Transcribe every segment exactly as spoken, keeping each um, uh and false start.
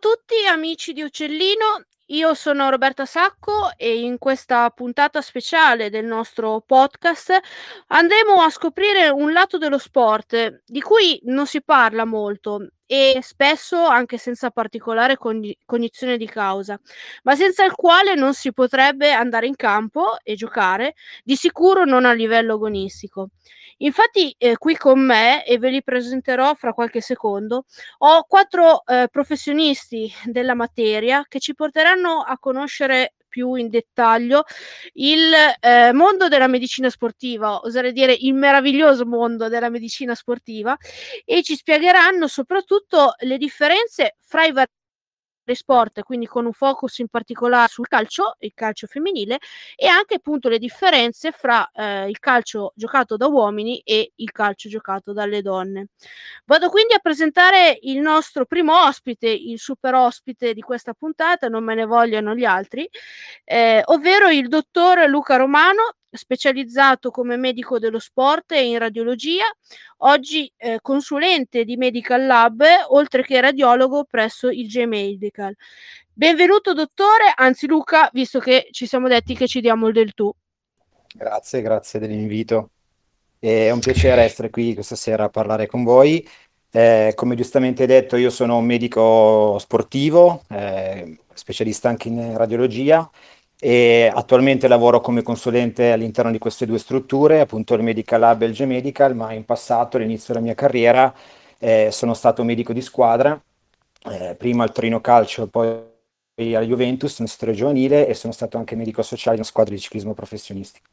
tutti amici di Uccellino, io sono Roberta Sacco e in questa puntata speciale del nostro podcast andremo a scoprire un lato dello sport di cui non si parla molto e spesso anche senza particolare cogni- cognizione di causa, ma senza il quale non si potrebbe andare in campo e giocare, di sicuro non a livello agonistico. Infatti, eh, qui con me, e ve li presenterò fra qualche secondo, ho quattro eh, professionisti della materia che ci porteranno a conoscere più in dettaglio il eh, mondo della medicina sportiva, oserei dire il meraviglioso mondo della medicina sportiva, e ci spiegheranno soprattutto le differenze fra i vari sport, quindi con un focus in particolare sul calcio, il calcio femminile, e anche appunto le differenze fra eh, il calcio giocato da uomini e il calcio giocato dalle donne. Vado quindi a presentare il nostro primo ospite, il super ospite di questa puntata, non me ne vogliano gli altri, eh, ovvero il dottor Luca Romano, specializzato come medico dello sport e in radiologia, oggi eh, consulente di Medical Lab, oltre che radiologo presso il J-Medical. Benvenuto dottore, anzi Luca, visto che ci siamo detti che ci diamo il del tu. Grazie, grazie dell'invito. È un piacere essere qui questa sera a parlare con voi. Eh, come giustamente hai detto, io sono un medico sportivo, eh, specialista anche in radiologia e attualmente lavoro come consulente all'interno di queste due strutture, appunto il Medical Lab e il G-Medical, ma in passato, all'inizio della mia carriera, eh, sono stato medico di squadra, eh, prima al Torino Calcio, poi alla Juventus nel settore giovanile e sono stato anche medico sociale in una squadra di ciclismo professionistico.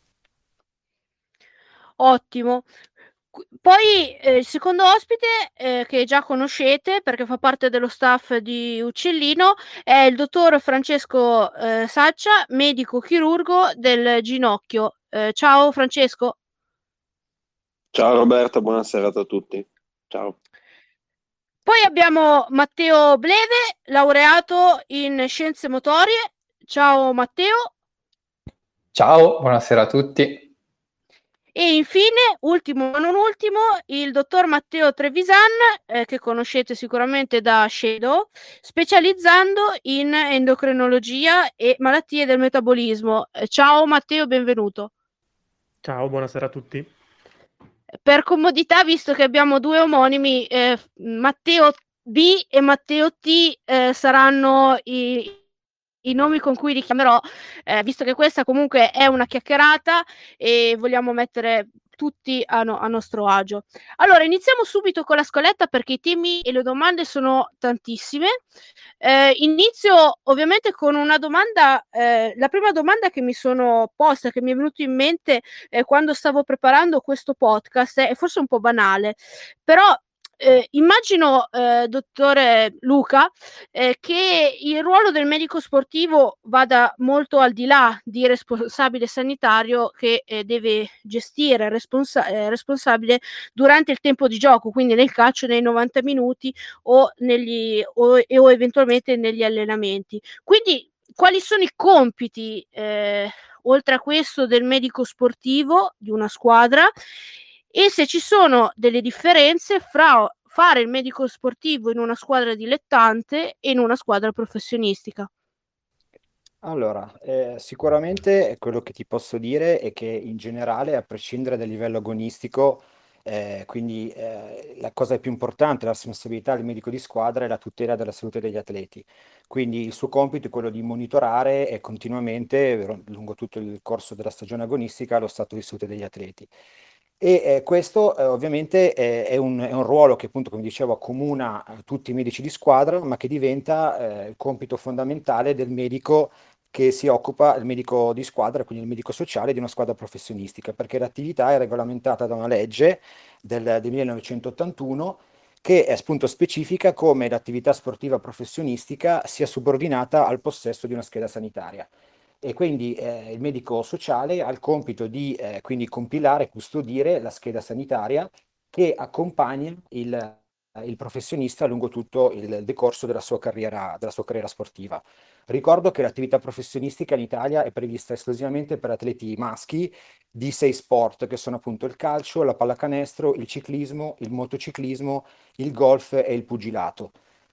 Ottimo. Qu- Poi eh, il secondo ospite, eh, che già conoscete perché fa parte dello staff di Uccellino, è il dottor Francesco eh, Saccia, medico chirurgo del ginocchio. Eh, ciao Francesco. Ciao Roberto, buona serata a tutti. Ciao. Poi abbiamo Matteo Bleve, laureato in scienze motorie. Ciao Matteo. Ciao, buonasera a tutti. E infine, ultimo ma non ultimo, il dottor Matteo Trevisan, eh, che conoscete sicuramente da Shadow, specializzando in endocrinologia e malattie del metabolismo. Eh, ciao Matteo, benvenuto. Ciao, buonasera a tutti. Per comodità, visto che abbiamo due omonimi, eh, Matteo B e Matteo T eh, saranno i, i nomi con cui li chiamerò, eh, visto che questa comunque è una chiacchierata e vogliamo mettere tutti a, no, a nostro agio. Allora, iniziamo subito con la scaletta perché i temi e le domande sono tantissime. Eh, inizio ovviamente con una domanda, eh, la prima domanda che mi sono posta, che mi è venuta in mente eh, quando stavo preparando questo podcast, è forse un po' banale, però eh, immagino, eh, dottore Luca, eh, che il ruolo del medico sportivo vada molto al di là di responsabile sanitario che eh, deve gestire responsa- eh, responsabile durante il tempo di gioco, quindi nel calcio nei novanta minuti o, negli, o, e, o eventualmente negli allenamenti. Quindi quali sono i compiti, eh, oltre a questo, del medico sportivo di una squadra, e se ci sono delle differenze fra fare il medico sportivo in una squadra dilettante e in una squadra professionistica? Allora, eh, sicuramente quello che ti posso dire è che in generale, a prescindere dal livello agonistico, eh, quindi eh, la cosa più importante, la responsabilità del medico di squadra è la tutela della salute degli atleti. Quindi il suo compito è quello di monitorare e continuamente, ro- lungo tutto il corso della stagione agonistica, lo stato di salute degli atleti. E eh, questo eh, ovviamente è, è un, è un ruolo che appunto, come dicevo, accomuna a tutti i medici di squadra, ma che diventa eh, il compito fondamentale del medico che si occupa, il medico di squadra, quindi il medico sociale di una squadra professionistica, perché l'attività è regolamentata da una legge del, del millenovecentottantuno che è appunto specifica come l'attività sportiva professionistica sia subordinata al possesso di una scheda sanitaria. E quindi eh, il medico sociale ha il compito di eh, quindi compilare e custodire la scheda sanitaria che accompagna il, il professionista lungo tutto il decorso della sua carriera, della sua carriera sportiva. Ricordo che l'attività professionistica in Italia è prevista esclusivamente per atleti maschi di sei sport, che sono appunto il calcio, la pallacanestro, il ciclismo, il motociclismo, il golf e il pugilato.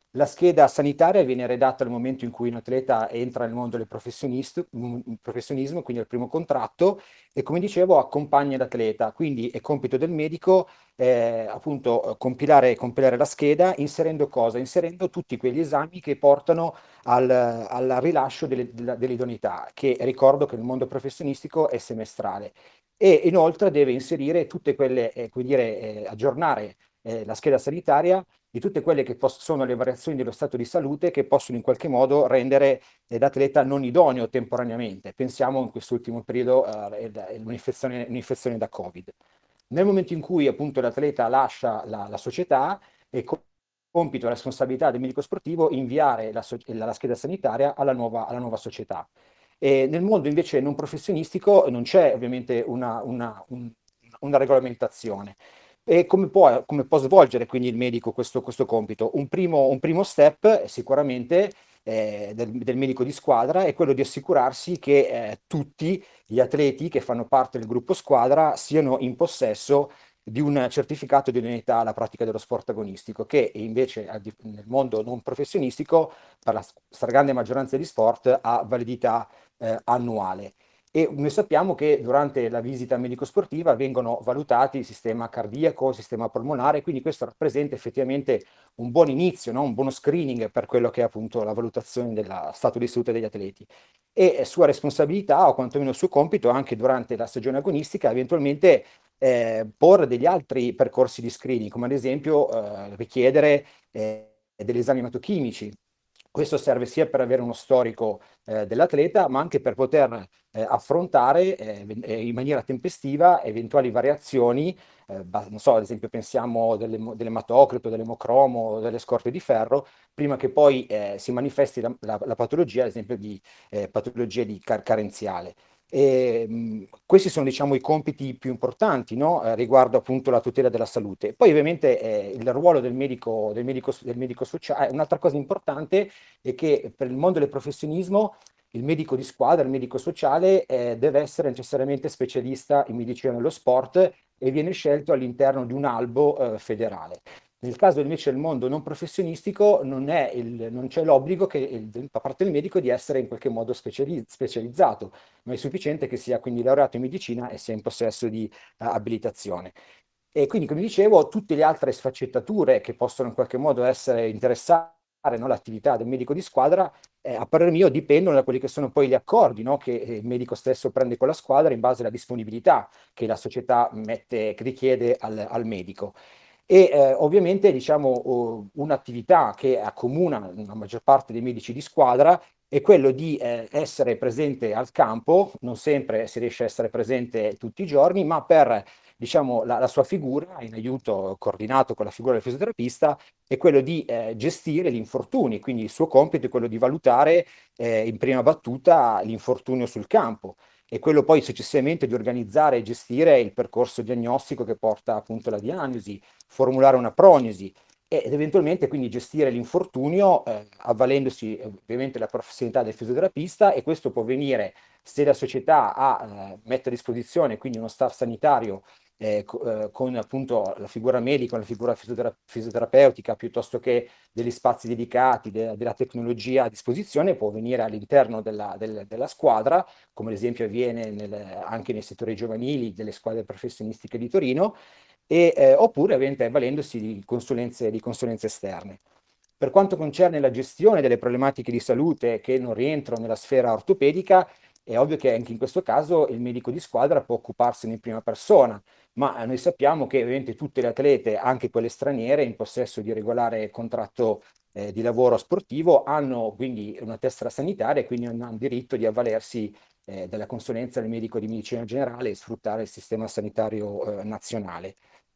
La scheda sanitaria viene redatta al momento in cui un atleta entra nel mondo del professionist- mm, professionismo, quindi al primo contratto, e come dicevo accompagna l'atleta, quindi è compito del medico eh, appunto compilare, compilare la scheda inserendo cosa? Inserendo tutti quegli esami che portano al, al rilascio delle- della- dell'idoneità, che ricordo che nel mondo professionistico è semestrale. E inoltre deve inserire tutte quelle, eh, come dire, eh, aggiornare eh, la scheda sanitaria di tutte quelle che pos- sono le variazioni dello stato di salute che possono in qualche modo rendere eh, l'atleta non idoneo temporaneamente. Pensiamo in quest'ultimo periodo eh, all'infezione un'infezione da Covid. Nel momento in cui appunto l'atleta lascia la, la società, è co- compito e responsabilità del medico sportivo inviare la, so- la- la scheda sanitaria alla nuova, alla nuova società. E nel mondo invece non professionistico non c'è ovviamente una, una- un- una regolamentazione. E come può, come può svolgere quindi il medico questo, questo compito? Un primo, un primo step sicuramente eh, del, del medico di squadra è quello di assicurarsi che eh, tutti gli atleti che fanno parte del gruppo squadra siano in possesso di un certificato di idoneità alla pratica dello sport agonistico, che invece a di- nel mondo non professionistico, per la stragrande maggioranza degli sport, ha validità eh, annuale. E noi sappiamo che durante la visita medico-sportiva vengono valutati il sistema cardiaco, il sistema polmonare, quindi questo rappresenta effettivamente un buon inizio, no? Un buono screening per quello che è appunto la valutazione dello stato di salute degli atleti. E è sua responsabilità, o quantomeno suo compito, anche durante la stagione agonistica, eventualmente eh, porre degli altri percorsi di screening, come ad esempio eh, richiedere eh, degli esami ematochimici. Questo serve sia per avere uno storico eh, dell'atleta, ma anche per poter eh, affrontare eh, eh, in maniera tempestiva eventuali variazioni, eh, ba- non so, ad esempio pensiamo dell'emo- dell'ematocrito, dell'emocromo, delle scorte di ferro, prima che poi eh, si manifesti la, la- la patologia, ad esempio di eh, patologie di car- carenziale. E, mh, questi sono, diciamo, i compiti più importanti, no? Eh, riguardo appunto la tutela della salute. Poi ovviamente eh, il ruolo del medico, del medico, del medico sociale, un'altra cosa importante è che per il mondo del professionismo il medico di squadra, il medico sociale eh, deve essere necessariamente specialista in medicina dello sport e viene scelto all'interno di un albo eh, federale. Nel caso invece del mondo non professionistico non, è il- non c'è l'obbligo che il- da parte del medico di essere in qualche modo speciali- specializzato, ma è sufficiente che sia quindi laureato in medicina e sia in possesso di eh, abilitazione. E quindi, come dicevo, tutte le altre sfaccettature che possono in qualche modo essere interessare, no, l'attività del medico di squadra, eh, a parer mio, dipendono da quelli che sono poi gli accordi, no, che il medico stesso prende con la squadra in base alla disponibilità che la società mette, che richiede al, al medico. E eh, ovviamente, diciamo, oh, un'attività che accomuna la maggior parte dei medici di squadra è quello di eh, essere presente al campo, non sempre si riesce a essere presente tutti i giorni, ma per, diciamo, la, la sua figura, in aiuto coordinato con la figura del fisioterapista, è quello di eh, gestire gli infortuni, quindi il suo compito è quello di valutare eh, in prima battuta l'infortunio sul campo e quello poi successivamente di organizzare e gestire il percorso diagnostico che porta appunto alla diagnosi, formulare una prognosi ed eventualmente quindi gestire l'infortunio eh, avvalendosi eh, ovviamente della professionalità del fisioterapista, e questo può avvenire se la società ha, eh, mette a disposizione quindi uno staff sanitario eh, co- eh, con appunto la figura medica, la figura fisiotera- fisioterapeutica, piuttosto che degli spazi dedicati, de- della tecnologia a disposizione, può avvenire all'interno della, del- della squadra, come ad esempio avviene nel- anche nei settori giovanili delle squadre professionistiche di Torino, e, eh, oppure ovviamente avvalendosi di consulenze, di consulenze esterne. Per quanto concerne la gestione delle problematiche di salute che non rientrano nella sfera ortopedica, è ovvio che anche in questo caso il medico di squadra può occuparsene in prima persona, ma noi sappiamo che ovviamente tutte le atlete, anche quelle straniere, in possesso di regolare contratto eh, di lavoro sportivo, hanno quindi una tessera sanitaria e quindi hanno il diritto di avvalersi eh, della consulenza del medico di medicina generale e sfruttare il sistema sanitario eh, nazionale.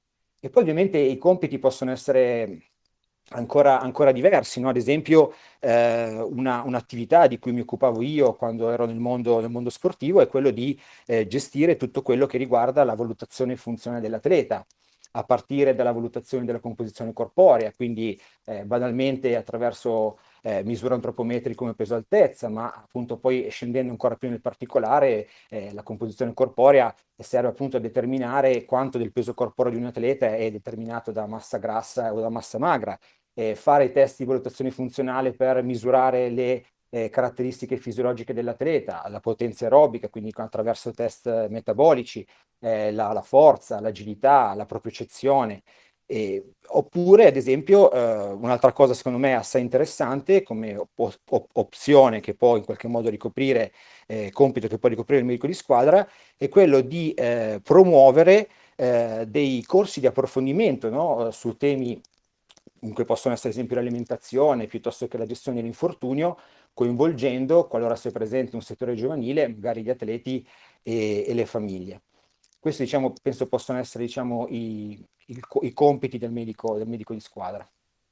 E poi ovviamente i compiti possono essere ancora, ancora diversi, no? Ad esempio, eh, una- un'attività di cui mi occupavo io quando ero nel mondo, nel mondo sportivo è quello di eh, gestire tutto quello che riguarda la valutazione funzionale dell'atleta, a partire dalla valutazione della composizione corporea, quindi eh, banalmente attraverso eh, misure antropometriche come peso altezza, ma appunto poi scendendo ancora più nel particolare, eh, la composizione corporea serve appunto a determinare quanto del peso corporeo di un atleta è determinato da massa grassa o da massa magra. eh, fare i test di valutazione funzionale per misurare le eh, caratteristiche fisiologiche dell'atleta, la potenza aerobica, quindi attraverso test metabolici, eh, la, la forza, l'agilità, la propriocezione. E, oppure, ad esempio, eh, un'altra cosa secondo me assai interessante come op- op- opzione che può in qualche modo ricoprire, eh, compito che può ricoprire il medico di squadra, è quello di eh, promuovere eh, dei corsi di approfondimento, no? Su temi che possono essere, ad esempio, l'alimentazione piuttosto che la gestione dell'infortunio, coinvolgendo, qualora sia presente un settore giovanile, magari gli atleti e, e le famiglie. Questi, diciamo, penso possano essere, diciamo, i, il- i compiti del medico, del medico di squadra.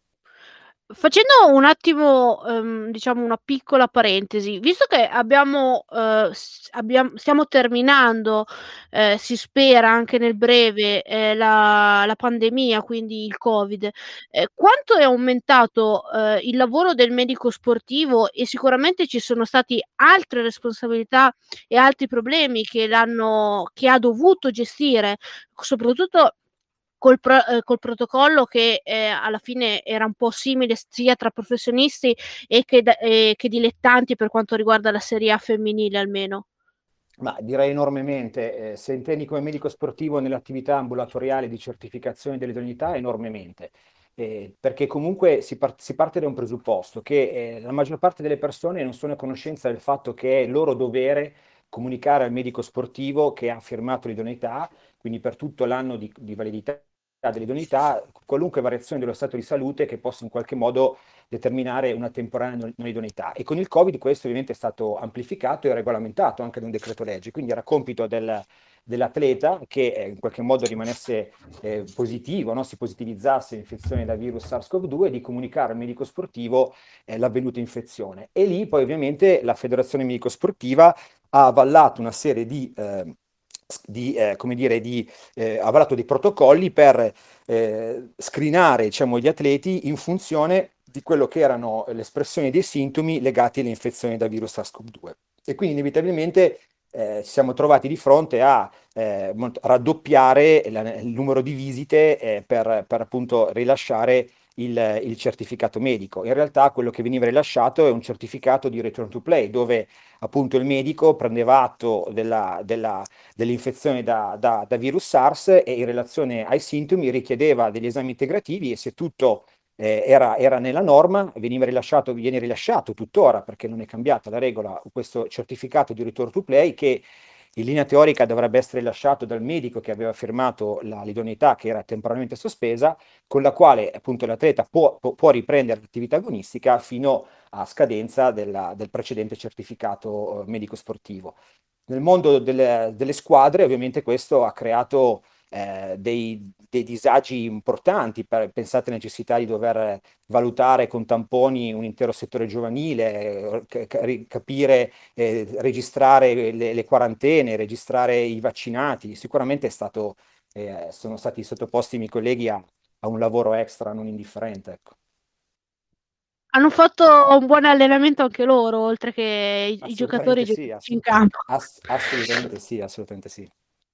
Facendo un attimo, ehm, diciamo una piccola parentesi, visto che abbiamo, ehm, s abbiam stiamo terminando, ehm, si spera anche nel breve, ehm, la la pandemia, quindi il Covid, ehm, quanto è aumentato, ehm, il lavoro del medico sportivo e sicuramente ci sono stati altre responsabilità e altri problemi che l'hanno che ha dovuto gestire, soprattutto Col pro ehm, col protocollo che, ehm, alla fine era un po' simile sia tra professionisti e che da ehm, che dilettanti per quanto riguarda la Serie A femminile almeno. Ma direi enormemente, eh, se intendi come medico sportivo nell'attività ambulatoriale di certificazione dell'idoneità, enormemente. Eh, perché comunque si, par- si parte da un presupposto che eh, la maggior parte delle persone non sono a conoscenza del fatto che è loro dovere comunicare al medico sportivo che ha firmato l'idoneità, quindi per tutto l'anno di, di validità dell'idoneità, qualunque variazione dello stato di salute che possa in qualche modo determinare una temporanea non non idoneità. E con il Covid questo ovviamente è stato amplificato e regolamentato anche da un decreto legge, quindi era compito del, dell'atleta che eh, in qualche modo rimanesse eh, positivo, no? Si positivizzasse l'infezione da virus SARS-CoV due, di comunicare al medico sportivo eh, l'avvenuta infezione. E lì poi ovviamente la Federazione Medico Sportiva ha avallato una serie di... Eh, di, eh, come dire, di, eh, ha avalato dei protocolli per eh, screenare, diciamo, gli atleti in funzione di quello che erano le espressioni dei sintomi legati alle infezioni da virus SARS-CoV due. E quindi inevitabilmente eh, ci siamo trovati di fronte a eh, raddoppiare la- il numero di visite eh, per, per appunto rilasciare il, il certificato medico. In realtà quello che veniva rilasciato è un certificato di return to play, dove appunto il medico prendeva atto della, della dell'infezione da, da, da virus SARS e in relazione ai sintomi richiedeva degli esami integrativi e se tutto eh, era, era nella norma veniva rilasciato, viene rilasciato tuttora perché non è cambiata la regola, questo certificato di return to play che in linea teorica dovrebbe essere rilasciato dal medico che aveva firmato la, l'idoneità che era temporaneamente sospesa, con la quale appunto l'atleta può, può, può riprendere l'attività agonistica fino a scadenza della, del precedente certificato eh, medico sportivo. Nel mondo delle, delle squadre, ovviamente, questo ha creato eh, dei, dei disagi importanti. Per, pensate alla necessità di dover valutare con tamponi un intero settore giovanile, eh, ca- capire, eh, registrare le, le quarantene, registrare i vaccinati. Sicuramente è stato, eh, sono stati sottoposti i miei colleghi a, a un lavoro extra non indifferente, ecco. Hanno fatto un buon allenamento anche loro, oltre che i i giocatori e Assolutamente i sì, giocatrici in assolut- campo. ass- assolutamente sì, assolutamente sì.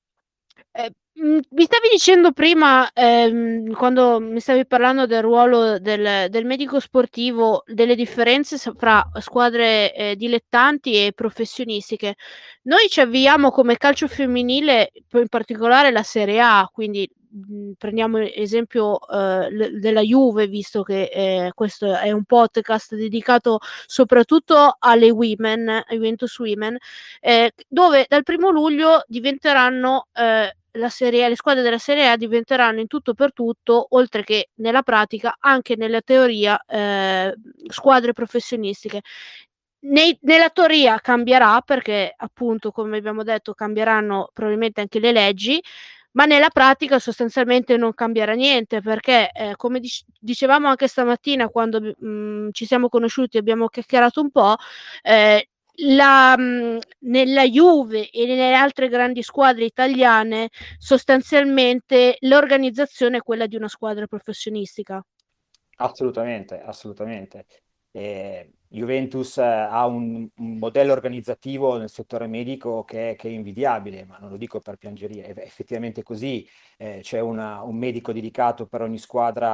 Eh, mhmm, mi stavi dicendo prima, ehm, quando mi stavi parlando del ruolo del del medico sportivo, delle differenze s fra squadre, ehm, dilettanti e professionistiche. Noi ci avviamo come calcio femminile, poi in particolare la Serie A, quindi, mhmm, prendiamo esempio, uhm, l della Juve, visto che, ehm, questo è un podcast dedicato soprattutto alle women, Juventus Women, ehm, dove dal primo luglio diventeranno, ehm, la serie A le squadre della Serie A diventeranno in tutto per tutto, oltre che nella pratica, anche nella teoria, ehm, squadre professionistiche. Nei nella teoria cambierà perché, appunto, come abbiamo detto, cambieranno probabilmente anche le leggi, ma nella pratica sostanzialmente non cambierà niente perché, ehm, come dic dicevamo anche stamattina quando b mhmm, ci siamo conosciuti e abbiamo chiacchierato un po', ehm, la mhmm, nella Juve e nelle altre grandi squadre italiane sostanzialmente l'organizzazione è quella di una squadra professionistica. Assolutamente, assolutamente. Eh, Juventus eh, ha un, un modello organizzativo nel settore medico che, che è invidiabile, ma non lo dico per piangeria, è effettivamente così. Eh, c'è una- un medico dedicato per ogni squadra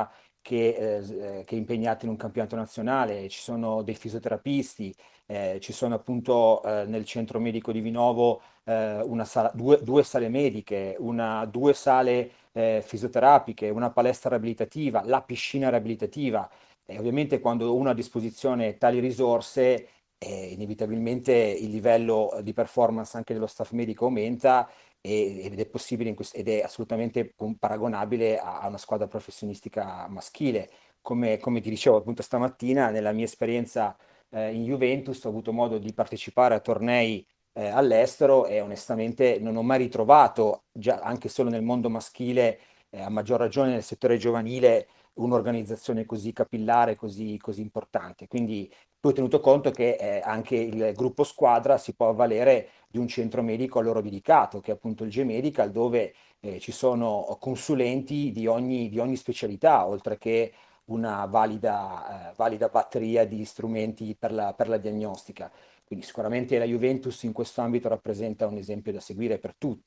che, eh, s- eh, che è impegnato in un campionato nazionale, ci sono dei fisioterapisti, eh, ci sono appunto eh, nel centro medico di Vinovo eh, una sala- due, due sale mediche, una- due sale eh, fisioterapiche, una palestra riabilitativa, la piscina riabilitativa. E ovviamente quando uno ha a disposizione tali risorse, eh, inevitabilmente il livello di performance anche dello staff medico aumenta e- ed è possibile in quest- ed è assolutamente com- paragonabile a, a una squadra professionistica maschile. Come, come ti dicevo appunto stamattina, nella mia esperienza eh, in Juventus ho avuto modo di partecipare a tornei eh, all'estero e onestamente non ho mai ritrovato, già anche solo nel mondo maschile, eh, a maggior ragione nel settore giovanile, un'organizzazione così capillare, così, così importante. Quindi poi tenuto conto che eh, anche il gruppo squadra si può avvalere di un centro medico a loro dedicato, che è appunto il G-Medical, dove eh, ci sono consulenti di ogni, di ogni specialità, oltre che una valida, eh, valida batteria di strumenti per la, per la diagnostica. Quindi sicuramente la Juventus in questo ambito rappresenta un esempio da seguire per tutti.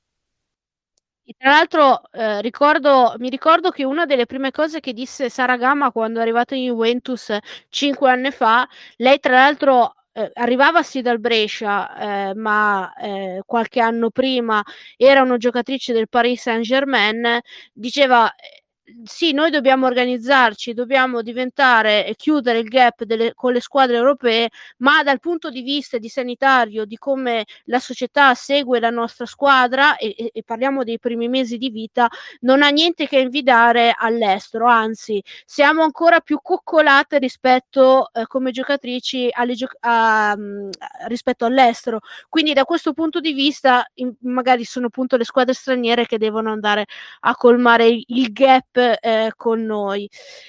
Tra l'altro, eh, ricordo, mi ricordo che una delle prime cose che disse Sara Gama quando è arrivata in Juventus eh, cinque anni fa, lei tra l'altro eh, arrivava sì dal Brescia, eh, ma eh, qualche anno prima era una giocatrice del Paris Saint-Germain, diceva eh, sì, noi dobbiamo organizzarci, dobbiamo diventare e chiudere il gap delle, con le squadre europee, ma dal punto di vista di sanitario, di come la società segue la nostra squadra e, e, e parliamo dei primi mesi di vita, non ha niente che invidiare all'estero, anzi siamo ancora più coccolate rispetto eh, come giocatrici alle gio- a, um, rispetto all'estero, quindi da questo punto di vista in, magari sono appunto le squadre straniere che devono andare a colmare il gap eh, con noi.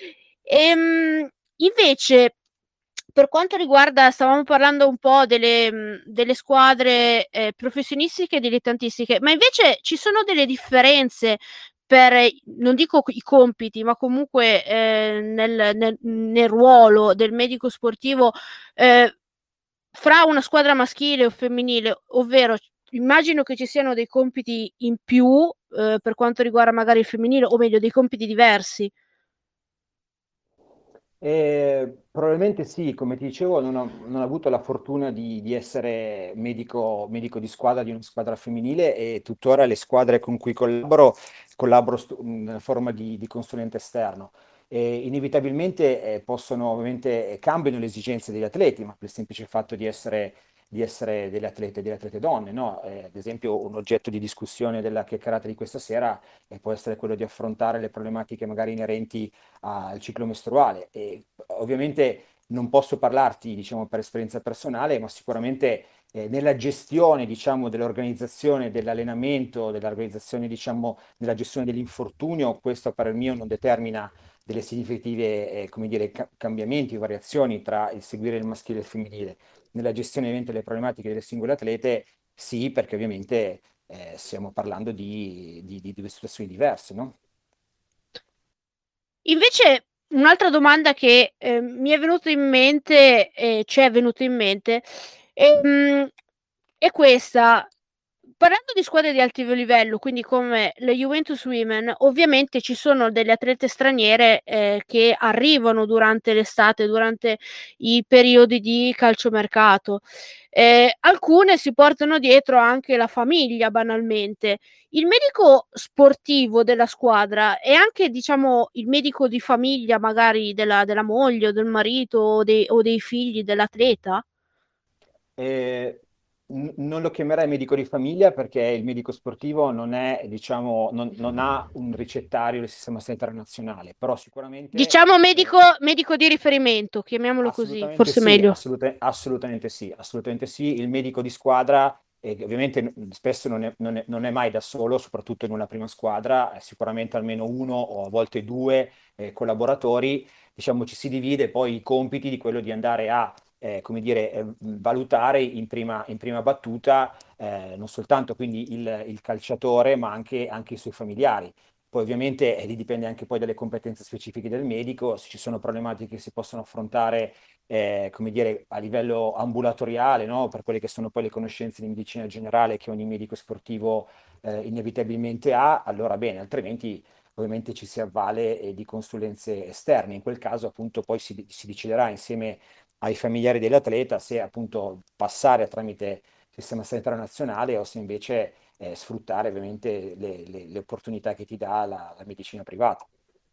Ehm, invece per quanto riguarda, stavamo parlando un po' delle, mh, delle squadre eh, professionistiche e dilettantistiche, ma invece ci sono delle differenze per, eh, non dico i compiti, ma comunque eh, nel, nel- nel ruolo del medico sportivo eh, fra una squadra maschile o femminile, ovvero immagino che ci siano dei compiti in più eh, per quanto riguarda magari il femminile, o meglio, dei compiti diversi. Eh, probabilmente sì, come ti dicevo, non ho, non ho avuto la fortuna di, di essere medico, medico di squadra di una squadra femminile e tuttora le squadre con cui collaboro, collaboro stu- in forma di, di consulente esterno. E inevitabilmente eh, possono, ovviamente, eh, cambiano le esigenze degli atleti, ma per il semplice fatto di essere, di essere delle atlete, delle atlete donne, no? Eh, ad esempio, un oggetto di discussione della chiacchierata di questa sera eh, può essere quello di affrontare le problematiche magari inerenti al ciclo mestruale e ovviamente non posso parlarti, diciamo, per esperienza personale, ma sicuramente eh, nella gestione, diciamo, dell'organizzazione dell'allenamento, dell'organizzazione, diciamo, nella gestione dell'infortunio, questo a parer mio non determina delle significative, eh, come dire, ca- cambiamenti o variazioni tra il seguire il maschile e il femminile. Nella gestione ovviamente delle problematiche delle singole atlete, sì, perché ovviamente eh, stiamo parlando di, di, di due situazioni diverse, no? Invece, un'altra domanda che eh, mi è venuta in mente, eh, ci è venuta in mente, ehm, è questa. Parlando di squadre di alto livello, quindi come le Juventus Women, ovviamente ci sono delle atlete straniere eh, che arrivano durante l'estate, durante i periodi di calciomercato. Eh, alcune si portano dietro anche la famiglia, banalmente. Il medico sportivo della squadra è anche, diciamo, il medico di famiglia, magari della, della moglie o del marito o dei, o dei figli dell'atleta? Eh, n- non lo chiamerei medico di famiglia perché il medico sportivo non è, diciamo, non, non ha un ricettario del sistema sanitario nazionale, però sicuramente Diciamo eh, medico, medico di riferimento, chiamiamolo così, assolutamente forse sì, meglio. assoluta- assolutamente sì, assolutamente sì. Il medico di squadra, eh, che ovviamente n- spesso non è, non è- non è mai da solo, soprattutto in una prima squadra, è sicuramente almeno uno o a volte due eh, collaboratori. Diciamo, ci si divide poi i compiti di quello di andare a, eh, come dire, eh, valutare in prima, in prima battuta eh, non soltanto quindi il, il calciatore, ma anche, anche i suoi familiari. Poi ovviamente eh, lì dipende anche poi dalle competenze specifiche del medico, se ci sono problematiche che si possono affrontare, eh, come dire, a livello ambulatoriale, no? Per quelle che sono poi le conoscenze di medicina generale che ogni medico sportivo eh, inevitabilmente ha, allora bene, altrimenti ovviamente ci si avvale eh, di consulenze esterne. In quel caso appunto poi si, si deciderà insieme ai familiari dell'atleta se appunto passare tramite il sistema sanitario nazionale o se invece eh, sfruttare ovviamente le, le- le opportunità che ti dà la la medicina privata.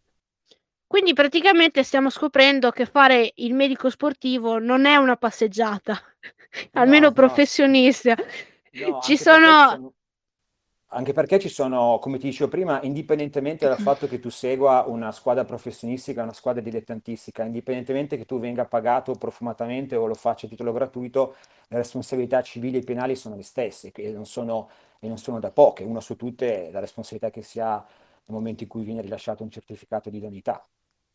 Quindi praticamente stiamo scoprendo che fare il medico sportivo non è una passeggiata, No, almeno no, s- professionista. no, Ci anche perché ci sono sono, anche perché ci sono, come ti dicevo prima, indipendentemente dal fatto che tu segua una squadra professionistica, una squadra dilettantistica, indipendentemente che tu venga pagato profumatamente o lo faccia a titolo gratuito, le responsabilità civili e penali sono le stesse, che non sono, e non sono da poche. Una su tutte è la responsabilità che si ha nel momento in cui viene rilasciato un certificato di idoneità.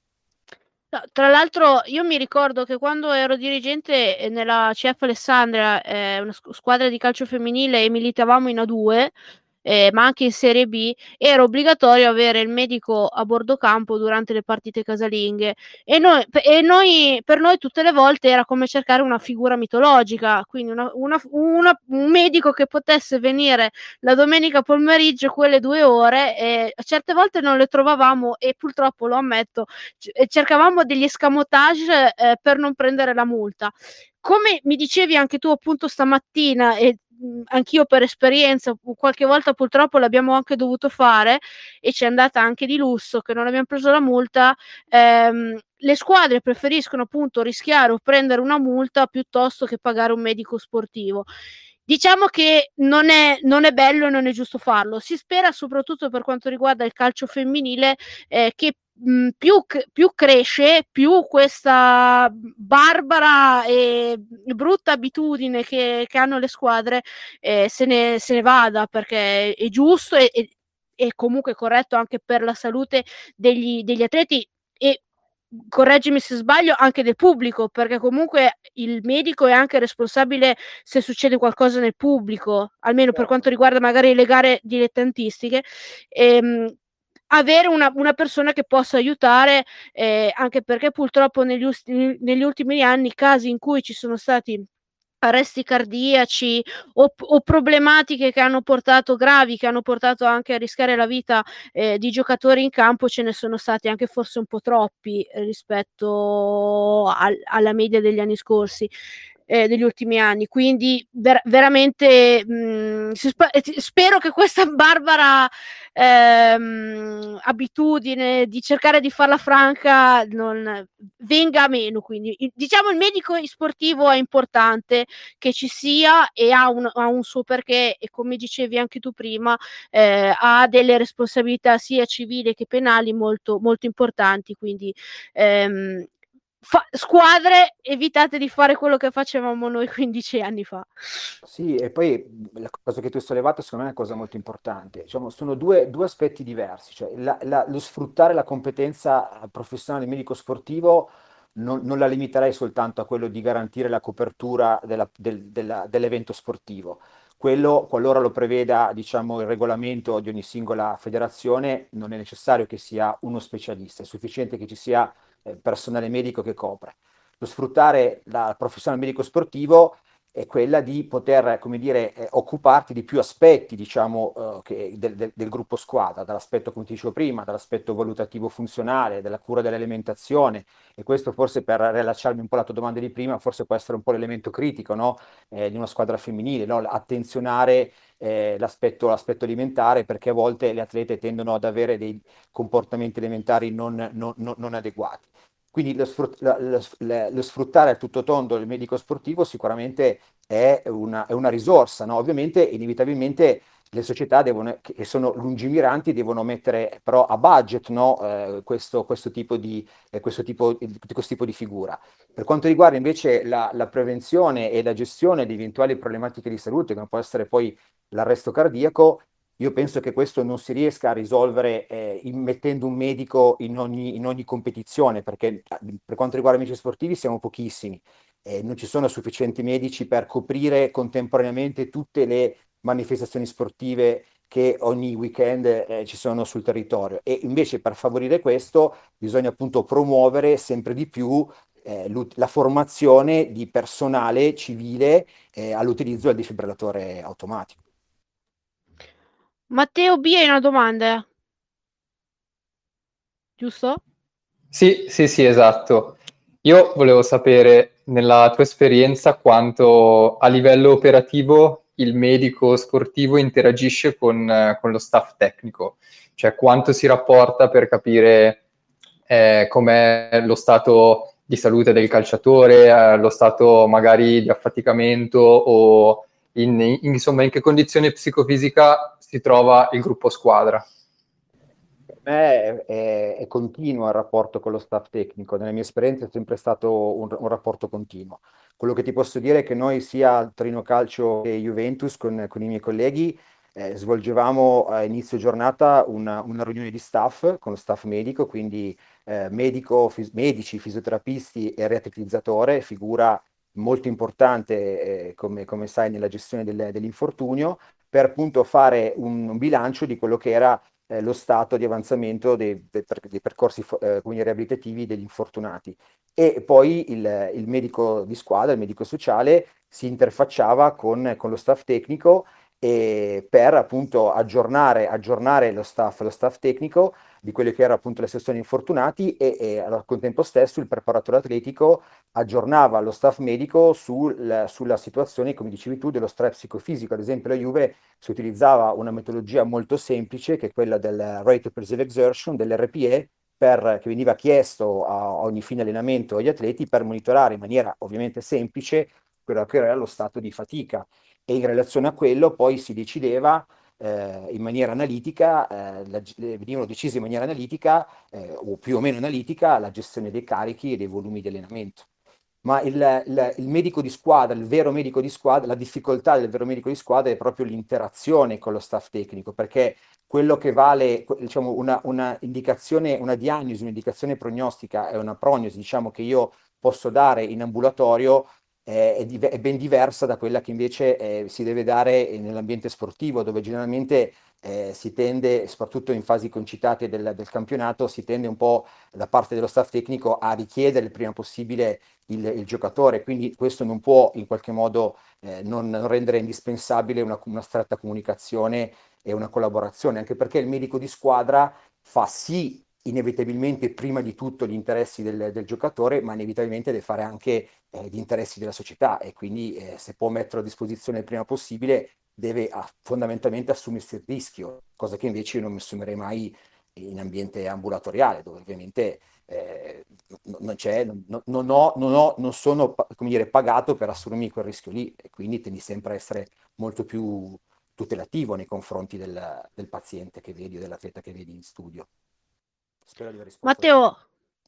No, tra l'altro io mi ricordo che quando ero dirigente eh, nella C F Alessandria, eh, una squ- squadra di calcio femminile e militavamo in A due, eh, ma anche in Serie B, era obbligatorio avere il medico a bordo campo durante le partite casalinghe e noi, pe- e noi- per noi tutte le volte era come cercare una figura mitologica, quindi una- una- una- un medico che potesse venire la domenica pomeriggio quelle due ore e certe volte non le trovavamo e purtroppo lo ammetto c- e cercavamo degli escamotage eh, per non prendere la multa. Come mi dicevi anche tu appunto stamattina e mh, anch'io per esperienza, qualche volta purtroppo l'abbiamo anche dovuto fare e ci è andata anche di lusso che non abbiamo preso la multa, ehm, le squadre preferiscono appunto rischiare o prendere una multa piuttosto che pagare un medico sportivo. Diciamo che non è, non è bello e non è giusto farlo. Si spera, soprattutto per quanto riguarda il calcio femminile, eh, che mh, più, c- più cresce, più questa barbara e brutta abitudine che, che hanno le squadre eh, se, ne, se ne vada, perché è giusto e, e, e comunque corretto anche per la salute degli, degli atleti e correggimi se sbaglio anche del pubblico, perché comunque il medico è anche responsabile se succede qualcosa nel pubblico, almeno per quanto Certo. riguarda magari le gare dilettantistiche. Ehm, avere una, una persona che possa aiutare, eh, anche perché purtroppo negli, ultimi, negli ultimi anni casi in cui ci sono stati arresti cardiaci o, o problematiche che hanno portato gravi, che hanno portato anche a rischiare la vita eh, di giocatori in campo, ce ne sono stati anche forse un po' troppi eh, rispetto al, alla media degli anni scorsi. Eh, degli ultimi anni, quindi ver- veramente mh, sp- spero che questa barbara ehm, abitudine di cercare di farla franca non venga a meno. Quindi diciamo il medico sportivo è importante che ci sia e ha un, ha un suo perché e come dicevi anche tu prima eh, ha delle responsabilità sia civili che penali molto, molto importanti, quindi ehm, fa- squadre evitate di fare quello che facevamo noi quindici anni fa. Sì, e poi mh, la cosa che tu hai sollevato secondo me è una cosa molto importante. Diciamo, sono due, due aspetti diversi, cioè la- la- lo sfruttare la competenza eh, professionale medico sportivo non, non la limiterei soltanto a quello di garantire la copertura della- del- della- dell'evento sportivo. Quello, qualora lo preveda, diciamo, il regolamento di ogni singola federazione, non è necessario che sia uno specialista, è sufficiente che ci sia eh, personale medico che copre. Lo sfruttare la professione medico sportivo è quella di poter, come dire, eh, occuparti di più aspetti, diciamo, eh, che- del, del- del gruppo squadra, dall'aspetto, come ti dicevo prima, dall'aspetto valutativo funzionale, della cura dell'alimentazione, e questo forse per riallacciarmi un po' alla tua domanda di prima, forse può essere un po' l'elemento critico, no? Eh, di una squadra femminile, no? Attenzionare eh, l'aspetto, l'aspetto alimentare, perché a volte le atlete tendono ad avere dei comportamenti alimentari non, non- non- non adeguati. Quindi lo, sfrut- la- lo s- le- lo sfruttare a tutto tondo il medico sportivo sicuramente è una, è una risorsa, no? Ovviamente, inevitabilmente, le società devono, che sono lungimiranti devono mettere però a budget, no? Eh, questo, questo tipo di, eh, questo tipo, di questo tipo di figura. Per quanto riguarda invece la, la prevenzione e la gestione di eventuali problematiche di salute, come può essere poi l'arresto cardiaco, io penso che questo non si riesca a risolvere eh, in- mettendo un medico in ogni, in ogni competizione, perché ah, per quanto riguarda i medici sportivi siamo pochissimi e non ci sono sufficienti medici per coprire contemporaneamente tutte le manifestazioni sportive che ogni weekend eh, ci sono sul territorio. E invece per favorire questo bisogna appunto promuovere sempre di più eh, l'ut- la formazione di personale civile eh, all'utilizzo del defibrillatore automatico. Matteo B hai una domanda? giusto? Sì, sì, sì, esatto. Io volevo sapere, nella tua esperienza, quanto a livello operativo il medico sportivo interagisce con, eh, con lo staff tecnico, cioè quanto si rapporta per capire eh, com'è lo stato di salute del calciatore, eh, lo stato magari di affaticamento o in, in- insomma in che condizione psicofisica si trova il gruppo squadra. Per me è, è- è continuo il rapporto con lo staff tecnico, nelle mie esperienze è sempre stato un, un rapporto continuo. Quello che ti posso dire è che noi sia al Torino Calcio che Juventus con, con i miei colleghi eh, svolgevamo a inizio giornata una, una riunione di staff con lo staff medico, quindi eh, medico, fis- medici, fisioterapisti e riatletizzatore, figura molto importante eh, come, come sai nella gestione del- dell'infortunio, per appunto fare un un bilancio di quello che era eh, lo stato di avanzamento dei, dei per- dei percorsi fo- eh, quindi riabilitativi degli infortunati. E poi il, il medico di squadra, il medico sociale, si interfacciava con, con lo staff tecnico e per appunto aggiornare, aggiornare lo staff, lo staff tecnico di quelle che erano appunto le sessioni infortunati e, e al contempo stesso il preparatore atletico aggiornava lo staff medico sul- sulla situazione, come dicevi tu, dello stress psicofisico. Ad esempio, la Juve si utilizzava una metodologia molto semplice, che è quella del Rate of Perceived Exertion, dell'R P E, per- che veniva chiesto a ogni fine allenamento agli atleti per monitorare in maniera ovviamente semplice quello che era lo stato di fatica. E in relazione a quello poi si decideva eh, in maniera analitica, eh, la- eh, venivano decise in maniera analitica eh, o più o meno analitica la gestione dei carichi e dei volumi di allenamento. Ma il, il- il medico di squadra, il vero medico di squadra, la difficoltà del vero medico di squadra è proprio l'interazione con lo staff tecnico, perché quello che vale, que- diciamo, una, una indicazione, una diagnosi, un'indicazione prognostica e una prognosi, diciamo, che io posso dare in ambulatorio eh, è, dive- è ben diversa da quella che invece eh, si deve dare nell'ambiente sportivo, dove generalmente eh, si tende, soprattutto in fasi concitate del, del campionato, si tende un po' da parte dello staff tecnico a richiedere il prima possibile il, il giocatore, quindi questo non può in qualche modo eh, non, non rendere indispensabile una, una stretta comunicazione e una collaborazione, anche perché il medico di squadra fa sì inevitabilmente prima di tutto gli interessi del, del giocatore, ma inevitabilmente deve fare anche eh, gli interessi della società e quindi eh, se può metterlo a disposizione il prima possibile deve ah, fondamentalmente assumersi il rischio, cosa che invece io non mi assumerei mai in ambiente ambulatoriale, dove ovviamente eh, non c'è, non, non ho, non ho, non sono, come dire, pagato per assumermi quel rischio lì e quindi tendi sempre a essere molto più tutelativo nei confronti del, del paziente che vedi o dell'atleta che vedi in studio. Spero di aver risposto alla tua Matteo,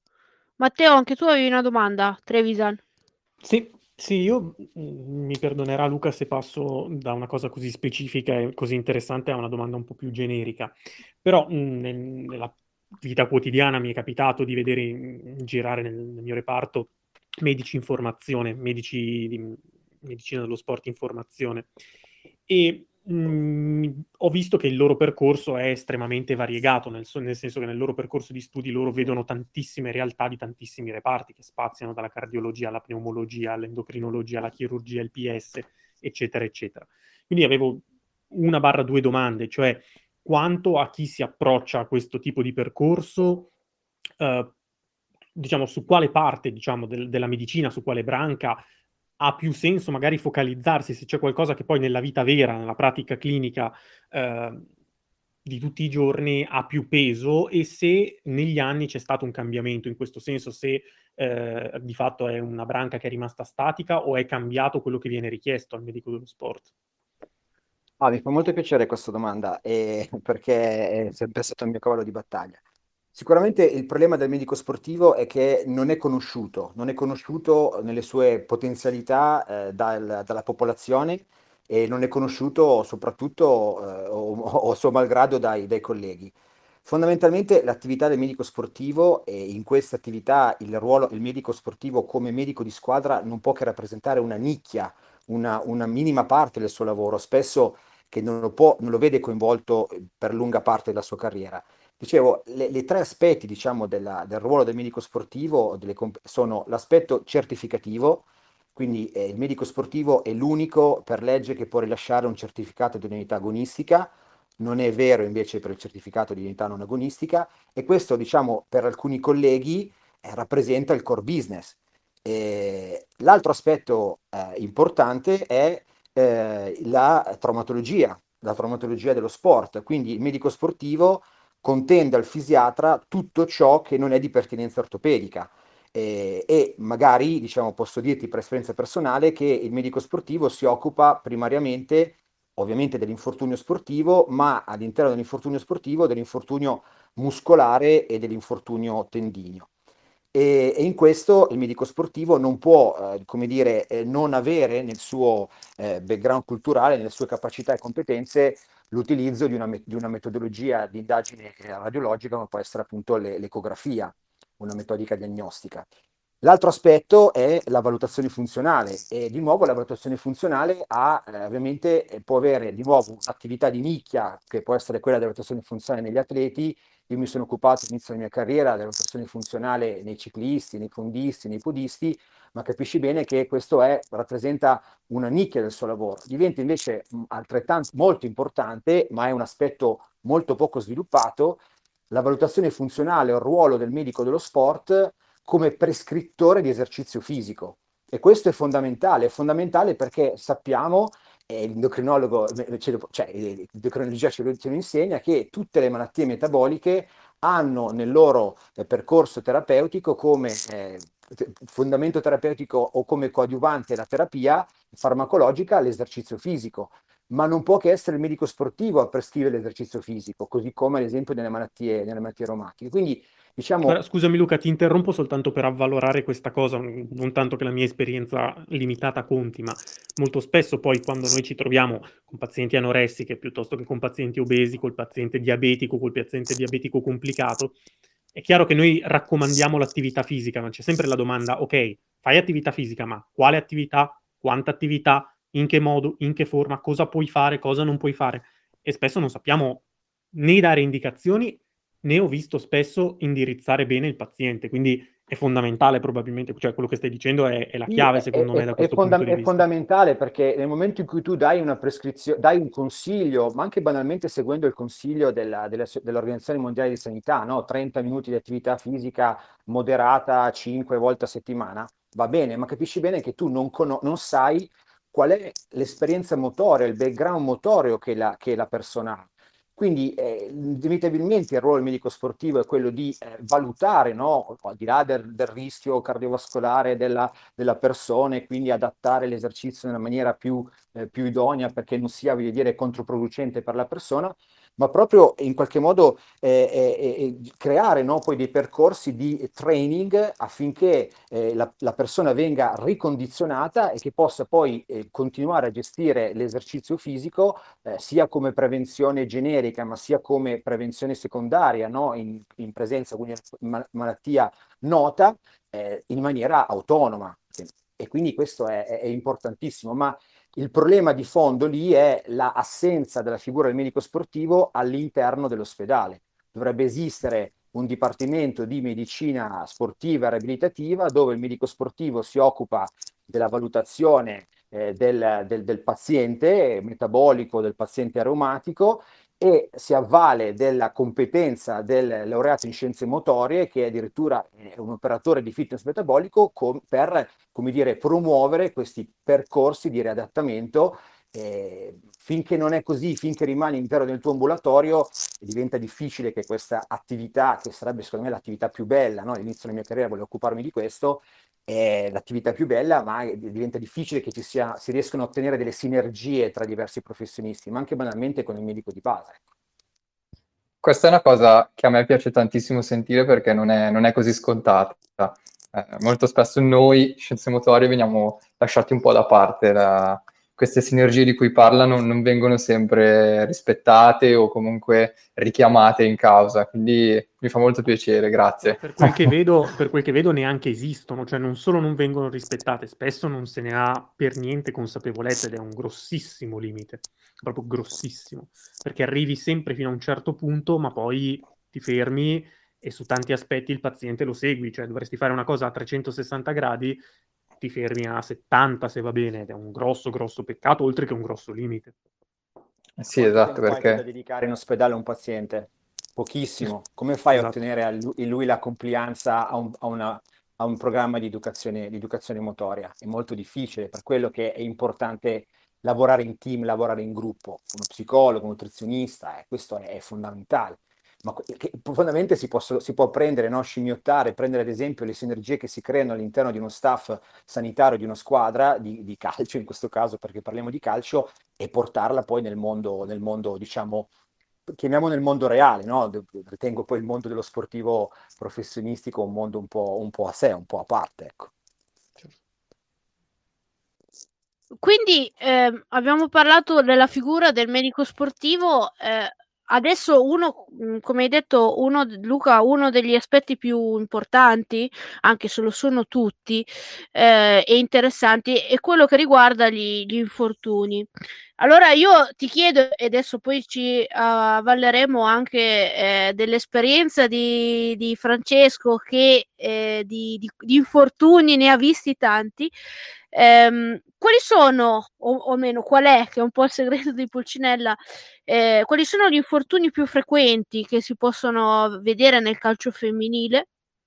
Matteo, anche tu avevi una domanda, Trevisan. Sì, sì, io mm, mi perdonerà Luca se passo da una cosa così specifica e così interessante a una domanda un po' più generica, però mm, nel- nella vita quotidiana mi è capitato di vedere in- girare nel, nel mio reparto medici in formazione, medici di medicina dello sport in formazione e mm, ho visto che il loro percorso è estremamente variegato, nel, so- nel senso che nel loro percorso di studi loro vedono tantissime realtà di tantissimi reparti che spaziano dalla cardiologia alla pneumologia, all'endocrinologia, alla chirurgia, il P S, eccetera, eccetera. Quindi avevo una barra due domande, cioè quanto a chi si approccia a questo tipo di percorso, eh, diciamo, su quale parte, diciamo, del- della medicina, su quale branca ha più senso magari focalizzarsi se c'è qualcosa che poi nella vita vera, nella pratica clinica eh, di tutti i giorni ha più peso e se negli anni c'è stato un cambiamento in questo senso, se eh, di fatto è una branca che è rimasta statica o è cambiato quello che viene richiesto al medico dello sport. Ah, mi fa molto piacere questa domanda, eh, perché è sempre stato il mio cavallo di battaglia. Sicuramente il problema del medico sportivo è che non è conosciuto, non è conosciuto nelle sue potenzialità, eh, dal- dalla popolazione e non è conosciuto soprattutto, eh, o, o suo malgrado dai, dai colleghi. Fondamentalmente l'attività del medico sportivo e in questa attività il ruolo del medico sportivo come medico di squadra non può che rappresentare una nicchia, una, una minima parte del suo lavoro. Spesso che non lo può, non lo vede coinvolto eh, per lunga parte della sua carriera. Dicevo, le, le tre aspetti, diciamo, della- del ruolo del medico sportivo delle comp- sono l'aspetto certificativo, quindi eh, il medico sportivo è l'unico per legge che può rilasciare un certificato di unità agonistica non è vero invece per il certificato di identità non agonistica, e questo, diciamo, per alcuni colleghi eh, rappresenta il core business. E l'altro aspetto eh, importante è eh, la traumatologia, la traumatologia dello sport, quindi il medico sportivo contende al fisiatra tutto ciò che non è di pertinenza ortopedica. Eh, e magari, diciamo, posso dirti per esperienza personale che il medico sportivo si occupa primariamente, ovviamente, dell'infortunio sportivo, ma all'interno dell'infortunio sportivo dell'infortunio muscolare e dell'infortunio tendineo. E, e in questo il medico sportivo non può, eh, come dire, eh, non avere nel suo eh, background culturale, nelle sue capacità e competenze, l'utilizzo di una, me- di una metodologia di indagine eh, radiologica, come può essere appunto le- l'ecografia, una metodica diagnostica. L'altro aspetto è la valutazione funzionale e di nuovo la valutazione funzionale ha, eh, ovviamente eh, può avere di nuovo un'attività di nicchia che può essere quella della valutazione funzionale negli atleti. Io mi sono occupato all'inizio della mia carriera della valutazione funzionale nei ciclisti, nei fondisti, nei podisti, ma capisci bene che questo è, rappresenta una nicchia del suo lavoro. Diventa invece mh, altrettanto molto importante, ma è un aspetto molto poco sviluppato, la valutazione funzionale o il ruolo del medico dello sport come prescrittore di esercizio fisico. E questo è fondamentale, è fondamentale perché sappiamo, e l'endocrinologo, cioè l'endocrinologia ce lo, ce lo insegna, che tutte le malattie metaboliche hanno nel loro eh, percorso terapeutico come eh, fondamento terapeutico o come coadiuvante la terapia farmacologica l'esercizio fisico, ma non può che essere il medico sportivo a prescrivere l'esercizio fisico, così come ad esempio nelle malattie, nelle malattie aromatiche. Quindi diciamo... Guarda, scusami Luca, ti interrompo soltanto per avvalorare questa cosa, non tanto che la mia esperienza limitata conti, ma molto spesso poi quando noi ci troviamo con pazienti anoressiche piuttosto che con pazienti obesi, col paziente diabetico, col paziente diabetico complicato, è chiaro che noi raccomandiamo l'attività fisica, ma c'è sempre la domanda, ok, fai attività fisica, ma quale attività, quanta attività, in che modo, in che forma, cosa puoi fare, cosa non puoi fare? E spesso non sappiamo né dare indicazioni, né ho visto spesso indirizzare bene il paziente, quindi è fondamentale probabilmente, cioè quello che stai dicendo è, è la Sì, chiave è, secondo è- me da è- è questo fonda- punto di è vista. fondamentale perché nel momento in cui tu dai una prescrizione, dai un consiglio, ma anche banalmente seguendo il consiglio della- della- dell'Organizzazione Mondiale di Sanità, no? trenta minuti di attività fisica moderata cinque volte a settimana, va bene, ma capisci bene che tu non, cono- non sai qual è l'esperienza motoria, il background motorio che la, che la persona ha. Quindi eh, inevitabilmente il ruolo del medico sportivo è quello di eh, valutare, no? Al di là del, del rischio cardiovascolare della, della persona, e quindi adattare l'esercizio nella maniera più, eh, più idonea perché non sia, voglio dire, controproducente per la persona, ma proprio in qualche modo eh, eh, eh, creare, no, poi dei percorsi di training affinché eh, la, la persona venga ricondizionata e che possa poi eh, continuare a gestire l'esercizio fisico eh, sia come prevenzione generica, ma sia come prevenzione secondaria, no? in, in presenza di una malattia nota, eh, in maniera autonoma. E quindi questo è, è importantissimo, ma il problema di fondo lì è l'assenza della figura del medico sportivo all'interno dell'ospedale. Dovrebbe esistere un dipartimento di medicina sportiva e riabilitativa dove il medico sportivo si occupa della valutazione eh, del, del, del paziente metabolico, del paziente aromatico, e si avvale della competenza del laureato in scienze motorie, che è addirittura un operatore di fitness metabolico, com- per, come dire, promuovere questi percorsi di riadattamento. Eh, finché non è così, finché rimani all'interno del tuo ambulatorio, diventa difficile che questa attività, che sarebbe secondo me l'attività più bella, no? All'inizio della mia carriera volevo occuparmi di questo, è l'attività più bella, ma diventa difficile che ci sia, si riescano a ottenere delle sinergie tra diversi professionisti, ma anche banalmente con il medico di base. Questa è una cosa che a me piace tantissimo sentire perché non è, non è così scontata. Eh, molto spesso noi, scienze motorie, veniamo lasciati un po' da parte. Da... Queste sinergie di cui parlano non vengono sempre rispettate o comunque richiamate in causa, quindi mi fa molto piacere, grazie. Per quel che vedo, per quel che vedo neanche esistono, cioè non solo non vengono rispettate, spesso non se ne ha per niente consapevolezza ed è un grossissimo limite, proprio grossissimo, perché arrivi sempre fino a un certo punto, ma poi ti fermi e su tanti aspetti il paziente lo segui, cioè dovresti fare una cosa a trecentosessanta gradi, ti fermi a settanta se va bene, ed è un grosso, grosso peccato, oltre che un grosso limite. Sì, Quanto esatto, tempo hai tu da perché dedicare in ospedale a un paziente? Pochissimo. Come fai a Esatto. ottenere a lu- in lui la complianza a un, a una- a un programma di educazione, di educazione motoria? È molto difficile, per quello che è importante lavorare in team, lavorare in gruppo. Uno psicologo, un nutrizionista, eh, questo è, è fondamentale. Ma que- che fondamentalmente si, possono- si può prendere, no, scimmiottare, prendere ad esempio le sinergie che si creano all'interno di uno staff sanitario di una squadra di, di calcio, in questo caso perché parliamo di calcio, e portarla poi nel mondo, nel mondo, diciamo, chiamiamo nel mondo reale, no? Ritengo poi il mondo dello sportivo professionistico un mondo un po', un po' a sé, un po' a parte, ecco. Quindi ehm, abbiamo parlato della figura del medico sportivo, eh, adesso uno, mh, come hai detto, uno, Luca, uno degli aspetti più importanti, anche se lo sono tutti, eh, e interessanti, è quello che riguarda gli, gli infortuni. Allora io ti chiedo, e adesso poi ci avvalleremo anche eh, dell'esperienza di, di Francesco che eh, di, di- di infortuni ne ha visti tanti. Ehm, quali sono, o, o meno, qual è, che è un po' il segreto di Pulcinella, eh, quali sono gli infortuni più frequenti che si possono vedere nel calcio femminile?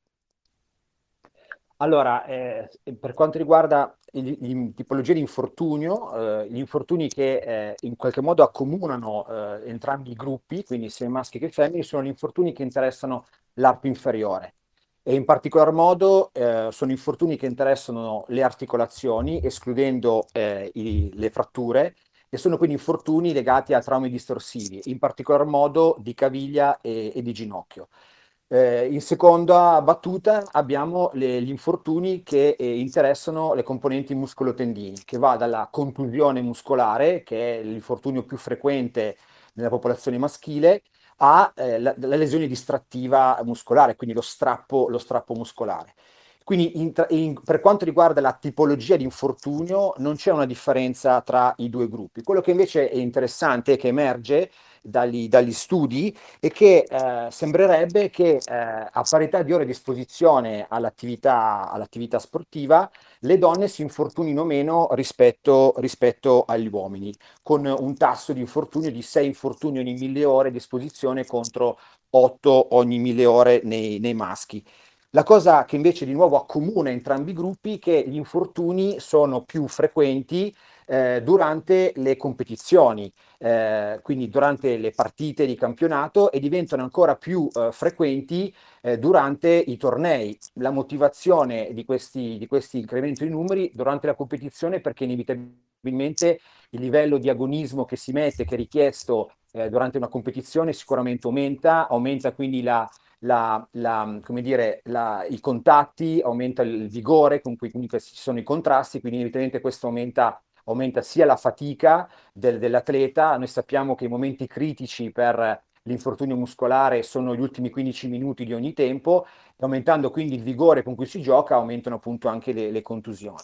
Allora, eh, per quanto riguarda il- il- tipologie di infortunio, eh, gli infortuni che eh, in qualche modo accomunano eh, entrambi i gruppi, quindi sia maschi che femmine, sono gli infortuni che interessano l'arto inferiore. E in particolar modo eh, sono infortuni che interessano le articolazioni, escludendo eh, i- le fratture, e sono quindi infortuni legati a traumi distorsivi, in particolar modo di caviglia e e di ginocchio. Eh, in seconda battuta abbiamo le- gli infortuni che eh, interessano le componenti muscolotendini, che va dalla contusione muscolare, che è l'infortunio più frequente nella popolazione maschile, alla lesione distrattiva muscolare, quindi lo strappo, lo strappo muscolare. Quindi in tra- in- per quanto riguarda la tipologia di infortunio non c'è una differenza tra i due gruppi. Quello che invece è interessante, che emerge dagli, dagli studi, e che eh, sembrerebbe che eh, a parità di ore di esposizione all'attività, all'attività sportiva, le donne si infortunino meno rispetto, rispetto agli uomini, con un tasso di infortunio di sei infortuni ogni mille ore di esposizione contro otto ogni mille ore nei, nei maschi. La cosa che invece di nuovo accomuna entrambi i gruppi è che gli infortuni sono più frequenti eh, durante le competizioni, eh, quindi durante le partite di campionato, e diventano ancora più eh, frequenti eh, durante i tornei. La motivazione di questi, di questi incrementi di numeri durante la competizione è perché inevitabilmente il livello di agonismo che si mette, che è richiesto eh, durante una competizione, sicuramente aumenta, aumenta quindi la, la, la, come dire, la, i contatti, aumenta il vigore con cui comunque ci sono i contrasti, quindi inevitabilmente questo aumenta, aumenta sia la fatica del- dell'atleta. Noi sappiamo che i momenti critici per l'infortunio muscolare sono gli ultimi quindici minuti di ogni tempo, e aumentando quindi il vigore con cui si gioca, aumentano appunto anche le, le contusioni.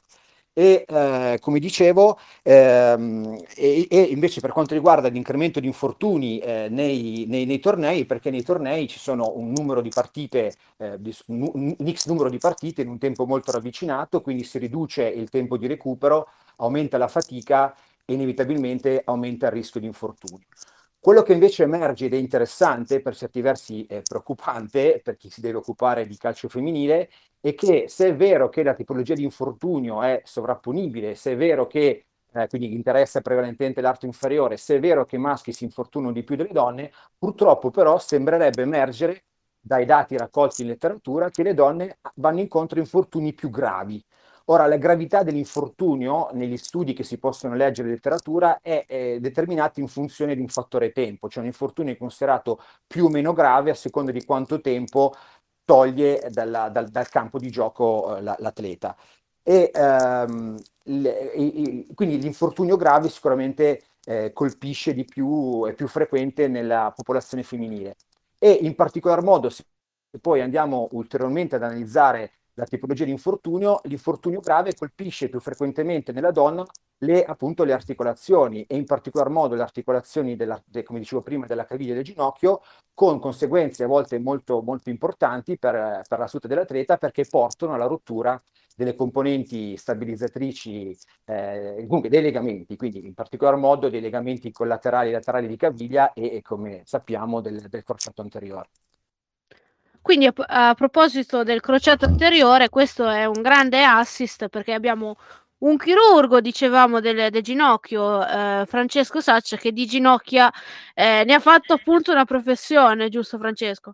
E eh, come dicevo, ehm, e, e invece per quanto riguarda l'incremento di infortuni eh, nei, nei- nei tornei, perché nei tornei ci sono un numero di partite, eh, di- un, un X numero di partite in un tempo molto ravvicinato, quindi si riduce il tempo di recupero, aumenta la fatica e inevitabilmente aumenta il rischio di infortunio. Quello che invece emerge ed è interessante, per certi versi è preoccupante per chi si deve occupare di calcio femminile, è che se è vero che la tipologia di infortunio è sovrapponibile, se è vero che eh, quindi interessa prevalentemente l'arto inferiore, se è vero che i maschi si infortunano di più delle donne, purtroppo però sembrerebbe emergere dai dati raccolti in letteratura che le donne vanno incontro a infortuni più gravi. Ora, la gravità dell'infortunio negli studi che si possono leggere in letteratura è, è determinata in funzione di un fattore tempo, cioè un infortunio è considerato più o meno grave a seconda di quanto tempo toglie dalla- dal, dal campo di gioco eh, la- l'atleta. E, ehm, le- i- i- quindi l'infortunio grave sicuramente eh, colpisce di più, è più frequente nella popolazione femminile. E in particolar modo, se poi andiamo ulteriormente ad analizzare la tipologia di infortunio, l'infortunio grave colpisce più frequentemente nella donna le, appunto, le articolazioni e in particolar modo le articolazioni, della, de, come dicevo prima, della caviglia e del ginocchio, con conseguenze a volte molto, molto importanti per, per la salute dell'atleta, perché portano alla rottura delle componenti stabilizzatrici, eh, comunque dei legamenti, quindi in particolar modo dei legamenti collaterali e laterali di caviglia e, e come sappiamo del, del crociato anteriore. Quindi a, a proposito del crociato anteriore, questo è un grande assist, perché abbiamo un chirurgo, dicevamo, del, del ginocchio, eh, Francesco Saccia, che di ginocchia eh, ne ha fatto appunto una professione, giusto Francesco?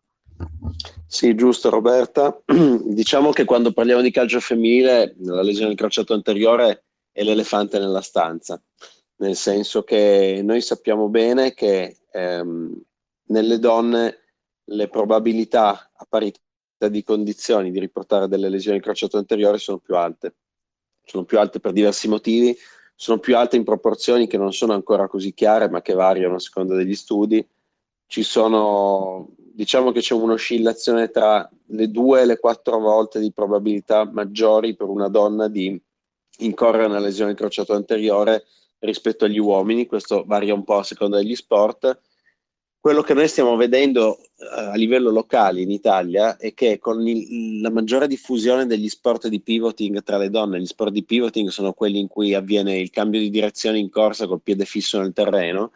Sì, giusto Roberta. Diciamo che quando parliamo di calcio femminile, la lesione del crociato anteriore è l'elefante nella stanza, nel senso che noi sappiamo bene che ehm, nelle donne le probabilità a parità di condizioni di riportare delle lesioni del crociato anteriore sono più alte. Sono più alte per diversi motivi, sono più alte in proporzioni che non sono ancora così chiare, ma che variano a seconda degli studi. Ci sono, diciamo che c'è un'oscillazione tra le due e le quattro volte di probabilità maggiori per una donna di incorrere una lesione del crociato anteriore rispetto agli uomini. Questo varia un po' a seconda degli sport. Quello che noi stiamo vedendo uh, a livello locale in Italia è che con il, la maggiore diffusione degli sport di pivoting tra le donne, gli sport di pivoting sono quelli in cui avviene il cambio di direzione in corsa col piede fisso nel terreno,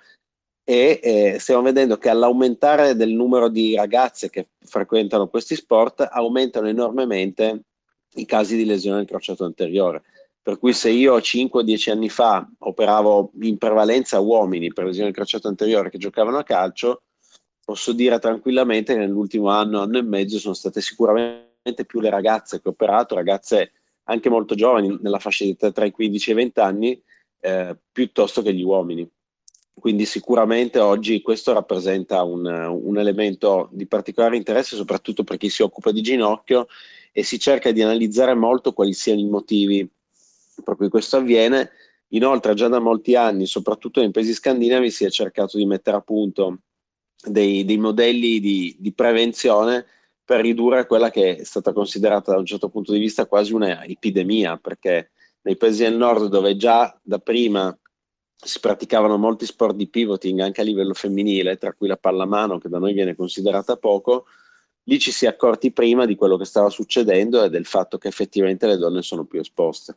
e eh, stiamo vedendo che all'aumentare del numero di ragazze che frequentano questi sport aumentano enormemente i casi di lesione del crociato anteriore. Per cui se io cinque o dieci anni fa operavo in prevalenza uomini per lesione del crociato anteriore che giocavano a calcio, posso dire tranquillamente che nell'ultimo anno, anno e mezzo sono state sicuramente più le ragazze che ho operato, ragazze anche molto giovani, nella fascia di età tra i quindici e i venti anni, eh, piuttosto che gli uomini. Quindi sicuramente oggi questo rappresenta un, un elemento di particolare interesse, soprattutto per chi si occupa di ginocchio, e si cerca di analizzare molto quali siano i motivi per cui questo avviene. Inoltre già da molti anni, soprattutto nei paesi scandinavi, si è cercato di mettere a punto dei, dei modelli di, di prevenzione per ridurre quella che è stata considerata da un certo punto di vista quasi un'epidemia, perché nei paesi del nord, dove già da prima si praticavano molti sport di pivoting anche a livello femminile, tra cui la pallamano, che da noi viene considerata poco, lì ci si è accorti prima di quello che stava succedendo e del fatto che effettivamente le donne sono più esposte.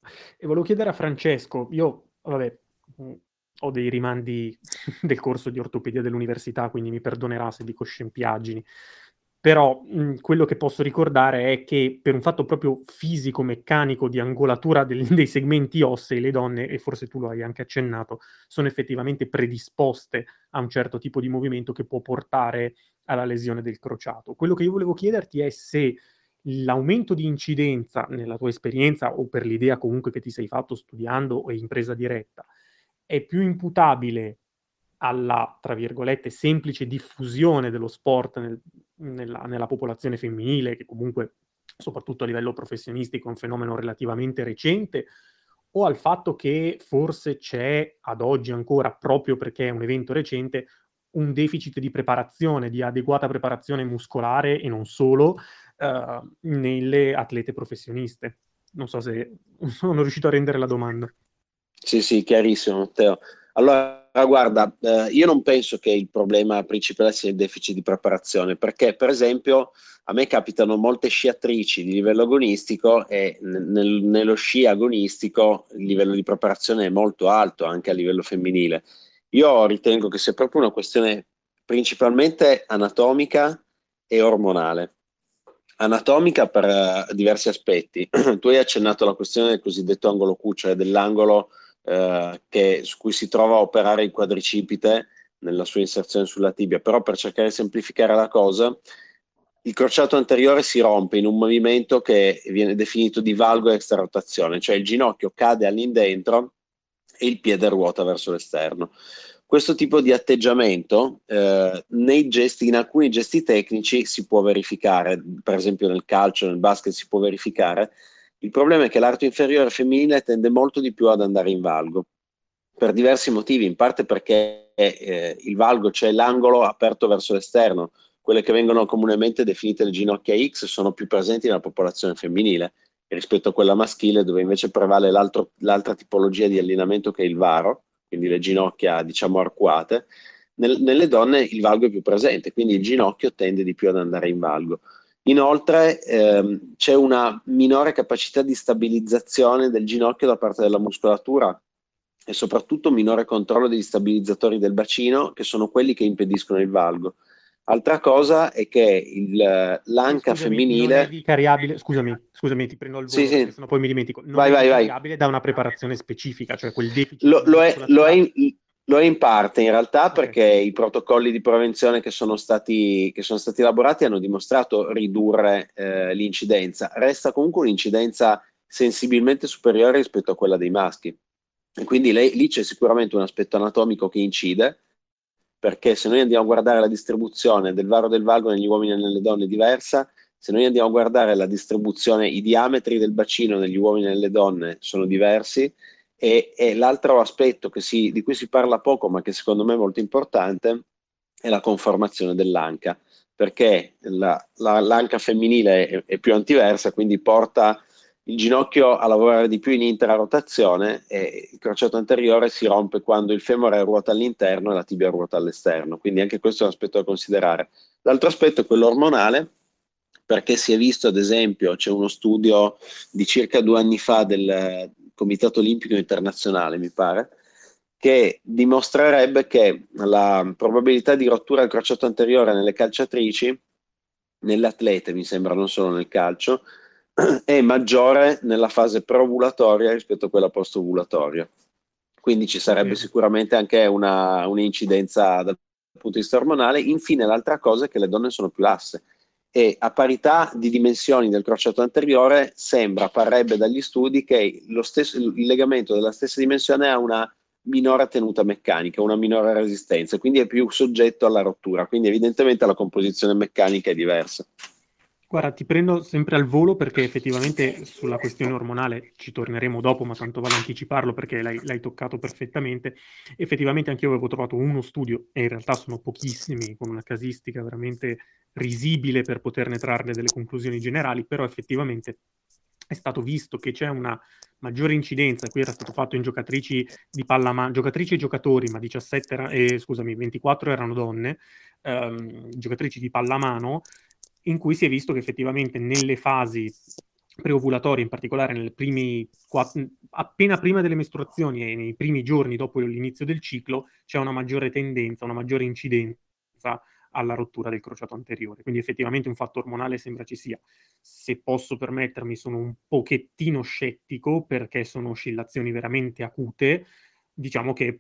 E volevo chiedere a Francesco, io, vabbè, ho dei rimandi del corso di ortopedia dell'università, quindi mi perdonerà se dico scempiaggini, però mh, quello che posso ricordare è che per un fatto proprio fisico-meccanico di angolatura del, dei segmenti ossei, le donne, e forse tu lo hai anche accennato, sono effettivamente predisposte a un certo tipo di movimento che può portare alla lesione del crociato. Quello che io volevo chiederti è se l'aumento di incidenza nella tua esperienza o per l'idea comunque che ti sei fatto studiando e in presa diretta è più imputabile alla, tra virgolette, semplice diffusione dello sport nel, nella, nella popolazione femminile, che comunque, soprattutto a livello professionistico, è un fenomeno relativamente recente, o al fatto che forse c'è ad oggi ancora, proprio perché è un evento recente, un deficit di preparazione, di adeguata preparazione muscolare e non solo, uh, nelle atlete professioniste. Non so se sono riuscito a rendere la domanda. Sì, sì, chiarissimo, Matteo. Allora, guarda, eh, io non penso che il problema principale sia il deficit di preparazione, perché, per esempio, a me capitano molte sciatrici di livello agonistico e nel, nello sci agonistico il livello di preparazione è molto alto, anche a livello femminile. Io ritengo che sia proprio una questione principalmente anatomica e ormonale. Anatomica per uh, diversi aspetti. Tu hai accennato alla questione del cosiddetto angolo Q, cioè dell'angolo uh, che, su cui si trova a operare il quadricipite nella sua inserzione sulla tibia, però per cercare di semplificare la cosa, il crociato anteriore si rompe in un movimento che viene definito di valgo extrarotazione, cioè il ginocchio cade all'indentro e il piede ruota verso l'esterno. Questo tipo di atteggiamento eh, nei gesti, in alcuni gesti tecnici si può verificare, per esempio nel calcio, nel basket si può verificare. Il problema è che l'arto inferiore femminile tende molto di più ad andare in valgo, per diversi motivi, in parte perché eh, il valgo, cioè l'angolo aperto verso l'esterno, quelle che vengono comunemente definite le ginocchia X, sono più presenti nella popolazione femminile, rispetto a quella maschile, dove invece prevale l'altro, l'altra tipologia di allineamento che è il varo, quindi le ginocchia diciamo arcuate. Nel, nelle donne il valgo è più presente, quindi il ginocchio tende di più ad andare in valgo. Inoltre ehm, c'è una minore capacità di stabilizzazione del ginocchio da parte della muscolatura e soprattutto minore controllo degli stabilizzatori del bacino, che sono quelli che impediscono il valgo. Altra cosa è che il, l'anca scusami, femminile... non è vicariabile, scusami, scusami, ti prendo il volo Sì, perché sì. sennò poi mi dimentico. Non vai, è vai, vicariabile vai. da una preparazione specifica, cioè quel deficit Lo, di lo, è, lo, è muscolatura. in, lo è in parte in realtà, Ok. perché i protocolli di prevenzione che sono stati, che sono stati elaborati hanno dimostrato ridurre eh, l'incidenza. Resta comunque un'incidenza sensibilmente superiore rispetto a quella dei maschi. E quindi lei, lì c'è sicuramente un aspetto anatomico che incide, perché se noi andiamo a guardare la distribuzione del varo del valgo negli uomini e nelle donne è diversa, se noi andiamo a guardare la distribuzione, i diametri del bacino negli uomini e nelle donne sono diversi, e, e l'altro aspetto che si, di cui si parla poco, ma che secondo me è molto importante, è la conformazione dell'anca, perché la, la, l'anca femminile è, è più antiversa, quindi porta il ginocchio a lavorare di più in interarotazione, e il crociato anteriore si rompe quando il femore ruota all'interno e la tibia ruota all'esterno, quindi anche questo è un aspetto da considerare. L'altro aspetto è quello ormonale, perché si è visto, ad esempio, c'è uno studio di circa due anni fa del Comitato Olimpico Internazionale, mi pare, che dimostrerebbe che la probabilità di rottura del crociato anteriore nelle calciatrici, nelle atlete, mi sembra, non solo nel calcio, è maggiore nella fase preovulatoria rispetto a quella post-ovulatoria. Quindi ci sarebbe sicuramente anche una, un'incidenza dal punto di vista ormonale. Infine, l'altra cosa è che le donne sono più lasse, e a parità di dimensioni del crociato anteriore sembra, parrebbe dagli studi, che lo stesso, il legamento della stessa dimensione ha una minore tenuta meccanica, una minore resistenza, quindi è più soggetto alla rottura, quindi evidentemente la composizione meccanica è diversa. Guarda, ti prendo sempre al volo perché effettivamente sulla questione ormonale ci torneremo dopo, ma tanto vale anticiparlo perché l'hai, l'hai toccato perfettamente. Effettivamente anche io avevo trovato uno studio, e in realtà sono pochissimi, con una casistica veramente risibile per poterne trarre delle conclusioni generali, però effettivamente è stato visto che c'è una maggiore incidenza, qui era stato fatto in giocatrici di pallamano, giocatrici e giocatori, ma diciassette era, eh, scusami, ventiquattro erano donne, ehm, giocatrici di pallamano, in cui si è visto che effettivamente nelle fasi preovulatorie, in particolare nei primi quattro, appena prima delle mestruazioni e nei primi giorni dopo l'inizio del ciclo, c'è una maggiore tendenza, una maggiore incidenza alla rottura del crociato anteriore. Quindi effettivamente un fatto ormonale sembra ci sia. Se posso permettermi, sono un pochettino scettico perché sono oscillazioni veramente acute. Diciamo che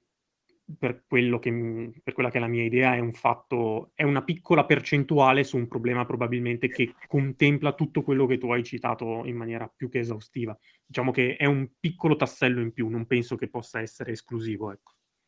per quello che per quella che è la mia idea è un fatto, è una piccola percentuale su un problema probabilmente che contempla tutto quello che tu hai citato in maniera più che esaustiva. Diciamo che è un piccolo tassello in più, non penso che possa essere esclusivo, ecco.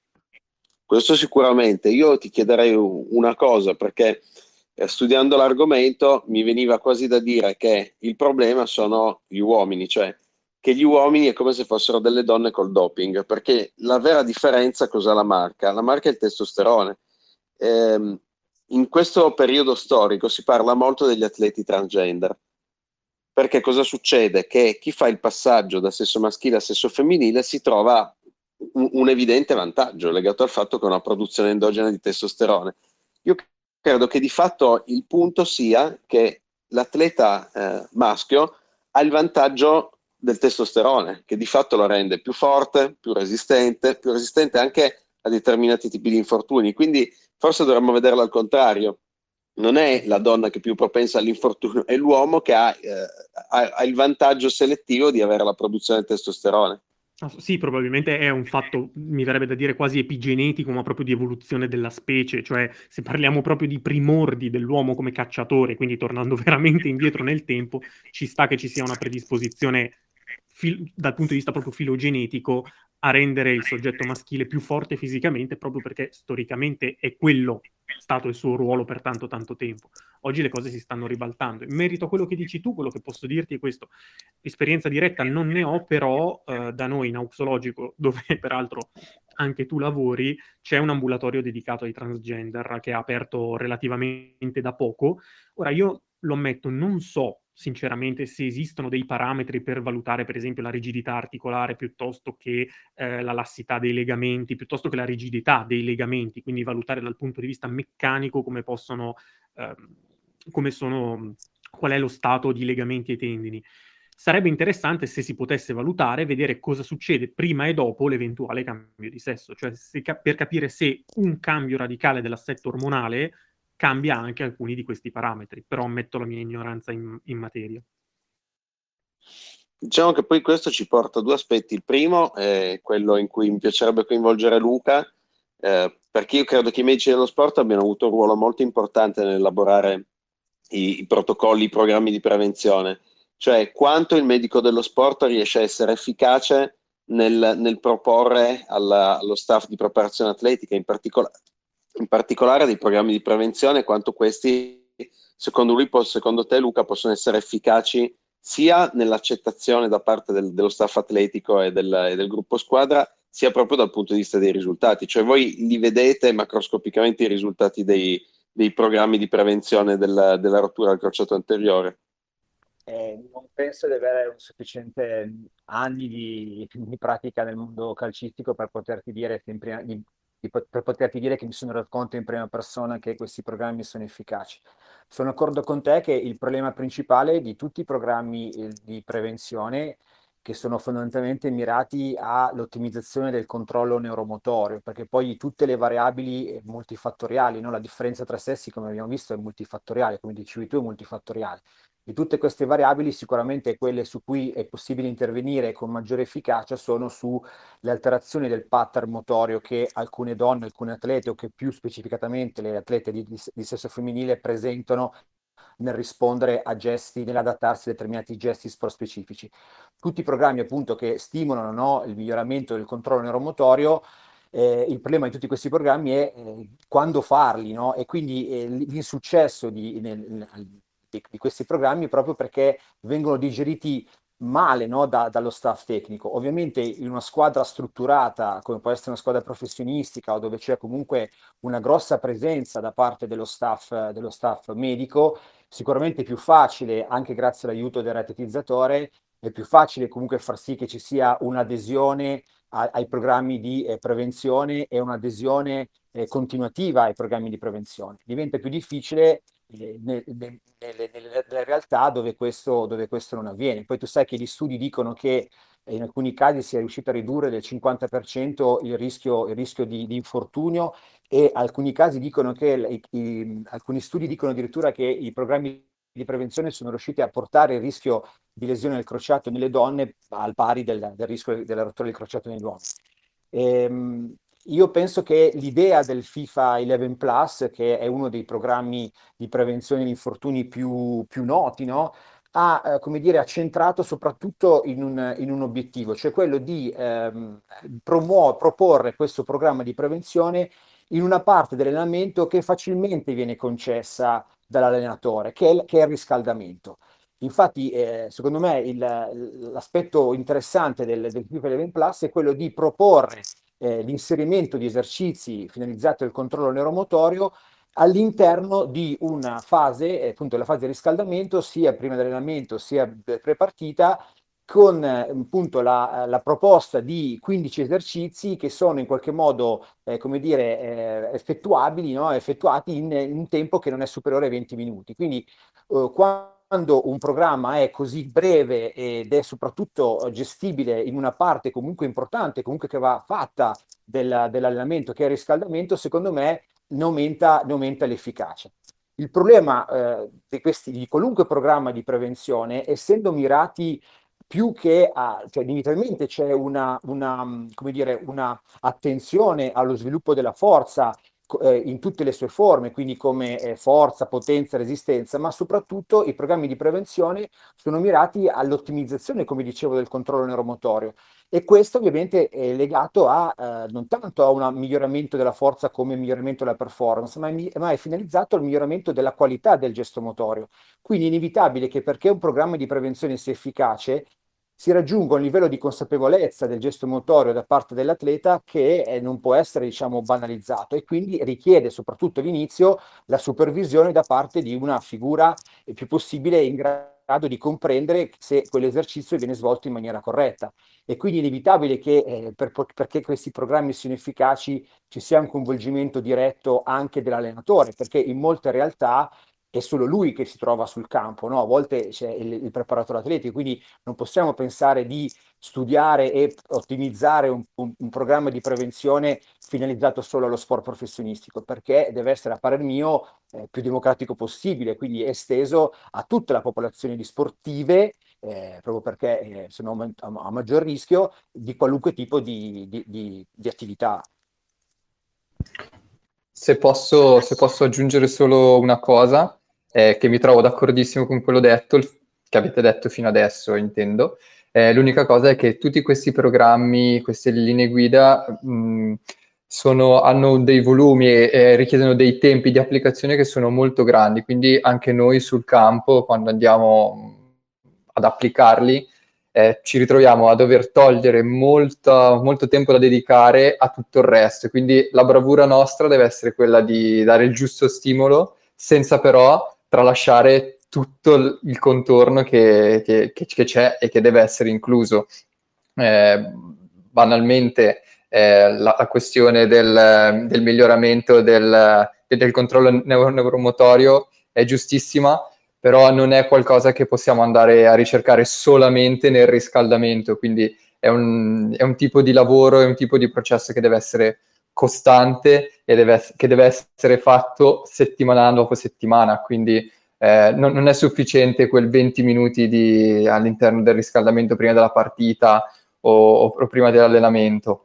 Questo sicuramente. Io ti chiederei una cosa, perché eh, studiando l'argomento mi veniva quasi da dire che il problema sono gli uomini, cioè che gli uomini è come se fossero delle donne col doping, perché la vera differenza cosa la marca? La marca è il testosterone. Ehm, in questo periodo storico si parla molto degli atleti transgender, perché cosa succede? Che chi fa il passaggio da sesso maschile a sesso femminile si trova un, un evidente vantaggio legato al fatto che ha una produzione endogena di testosterone. Io credo che di fatto il punto sia che l'atleta eh, maschio ha il vantaggio del testosterone, che di fatto lo rende più forte, più resistente, più resistente anche a determinati tipi di infortuni. Quindi forse dovremmo vederlo al contrario. Non è la donna che è più propensa all'infortunio, è l'uomo che ha, eh, ha, ha il vantaggio selettivo di avere la produzione del testosterone. Ah, sì, probabilmente è un fatto, mi verrebbe da dire quasi epigenetico, ma proprio di evoluzione della specie, cioè se parliamo proprio di primordi dell'uomo come cacciatore, quindi tornando veramente indietro nel tempo, ci sta che ci sia una predisposizione fil- dal punto di vista proprio filogenetico a rendere il soggetto maschile più forte fisicamente, proprio perché storicamente è quello stato il suo ruolo per tanto tanto tempo. Oggi le cose si stanno ribaltando. In merito a quello che dici tu, quello che posso dirti è questo. Esperienza diretta non ne ho, però eh, da noi in Auxologico, dove peraltro anche tu lavori, c'è un ambulatorio dedicato ai transgender che ha aperto relativamente da poco. Ora io lo ammetto, non so sinceramente se esistono dei parametri per valutare per esempio la rigidità articolare piuttosto che eh, la lassità dei legamenti, piuttosto che la rigidità dei legamenti, quindi valutare dal punto di vista meccanico come possono, ehm, come sono, qual è lo stato di legamenti e tendini. Sarebbe interessante se si potesse valutare, vedere cosa succede prima e dopo l'eventuale cambio di sesso, cioè se ca- per capire se un cambio radicale dell'assetto ormonale cambia anche alcuni di questi parametri, però ammetto la mia ignoranza in, in materia. Diciamo che poi questo ci porta a due aspetti. Il primo è quello in cui mi piacerebbe coinvolgere Luca, eh, perché io credo che i medici dello sport abbiano avuto un ruolo molto importante nell'elaborare i, i protocolli, i programmi di prevenzione, cioè quanto il medico dello sport riesce a essere efficace nel, nel proporre alla- allo staff di preparazione atletica, in, particola- in particolare dei programmi di prevenzione, quanto questi, secondo lui, pos- secondo te Luca, possono essere efficaci sia nell'accettazione da parte del- dello staff atletico e del, e del gruppo squadra, sia proprio dal punto di vista dei risultati. Cioè voi li vedete macroscopicamente i risultati dei, dei programmi di prevenzione del- della rottura del crociato anteriore? Eh, non penso di avere un sufficiente anni di, di pratica nel mondo calcistico per poterti dire che in prima- di- di po- per poterti dire che mi sono reso conto in prima persona che questi programmi sono efficaci. Sono d'accordo con te che il problema principale di tutti i programmi eh, di prevenzione, che sono fondamentalmente mirati all'ottimizzazione del controllo neuromotorio, perché poi tutte le variabili eh, multifattoriali, no? La differenza tra sessi, come abbiamo visto, è multifattoriale, come dicevi tu, è multifattoriale. Di tutte queste variabili, sicuramente quelle su cui è possibile intervenire con maggiore efficacia sono sulle alterazioni del pattern motorio che alcune donne, alcune atlete o che più specificatamente le atlete di, di, di sesso femminile presentano nel rispondere a gesti, nell'adattarsi a determinati gesti sport specifici. Tutti i programmi appunto che stimolano, no, il miglioramento del controllo neuromotorio. Eh, il problema di tutti questi programmi è eh, quando farli, no? E quindi eh, l'insuccesso di, nel, nel, di, di questi programmi proprio perché vengono digeriti male, no, da, dallo staff tecnico. Ovviamente in una squadra strutturata, come può essere una squadra professionistica o dove c'è comunque una grossa presenza da parte dello staff, dello staff medico, sicuramente è più facile, anche grazie all'aiuto del ratetizzatore, è più facile comunque far sì che ci sia un'adesione a, ai programmi di eh, prevenzione e un'adesione eh, continuativa ai programmi di prevenzione. Diventa più difficile eh, ne- ne- nelle, nelle- nelle realtà dove questo, dove questo non avviene. Poi tu sai che gli studi dicono che eh, in alcuni casi si è riuscito a ridurre del cinquanta per cento il rischio, il rischio di, di infortunio e alcuni casi dicono che, i- i- alcuni studi dicono addirittura che i programmi di prevenzione sono riusciti a portare il rischio di lesione del crociato nelle donne al pari del, del rischio della rottura del crociato negli uomini. Ehm, io penso che l'idea del FIFA undici Plus, che è uno dei programmi di prevenzione di infortuni più, più noti, no? Ha, eh, come dire, accentrato soprattutto in un, in un obiettivo, cioè quello di ehm, promuo- proporre questo programma di prevenzione in una parte dell'allenamento che facilmente viene concessa dall'allenatore, che è il, che è il riscaldamento. Infatti, eh, secondo me, il- l'aspetto interessante del, del FIFA undici Plus è quello di proporre eh, l'inserimento di esercizi finalizzati al controllo neuromotorio all'interno di una fase, eh, appunto la fase di riscaldamento, sia prima dell'allenamento sia pre-partita, con eh, appunto la, la proposta di quindici esercizi che sono in qualche modo, eh, come dire, eh, effettuabili, no? Effettuati in, in un tempo che non è superiore ai venti minuti. Quindi eh, quando un programma è così breve ed è soprattutto gestibile in una parte comunque importante, comunque che va fatta del- dell'allenamento, che è il riscaldamento, secondo me ne aumenta, ne aumenta l'efficacia. Il problema eh, di, questi, di qualunque programma di prevenzione, essendo mirati più che a, cioè inizialmente c'è una, una, come dire, una attenzione allo sviluppo della forza eh, in tutte le sue forme, quindi come eh, forza, potenza, resistenza, ma soprattutto i programmi di prevenzione sono mirati all'ottimizzazione, come dicevo, del controllo neuromotorio. E questo ovviamente è legato a eh, non tanto a un miglioramento della forza come miglioramento della performance, ma è, ma è finalizzato al miglioramento della qualità del gesto motorio. Quindi è inevitabile che perché un programma di prevenzione sia efficace, si raggiunga un livello di consapevolezza del gesto motorio da parte dell'atleta che eh, non può essere, diciamo, banalizzato e quindi richiede, soprattutto all'inizio, la supervisione da parte di una figura il più possibile in grado grado di comprendere se quell'esercizio viene svolto in maniera corretta. E quindi è inevitabile che eh, per- perché questi programmi siano efficaci ci sia un coinvolgimento diretto anche dell'allenatore, perché in molte realtà è solo lui che si trova sul campo, no? A volte c'è il, il preparatore atletico, quindi non possiamo pensare di studiare e ottimizzare un, un- un programma di prevenzione finalizzato solo allo sport professionistico, perché deve essere, a parer mio, eh, più democratico possibile, quindi esteso a tutta la popolazione di sportive, eh, proprio perché eh, sono a, a maggior rischio di qualunque tipo di, di- di- di attività. Se posso, se posso aggiungere solo una cosa, eh, che mi trovo d'accordissimo con quello detto, il- che avete detto fino adesso, intendo. Eh, l'unica cosa è che tutti questi programmi, queste linee guida, mh, sono- hanno dei volumi e e richiedono dei tempi di applicazione che sono molto grandi, quindi anche noi sul campo, quando andiamo mh, ad applicarli, eh, ci ritroviamo a dover togliere molta- molto tempo da dedicare a tutto il resto. Quindi la bravura nostra deve essere quella di dare il giusto stimolo, senza però tralasciare tutto il il contorno che, che- che- che c'è e che deve essere incluso. Eh, banalmente, eh, la, la questione del, del miglioramento del, del controllo neuro- neuromotorio è giustissima, però non è qualcosa che possiamo andare a ricercare solamente nel riscaldamento, quindi è un, è un tipo di lavoro, è un tipo di processo che deve essere costante e deve, che deve essere fatto settimana dopo settimana, quindi eh, non, non, è sufficiente quel venti minuti di, all'interno del riscaldamento prima della partita o, o prima dell'allenamento.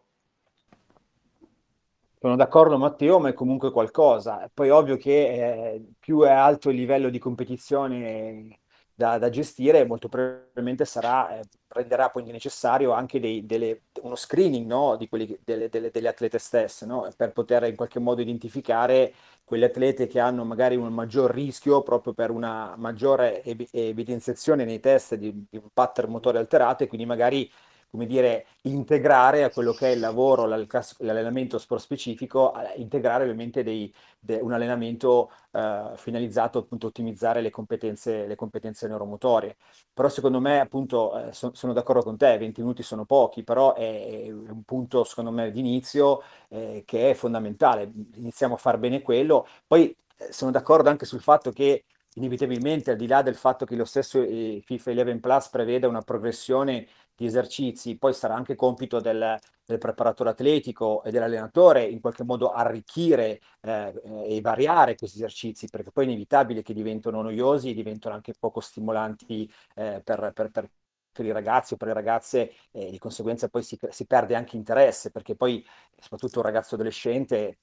Sono d'accordo Matteo, ma è comunque qualcosa. Poi è ovvio che eh, più è alto il livello di competizione da, da gestire, molto probabilmente sarà, eh, renderà poi necessario anche dei- delle- uno screening, no, di quelli che- delle, delle- delle atlete stesse, no, per poter in qualche modo identificare quelle atlete che hanno magari un maggior rischio proprio per una maggiore evi- evidenziazione nei test di, di un pattern motore alterato e quindi magari come dire, integrare a quello che è il lavoro, la- il class- l'allenamento sport specifico, a- integrare ovviamente dei- de- un allenamento eh, finalizzato appunto a ottimizzare le competenze, le competenze neuromotorie. Però secondo me, appunto, eh, so- sono d'accordo con te, venti minuti sono pochi, però è, è un punto, secondo me, di inizio eh, che è fondamentale. Iniziamo a far bene quello. Poi eh, sono d'accordo anche sul fatto che inevitabilmente, al di là del fatto che lo stesso eh, FIFA undici Plus preveda una progressione di esercizi, poi sarà anche compito del, del preparatore atletico e dell'allenatore in qualche modo arricchire eh, eh, e variare questi esercizi, perché poi è inevitabile che diventano noiosi e diventano anche poco stimolanti eh, per, per, per per i ragazzi o per le ragazze, e di conseguenza poi si, si perde anche interesse, perché poi soprattutto un ragazzo adolescente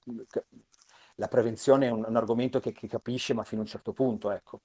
la prevenzione è un, un argomento che, che capisce, ma fino a un certo punto, ecco.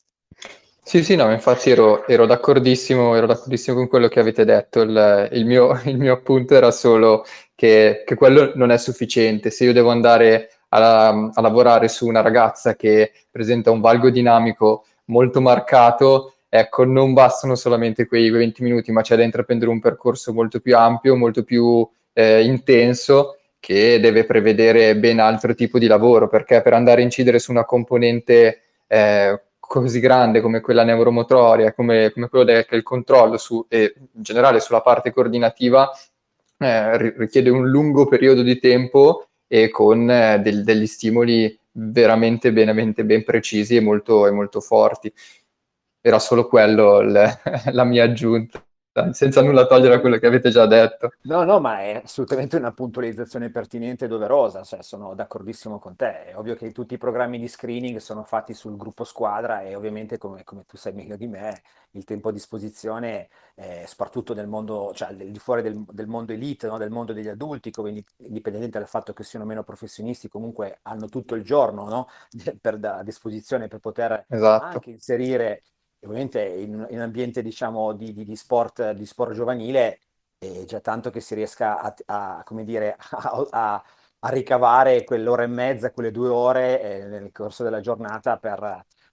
Sì, sì, no, infatti ero, ero d'accordissimo, ero d'accordissimo con quello che avete detto. Il, il mio, il mio appunto era solo che, che quello non è sufficiente. Se io devo andare a, a lavorare su una ragazza che presenta un valgo dinamico molto marcato, ecco, non bastano solamente quei venti minuti, ma c'è da intraprendere un percorso molto più ampio, molto più eh, intenso, che deve prevedere ben altro tipo di lavoro, perché per andare a incidere su una componente eh, così grande come quella neuromotoria, come, come quello del il controllo su, e in generale sulla parte coordinativa, eh, richiede un lungo periodo di tempo e con eh, del, degli stimoli veramente ben, ben precisi e molto, e molto forti. Era solo quello il, la mia aggiunta, senza nulla togliere a quello che avete già detto. No, no, ma è assolutamente una puntualizzazione pertinente e doverosa, cioè sono d'accordissimo con te. È ovvio che tutti i programmi di screening sono fatti sul gruppo squadra e ovviamente, come, come tu sai meglio di me, il tempo a disposizione, eh, soprattutto nel mondo, cioè al di fuori del, del mondo elite, no, del mondo degli adulti, come indi- indipendente dal fatto che siano meno professionisti, comunque hanno tutto il giorno, no, per, da- a disposizione per poter Esatto. anche inserire, ovviamente in, in un ambiente, diciamo, di, di- di sport, di sport giovanile e già tanto che si riesca a, a, come dire, a, a- a ricavare quell'ora e mezza, quelle due ore eh, nel corso della giornata per,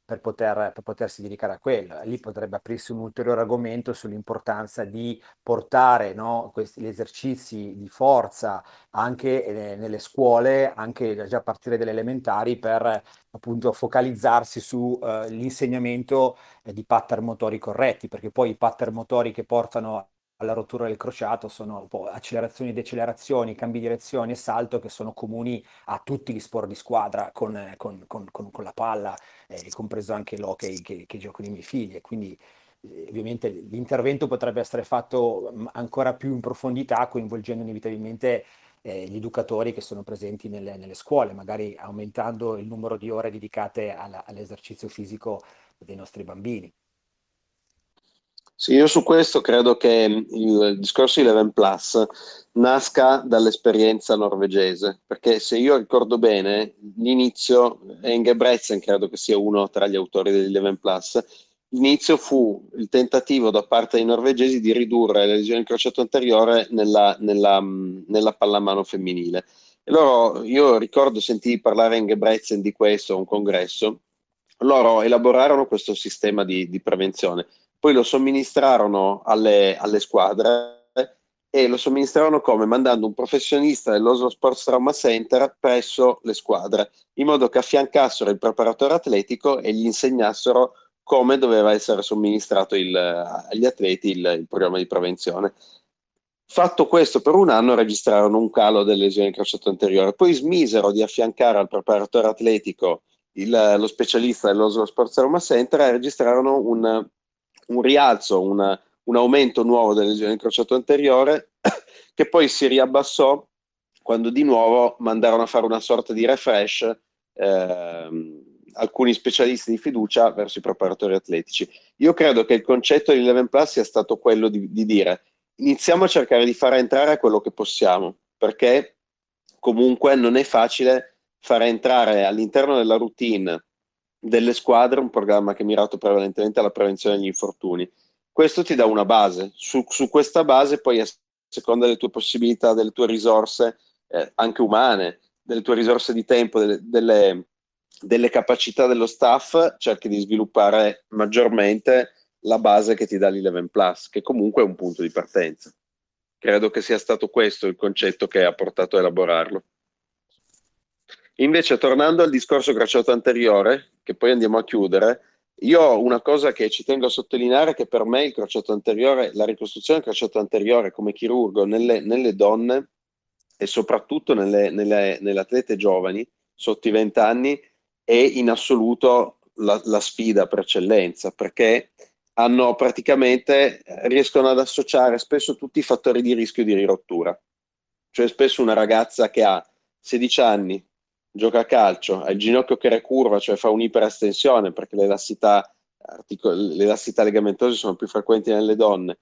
per, poter, per potersi dedicare a quello. Lì potrebbe aprirsi un ulteriore argomento sull'importanza di portare, no, questi, gli esercizi di forza anche eh, nelle scuole, anche già a partire dalle elementari, per appunto focalizzarsi sull'insegnamento eh, di pattern motori corretti, perché poi i pattern motori che portano alla rottura del crociato sono un po' accelerazioni, decelerazioni, cambi di direzione e salto, che sono comuni a tutti gli sport di squadra con, eh, con- con- con- con la palla, eh, compreso anche l'hockey che, che gioco con i miei figli. E quindi eh, ovviamente l'intervento potrebbe essere fatto mh, ancora più in profondità, coinvolgendo inevitabilmente eh, gli educatori che sono presenti nelle, nelle scuole, magari aumentando il numero di ore dedicate alla- all'esercizio fisico dei nostri bambini. Sì, io su questo credo che il discorso di Eleven Plus nasca dall'esperienza norvegese, perché se io ricordo bene, l'inizio, Ingebretsen credo che sia uno tra gli autori dell'Eleven Plus, l'inizio fu il tentativo da parte dei norvegesi di ridurre le lesioni del crociato anteriore nella, nella, mh, nella pallamano femminile. E loro, io ricordo, sentii parlare Ingebretsen di questo a un congresso, loro elaborarono questo sistema di di prevenzione, poi lo somministrarono alle, alle squadre e lo somministrarono come? Mandando un professionista dell'Oslo Sports Trauma Center presso le squadre, in modo che affiancassero il preparatore atletico e gli insegnassero come doveva essere somministrato il- agli atleti il, il programma di prevenzione. Fatto questo per un anno registrarono un calo delle lesioni del crociato anteriore, poi smisero di affiancare al preparatore atletico il- lo specialista dell'Oslo Sports Trauma Center e registrarono un, un rialzo, una- un aumento nuovo delle lesioni del crociato anteriore che poi si riabbassò quando di nuovo mandarono a fare una sorta di refresh ehm, alcuni specialisti di fiducia verso i preparatori atletici. Io credo che il concetto di Eleven Plus sia stato quello di, di dire iniziamo a cercare di far entrare quello che possiamo, perché comunque non è facile far entrare all'interno della routine delle squadre un programma che è mirato prevalentemente alla prevenzione degli infortuni. Questo ti dà una base, su, su questa base poi a seconda delle tue possibilità, delle tue risorse eh, anche umane, delle tue risorse di tempo, delle, delle, delle capacità dello staff, cerchi di sviluppare maggiormente la base che ti dà l'Eleven Plus, che comunque è un punto di partenza. Credo che sia stato questo il concetto che ha portato a elaborarlo. Invece, tornando al discorso crociato anteriore, che poi andiamo a chiudere, io ho una cosa che ci tengo a sottolineare, che per me il crociato anteriore, la ricostruzione del crociato anteriore come chirurgo nelle, nelle donne e soprattutto nelle, nelle, nelle atlete giovani, sotto i venti anni, è in assoluto la, la sfida per eccellenza, perché hanno praticamente, riescono ad associare spesso tutti i fattori di rischio di rirottura. Cioè spesso una ragazza che ha sedici anni, gioca a calcio, ha il ginocchio che recurva, cioè fa un'iperastensione perché le elassità, artico- le elassità legamentose sono più frequenti nelle donne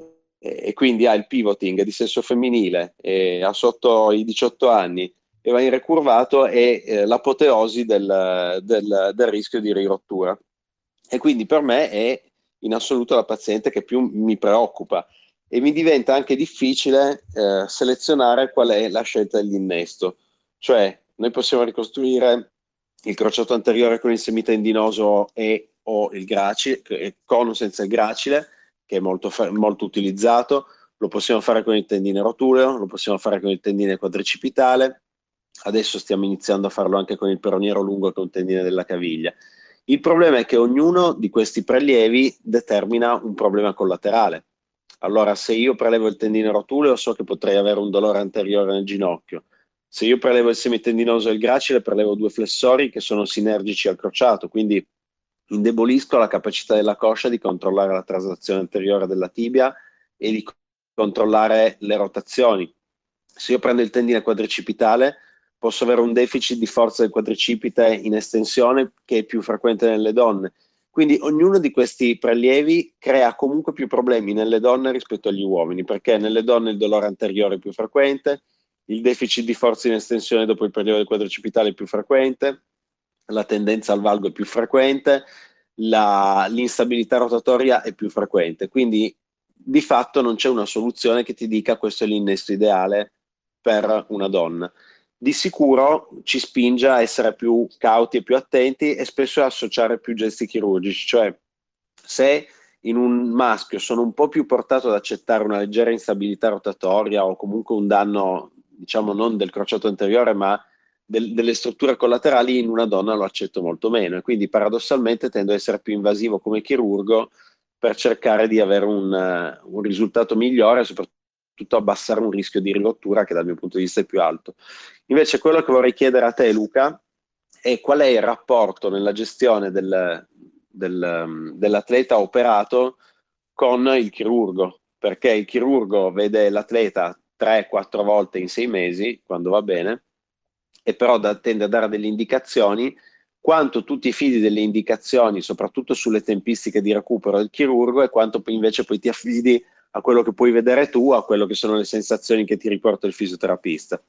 e, e quindi ha il pivoting di sesso femminile e ha sotto i diciotto anni e va in recurvato è eh, l'apoteosi del, del, del rischio di rirottura. E quindi per me è in assoluto la paziente che più mi preoccupa e mi diventa anche difficile eh, selezionare qual è la scelta dell'innesto. Cioè, noi possiamo ricostruire il crociato anteriore con il semitendinoso e o il gracile, con o senza il gracile, che è molto, molto utilizzato, lo possiamo fare con il tendine rotuleo, lo possiamo fare con il tendine quadricipitale, adesso stiamo iniziando a farlo anche con il peroniero lungo che è un tendine della caviglia. Il problema è che ognuno di questi prelievi determina un problema collaterale. Allora, se io prelevo il tendine rotuleo, so che potrei avere un dolore anteriore nel ginocchio. Se io prelevo il semitendinoso e il gracile, prelevo due flessori che sono sinergici al crociato, quindi indebolisco la capacità della coscia di controllare la traslazione anteriore della tibia e di controllare le rotazioni. Se io prendo il tendine quadricipitale, posso avere un deficit di forza del quadricipite in estensione che è più frequente nelle donne. Quindi ognuno di questi prelievi crea comunque più problemi nelle donne rispetto agli uomini, perché nelle donne il dolore anteriore è più frequente, il deficit di forza in estensione dopo il prelievo del quadricipitale è più frequente, la tendenza al valgo è più frequente, la, l'instabilità rotatoria è più frequente. Quindi di fatto non c'è una soluzione che ti dica questo è l'innesto ideale per una donna. di sicuro ci spinge a essere più cauti e più attenti e spesso a associare più gesti chirurgici, cioè se in un maschio sono un po' più portato ad accettare una leggera instabilità rotatoria o comunque un danno, diciamo non del crociato anteriore ma del, delle strutture collaterali, in una donna lo accetto molto meno e quindi paradossalmente tendo a essere più invasivo come chirurgo per cercare di avere un, uh, un risultato migliore e soprattutto abbassare un rischio di rottura che dal mio punto di vista è più alto. Invece quello che vorrei chiedere a te, Luca, è qual è il rapporto nella gestione del, del, dell'atleta operato con il chirurgo, perché il chirurgo vede l'atleta tre quattro volte in sei mesi, quando va bene, e però da, tende a dare delle indicazioni, quanto tu ti fidi delle indicazioni, soprattutto sulle tempistiche di recupero del chirurgo, e quanto invece poi ti affidi a quello che puoi vedere tu, a quello che sono le sensazioni che ti riporta il fisioterapista.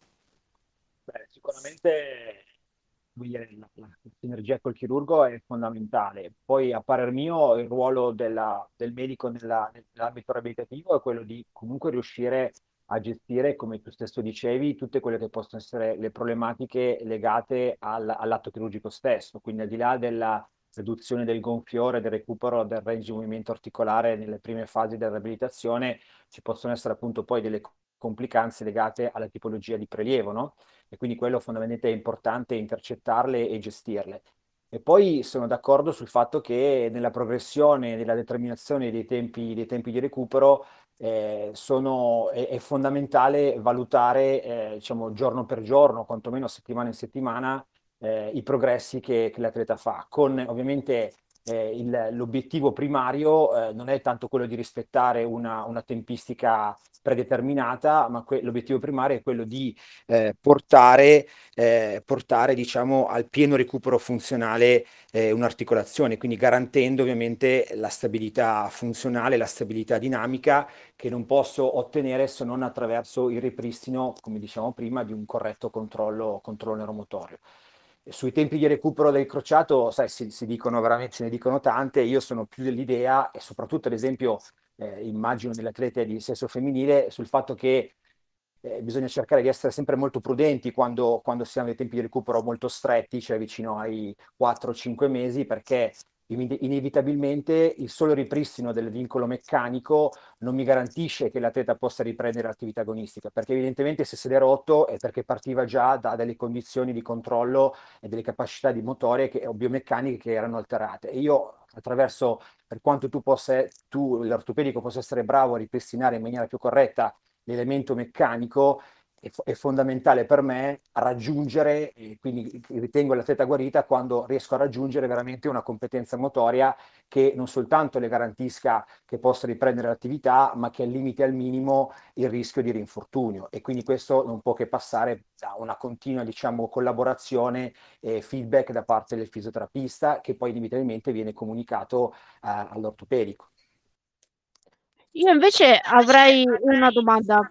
Beh, sicuramente voglio dire, la, la sinergia col chirurgo è fondamentale. Poi, a parer mio, il ruolo della- del medico nella- nell'ambito riabilitativo è quello di comunque riuscire a gestire, come tu stesso dicevi, tutte quelle che possono essere le problematiche legate al- all'atto chirurgico stesso. Quindi, al di là della riduzione del gonfiore, del recupero del range di movimento articolare nelle prime fasi della riabilitazione, ci possono essere appunto poi delle complicanze legate alla tipologia di prelievo, no? E quindi quello fondamentalmente è importante intercettarle e gestirle. E poi sono d'accordo sul fatto che nella progressione, nella determinazione dei tempi, dei tempi di recupero eh, sono- è, è fondamentale valutare, eh, diciamo, giorno per giorno, quantomeno settimana in settimana, eh, i progressi che, che l'atleta fa, con ovviamente eh, il- l'obiettivo primario eh, non è tanto quello di rispettare una, una tempistica predeterminata, ma que- l'obiettivo primario è quello di eh, portare, eh, portare diciamo, al pieno recupero funzionale eh, un'articolazione, quindi garantendo ovviamente la stabilità funzionale, la stabilità dinamica che non posso ottenere se non attraverso il ripristino, come diciamo prima, di un corretto controllo, controllo neuromotorio. Sui tempi di recupero del crociato, sai, si, si dicono veramente, ce ne dicono tante, io sono più dell'idea, e soprattutto ad esempio eh, immagino delle atlete di sesso femminile, sul fatto che eh, bisogna cercare di essere sempre molto prudenti quando, quando si hanno dei tempi di recupero molto stretti, cioè vicino ai quattro cinque mesi, perché inevitabilmente il solo ripristino del vincolo meccanico non mi garantisce che l'atleta possa riprendere l'attività agonistica, perché evidentemente se se l'è rotto è perché partiva già da delle condizioni di controllo e delle capacità di motore che, o biomeccaniche che erano alterate. E io attraverso, per quanto tu possa, tu, l'ortopedico possa essere bravo a ripristinare in maniera più corretta l'elemento meccanico, è, è fondamentale per me raggiungere, e quindi ritengo l'atleta guarita quando riesco a raggiungere veramente una competenza motoria che non soltanto le garantisca che possa riprendere l'attività, ma che limiti al minimo il rischio di rinfortunio. E quindi questo non può che passare da una continua, diciamo, collaborazione e feedback da parte del fisioterapista, che poi inevitabilmente viene comunicato uh, all'ortopedico. Io invece avrei una domanda,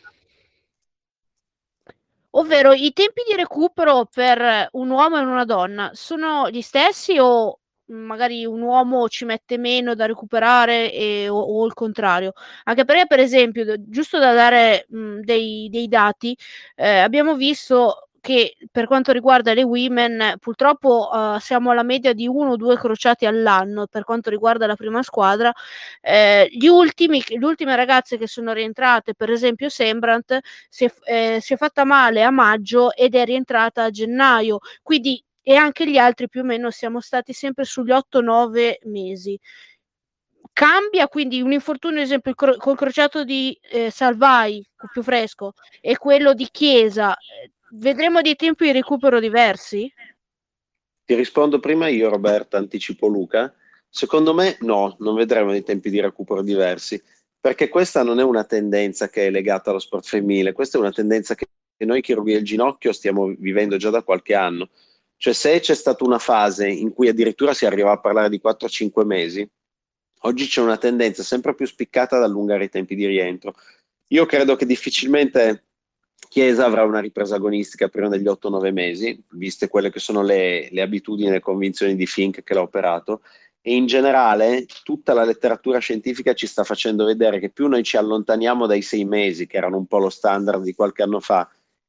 ovvero i tempi di recupero per un uomo e una donna sono gli stessi o magari un uomo ci mette meno da recuperare e, o, o il contrario? Anche perché, per esempio, giusto da dare mh, dei, dei dati, eh, abbiamo visto che per quanto riguarda le women purtroppo uh, siamo alla media di uno o due crociati all'anno per quanto riguarda la prima squadra. Eh, gli ultimi, le ultime ragazze che sono rientrate, per esempio Sembrant, si è, eh, si è fatta male a maggio ed è rientrata a gennaio, quindi e anche gli altri più o meno siamo stati sempre sugli otto nove mesi. Cambia quindi un infortunio, ad esempio, cro- col crociato di eh, Salvai, più fresco, e quello di Chiesa. Vedremo dei tempi di recupero diversi? Ti rispondo prima io, Roberta, anticipo Luca. Secondo me no, non vedremo dei tempi di recupero diversi, perché questa non è una tendenza che è legata allo sport femminile, questa è una tendenza che noi chirurghi del ginocchio stiamo vivendo già da qualche anno. Cioè se c'è stata una fase in cui addirittura si arriva a parlare di quattro cinque mesi, oggi c'è una tendenza sempre più spiccata ad allungare i tempi di rientro. Io credo che difficilmente Chiesa avrà una ripresa agonistica prima degli otto nove mesi, viste quelle che sono le, le abitudini e le convinzioni di Fink che l'ha operato, e in generale tutta la letteratura scientifica ci sta facendo vedere che più noi ci allontaniamo dai sei mesi, che erano un po' lo standard di qualche anno fa,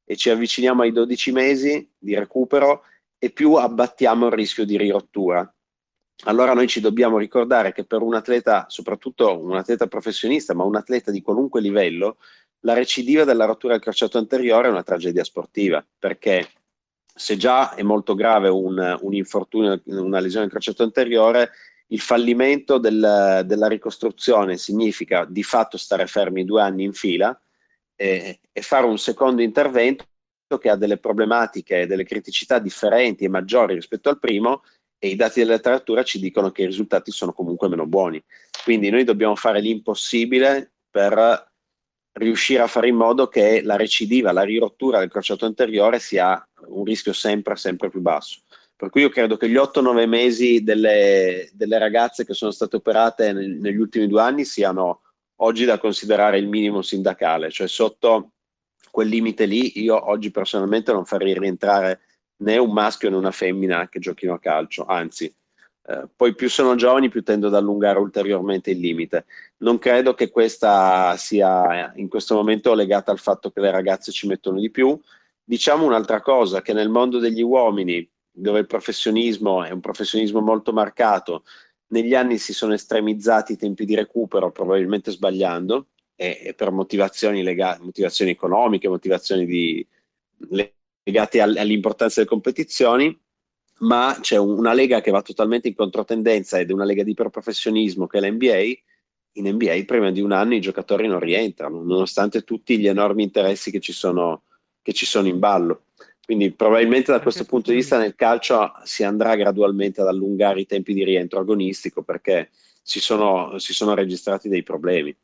e ci avviciniamo ai dodici mesi di recupero e più abbattiamo il rischio di rirottura. Allora noi ci dobbiamo ricordare che per un atleta, soprattutto un atleta professionista, ma un atleta di qualunque livello, la recidiva della rottura del crociato anteriore è una tragedia sportiva, perché se già è molto grave un, un infortunio, una lesione del crociato anteriore, il fallimento del, della ricostruzione significa di fatto stare fermi due anni in fila e, e fare un secondo intervento che ha delle problematiche, delle criticità differenti e maggiori rispetto al primo, e i dati della letteratura ci dicono che i risultati sono comunque meno buoni. Quindi noi dobbiamo fare l'impossibile per riuscire a fare in modo che la recidiva, la rirottura del crociato anteriore sia un rischio sempre, sempre più basso. Per cui io credo che gli otto nove mesi delle, delle ragazze che sono state operate nel, negli ultimi due anni siano oggi da considerare il minimo sindacale, cioè sotto quel limite lì io oggi personalmente non farei rientrare né un maschio né una femmina che giochino a calcio, anzi, eh, poi più sono giovani più tendo ad allungare ulteriormente il limite. Non credo che questa sia in questo momento legata al fatto che le ragazze ci mettono di più. Diciamo un'altra cosa, che nel mondo degli uomini, dove il professionismo è un professionismo molto marcato, negli anni si sono estremizzati i tempi di recupero, probabilmente sbagliando, e, e per motivazioni legate, motivazioni economiche, motivazioni di, legate all, all'importanza delle competizioni, ma c'è un, una lega che va totalmente in controtendenza ed è una lega di iperprofessionismo che è l'N B A. In N B A prima di un anno i giocatori non rientrano, nonostante tutti gli enormi interessi che ci sono, che ci sono in ballo. Quindi probabilmente da questo punto di vista nel calcio si andrà gradualmente ad allungare i tempi di rientro agonistico, perché si sono, si sono registrati dei problemi.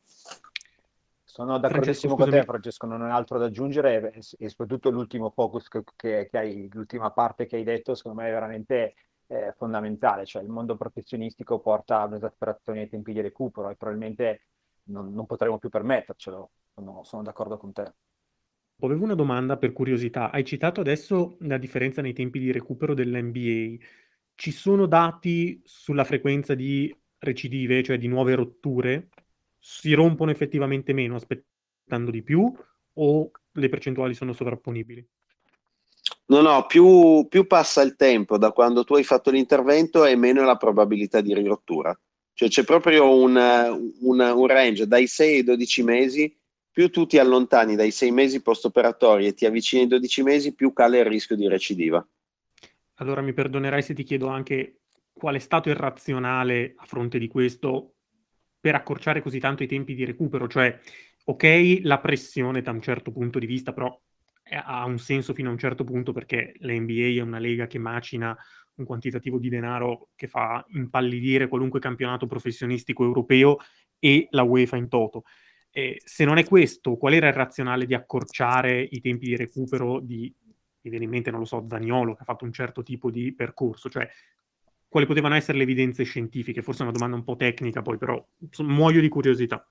Sono d'accordissimo con te, Francesco, non ho altro da aggiungere, e, e soprattutto l'ultimo focus che, che, che hai, l'ultima parte che hai detto, secondo me è veramente eh, fondamentale, cioè il mondo professionistico porta a un'esasperazione ai tempi di recupero e probabilmente non, non potremo più permettercelo, sono, sono d'accordo con te. Avevo una domanda per curiosità, hai citato adesso la differenza nei tempi di recupero dell'N B A, ci sono dati sulla frequenza di recidive, cioè di nuove rotture? Si rompono effettivamente meno aspettando di più o le percentuali sono sovrapponibili? No, no, più, più passa il tempo da quando tu hai fatto l'intervento e meno è la probabilità di rirottura. Cioè c'è proprio un, un, un range dai sei ai dodici mesi, più tu ti allontani dai sei mesi post-operatori e ti avvicini ai dodici mesi, più cala il rischio di recidiva. Allora mi perdonerai se ti chiedo anche qual è stato il razionale a fronte di questo per accorciare così tanto i tempi di recupero, cioè ok la pressione da un certo punto di vista, però ha un senso fino a un certo punto perché la N B A è una lega che macina un quantitativo di denaro che fa impallidire qualunque campionato professionistico europeo e la UEFA in toto. Eh, se non è questo, qual era il razionale di accorciare i tempi di recupero di, mi viene in mente, non lo so, Zaniolo, che ha fatto un certo tipo di percorso, cioè quali potevano essere le evidenze scientifiche? Forse è una domanda un po' tecnica poi, però insomma, muoio di curiosità.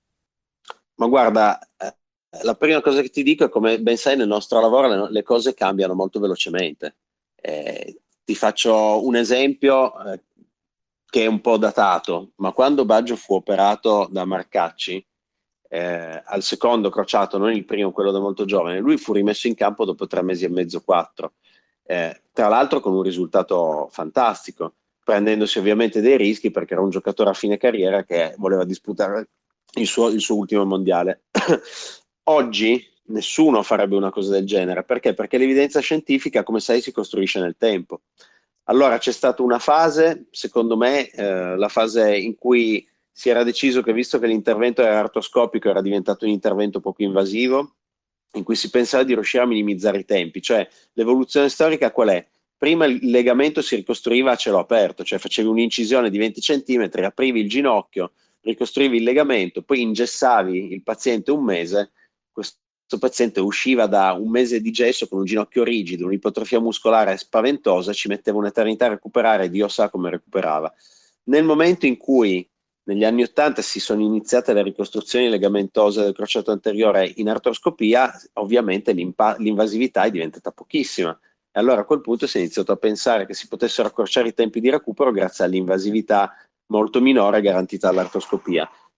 Ma guarda, eh, la prima cosa che ti dico è, come ben sai, nel nostro lavoro le, le cose cambiano molto velocemente. Eh, ti faccio un esempio eh, che è un po' datato, ma quando Baggio fu operato da Marcacci, eh, al secondo crociato, non il primo, quello da molto giovane, lui fu rimesso in campo dopo tre mesi e mezzo, quattro. Eh, tra l'altro con un risultato fantastico, prendendosi ovviamente dei rischi perché era un giocatore a fine carriera che voleva disputare il suo, il suo ultimo mondiale. Oggi nessuno farebbe una cosa del genere, perché? Perché l'evidenza scientifica, come sai, si costruisce nel tempo. Allora c'è stata una fase, secondo me, eh, la fase in cui si era deciso che, visto che l'intervento era artroscopico, era diventato un intervento poco invasivo, in cui si pensava di riuscire a minimizzare i tempi. Cioè, l'evoluzione storica qual è? Prima il legamento si ricostruiva a cielo aperto, cioè facevi un'incisione di venti centimetri, aprivi il ginocchio, ricostruivi il legamento, poi ingessavi il paziente un mese, questo paziente usciva da un mese di gesso con un ginocchio rigido, un'ipotrofia muscolare spaventosa, ci metteva un'eternità a recuperare, Dio sa come recuperava. Nel momento in cui negli anni Ottanta si sono iniziate le ricostruzioni legamentose del crociato anteriore in artroscopia, ovviamente l'invasività è diventata pochissima. E allora a quel punto si è iniziato a pensare che si potessero accorciare i tempi di recupero grazie all'invasività molto minore garantita dall'artroscopia.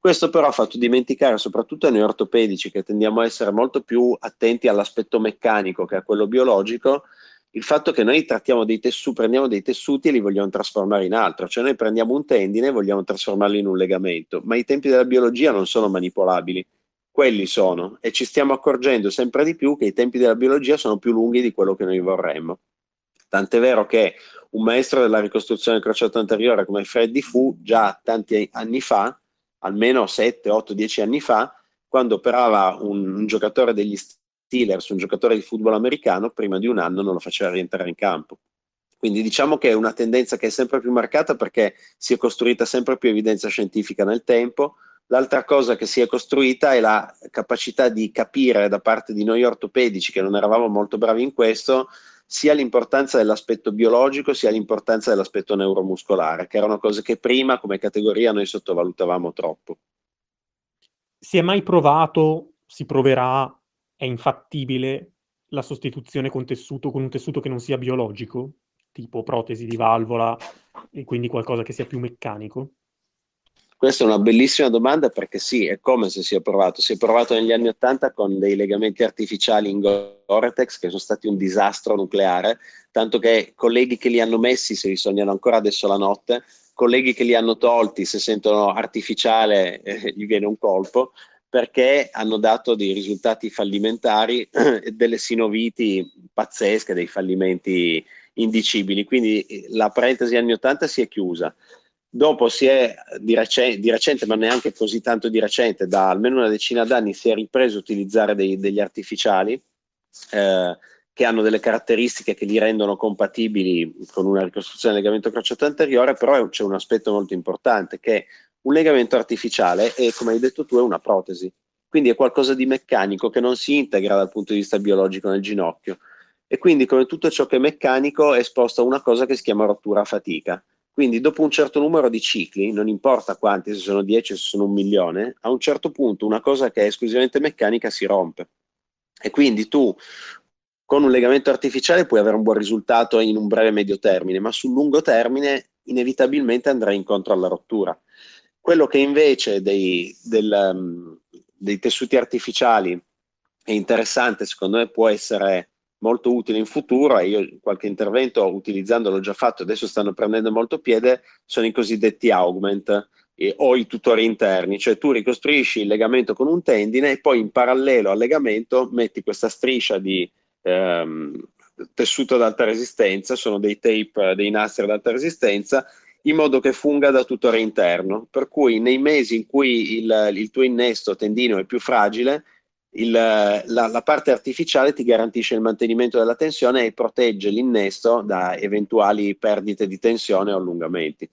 Questo però ha fatto dimenticare, soprattutto a noi ortopedici, che tendiamo a essere molto più attenti all'aspetto meccanico che a quello biologico, il fatto che noi trattiamo dei tessuti, prendiamo dei tessuti e li vogliamo trasformare in altro, cioè noi prendiamo un tendine e vogliamo trasformarlo in un legamento, ma i tempi della biologia non sono manipolabili, quelli sono, e ci stiamo accorgendo sempre di più che i tempi della biologia sono più lunghi di quello che noi vorremmo. Tant'è vero che un maestro della ricostruzione del crociato anteriore come Freddy Fu, già tanti anni fa, almeno sette, otto, dieci anni fa, quando operava un, un giocatore degli Steelers, un giocatore di football americano, prima di un anno non lo faceva rientrare in campo. Quindi diciamo che è una tendenza che è sempre più marcata perché si è costruita sempre più evidenza scientifica nel tempo. L'altra cosa che si è costruita è la capacità di capire da parte di noi ortopedici, che non eravamo molto bravi in questo, sia l'importanza dell'aspetto biologico sia l'importanza dell'aspetto neuromuscolare, che erano cose che prima come categoria noi sottovalutavamo troppo. Si è mai provato, si proverà, è infattibile la sostituzione con tessuto, con un tessuto che non sia biologico, tipo protesi di valvola, e quindi qualcosa che sia più meccanico? Questa è una bellissima domanda perché sì, è come se si è provato. Si è provato negli anni Ottanta con dei legamenti artificiali in Gore-Tex che sono stati un disastro nucleare, tanto che colleghi che li hanno messi se li sognano ancora adesso la notte, colleghi che li hanno tolti se sentono artificiale eh, gli viene un colpo, perché hanno dato dei risultati fallimentari e delle sinoviti pazzesche, dei fallimenti indicibili. Quindi la parentesi anni Ottanta si è chiusa. Dopo si è di, recente, di recente, ma neanche così tanto di recente, da almeno una decina d'anni si è ripreso a utilizzare dei, degli artificiali eh, che hanno delle caratteristiche che li rendono compatibili con una ricostruzione del legamento crociato anteriore, però c'è un aspetto molto importante, che un legamento artificiale è, come hai detto tu, è una protesi, quindi è qualcosa di meccanico che non si integra dal punto di vista biologico nel ginocchio, e quindi come tutto ciò che è meccanico è esposto a una cosa che si chiama rottura a fatica. Quindi dopo un certo numero di cicli, non importa quanti, se sono dieci o se sono un milione, a un certo punto una cosa che è esclusivamente meccanica si rompe. E quindi tu con un legamento artificiale puoi avere un buon risultato in un breve medio termine, ma sul lungo termine inevitabilmente andrai incontro alla rottura. Quello che invece dei, del, um, dei tessuti artificiali è interessante, secondo me può essere molto utile in futuro, e io qualche intervento utilizzandolo l'ho già fatto, adesso stanno prendendo molto piede, sono i cosiddetti augment eh, o i tutori interni, cioè tu ricostruisci il legamento con un tendine e poi in parallelo al legamento metti questa striscia di ehm, tessuto ad alta resistenza, sono dei tape, dei nastri ad alta resistenza, in modo che funga da tutore interno, per cui nei mesi in cui il, il tuo innesto tendineo è più fragile, Il, la, la parte artificiale ti garantisce il mantenimento della tensione e protegge l'innesto da eventuali perdite di tensione o allungamenti.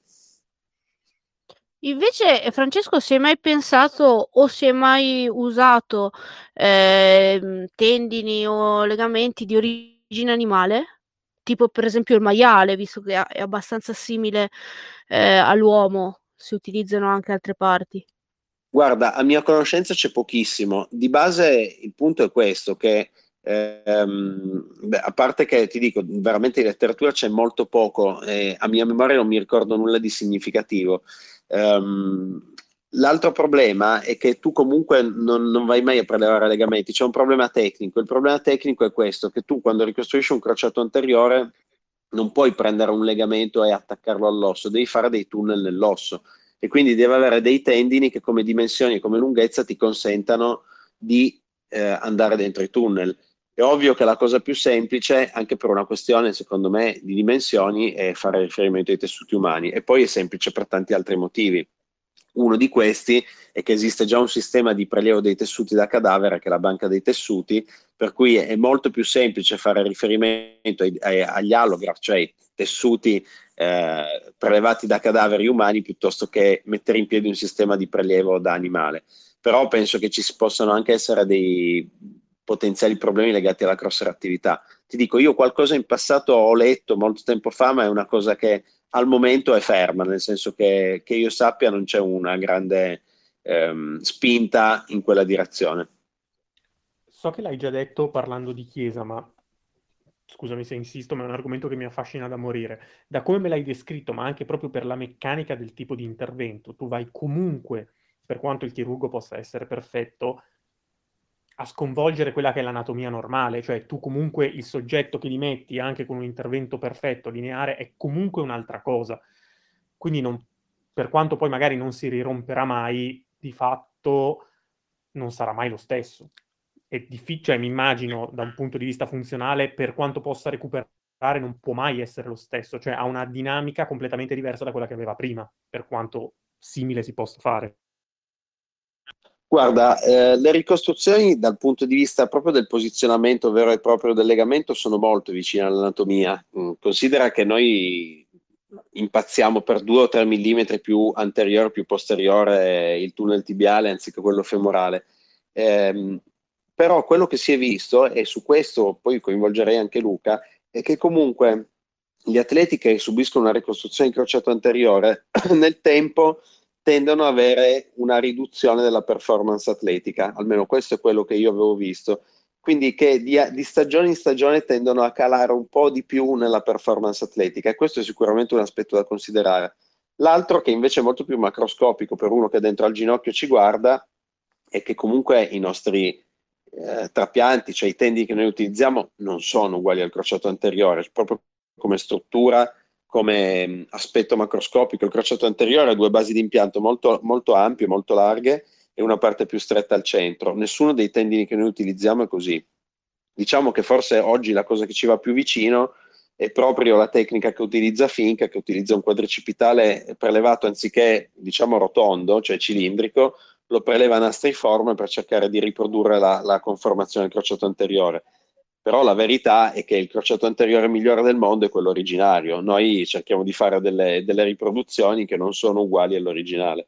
Invece, Francesco, si è mai pensato o si è mai usato eh, tendini o legamenti di origine animale? Tipo per esempio il maiale, visto che è abbastanza simile eh, all'uomo, si utilizzano anche altre parti. Guarda, a mia conoscenza c'è pochissimo. Di base il punto è questo, che ehm, beh, a parte che ti dico, veramente in letteratura c'è molto poco, e a mia memoria non mi ricordo nulla di significativo. Um, l'altro problema è che tu comunque non, non vai mai a prelevare legamenti, c'è un problema tecnico. Il problema tecnico è questo, che tu quando ricostruisci un crociato anteriore non puoi prendere un legamento e attaccarlo all'osso, devi fare dei tunnel nell'osso e quindi deve avere dei tendini che come dimensioni e come lunghezza ti consentano di eh, andare dentro i tunnel. È ovvio che la cosa più semplice, anche per una questione secondo me di dimensioni, è fare riferimento ai tessuti umani, e poi è semplice per tanti altri motivi. Uno di questi è che esiste già un sistema di prelievo dei tessuti da cadavere, che è la banca dei tessuti, per cui è molto più semplice fare riferimento ai, ai, agli allograft, cioè tessuti eh, prelevati da cadaveri umani, piuttosto che mettere in piedi un sistema di prelievo da animale. Però penso che ci possano anche essere dei potenziali problemi legati alla cross-reattività. Ti dico, io qualcosa in passato ho letto molto tempo fa, ma è una cosa che al momento è ferma, nel senso che, che io sappia non c'è una grande ehm, spinta in quella direzione. So che l'hai già detto parlando di Chiesa, ma scusami se insisto, ma è un argomento che mi affascina da morire. Da come me l'hai descritto, ma anche proprio per la meccanica del tipo di intervento, tu vai comunque per quanto il chirurgo possa essere perfetto, a sconvolgere quella che è l'anatomia normale, cioè tu comunque il soggetto che gli metti anche con un intervento perfetto, lineare, è comunque un'altra cosa. Quindi non, per quanto poi magari non si riromperà mai, di fatto non sarà mai lo stesso. È difficile, cioè, mi immagino da un punto di vista funzionale, per quanto possa recuperare, non può mai essere lo stesso, cioè ha una dinamica completamente diversa da quella che aveva prima, per quanto simile si possa fare. Guarda, eh, le ricostruzioni dal punto di vista proprio del posizionamento vero e proprio del legamento sono molto vicine all'anatomia. Mm, considera che noi impazziamo per due o tre millimetri più anteriore, più posteriore il tunnel tibiale anziché quello femorale. Ehm, però quello che si è visto, e su questo poi coinvolgerei anche Luca, è che comunque gli atleti che subiscono una ricostruzione di crociato anteriore nel tempo tendono ad avere una riduzione della performance atletica, almeno questo è quello che io avevo visto, quindi che di, di stagione in stagione tendono a calare un po' di più nella performance atletica, e questo è sicuramente un aspetto da considerare. L'altro, che invece è molto più macroscopico per uno che dentro al ginocchio ci guarda, è che comunque i nostri eh, trapianti, cioè i tendini che noi utilizziamo, non sono uguali al crociato anteriore, proprio come struttura, come mh, aspetto macroscopico. Il crociato anteriore ha due basi di impianto molto, molto ampie, molto larghe, e una parte più stretta al centro. Nessuno dei tendini che noi utilizziamo è così. Diciamo che forse oggi la cosa che ci va più vicino è proprio la tecnica che utilizza Finca, che utilizza un quadricipitale prelevato anziché, diciamo, rotondo, cioè cilindrico, lo preleva nastriforme per cercare di riprodurre la, la conformazione del crociato anteriore. Però la verità è che il crociato anteriore migliore del mondo è quello originario. Noi cerchiamo di fare delle, delle riproduzioni che non sono uguali all'originale.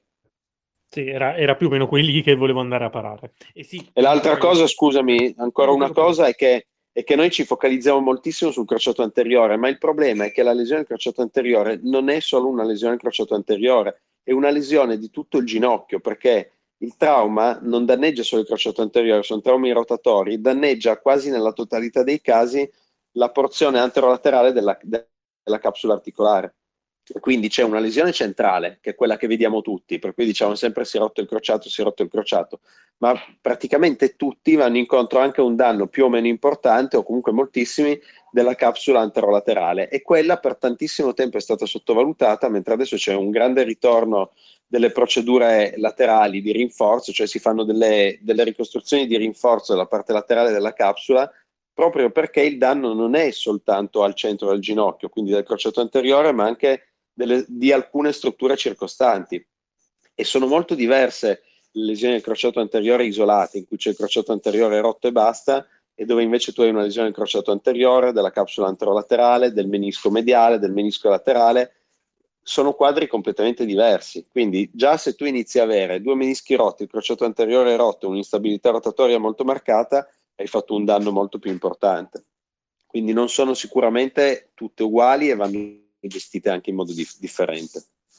Sì, era, era più o meno quelli che volevo andare a parare. E, sì, E l'altra cosa, scusami, ancora no, una prego, cosa, è che, è che noi ci focalizziamo moltissimo sul crociato anteriore, ma il problema è che la lesione del crociato anteriore non è solo una lesione del crociato anteriore, è una lesione di tutto il ginocchio, perché il trauma non danneggia solo il crociato anteriore, sono traumi rotatori, danneggia quasi nella totalità dei casi la porzione anterolaterale della, della capsula articolare. Quindi c'è una lesione centrale, che è quella che vediamo tutti, per cui diciamo sempre si è rotto il crociato, si è rotto il crociato, ma praticamente tutti vanno incontro anche a un danno più o meno importante, o comunque moltissimi, della capsula anterolaterale, e quella per tantissimo tempo è stata sottovalutata, mentre adesso c'è un grande ritorno delle procedure laterali di rinforzo, cioè si fanno delle, delle ricostruzioni di rinforzo della parte laterale della capsula, proprio perché il danno non è soltanto al centro del ginocchio, quindi del crociato anteriore, ma anche delle, di alcune strutture circostanti. E sono molto diverse le lesioni del crociato anteriore isolate, in cui c'è il crociato anteriore rotto e basta, e dove invece tu hai una lesione del crociato anteriore, della capsula anterolaterale, del menisco mediale, del menisco laterale. Sono quadri completamente diversi. Quindi già se tu inizi a avere due menischi rotti, il crociato anteriore rotto e un'instabilità rotatoria molto marcata, hai fatto un danno molto più importante. Quindi non sono sicuramente tutte uguali e vanno gestite anche in modo dif- differente.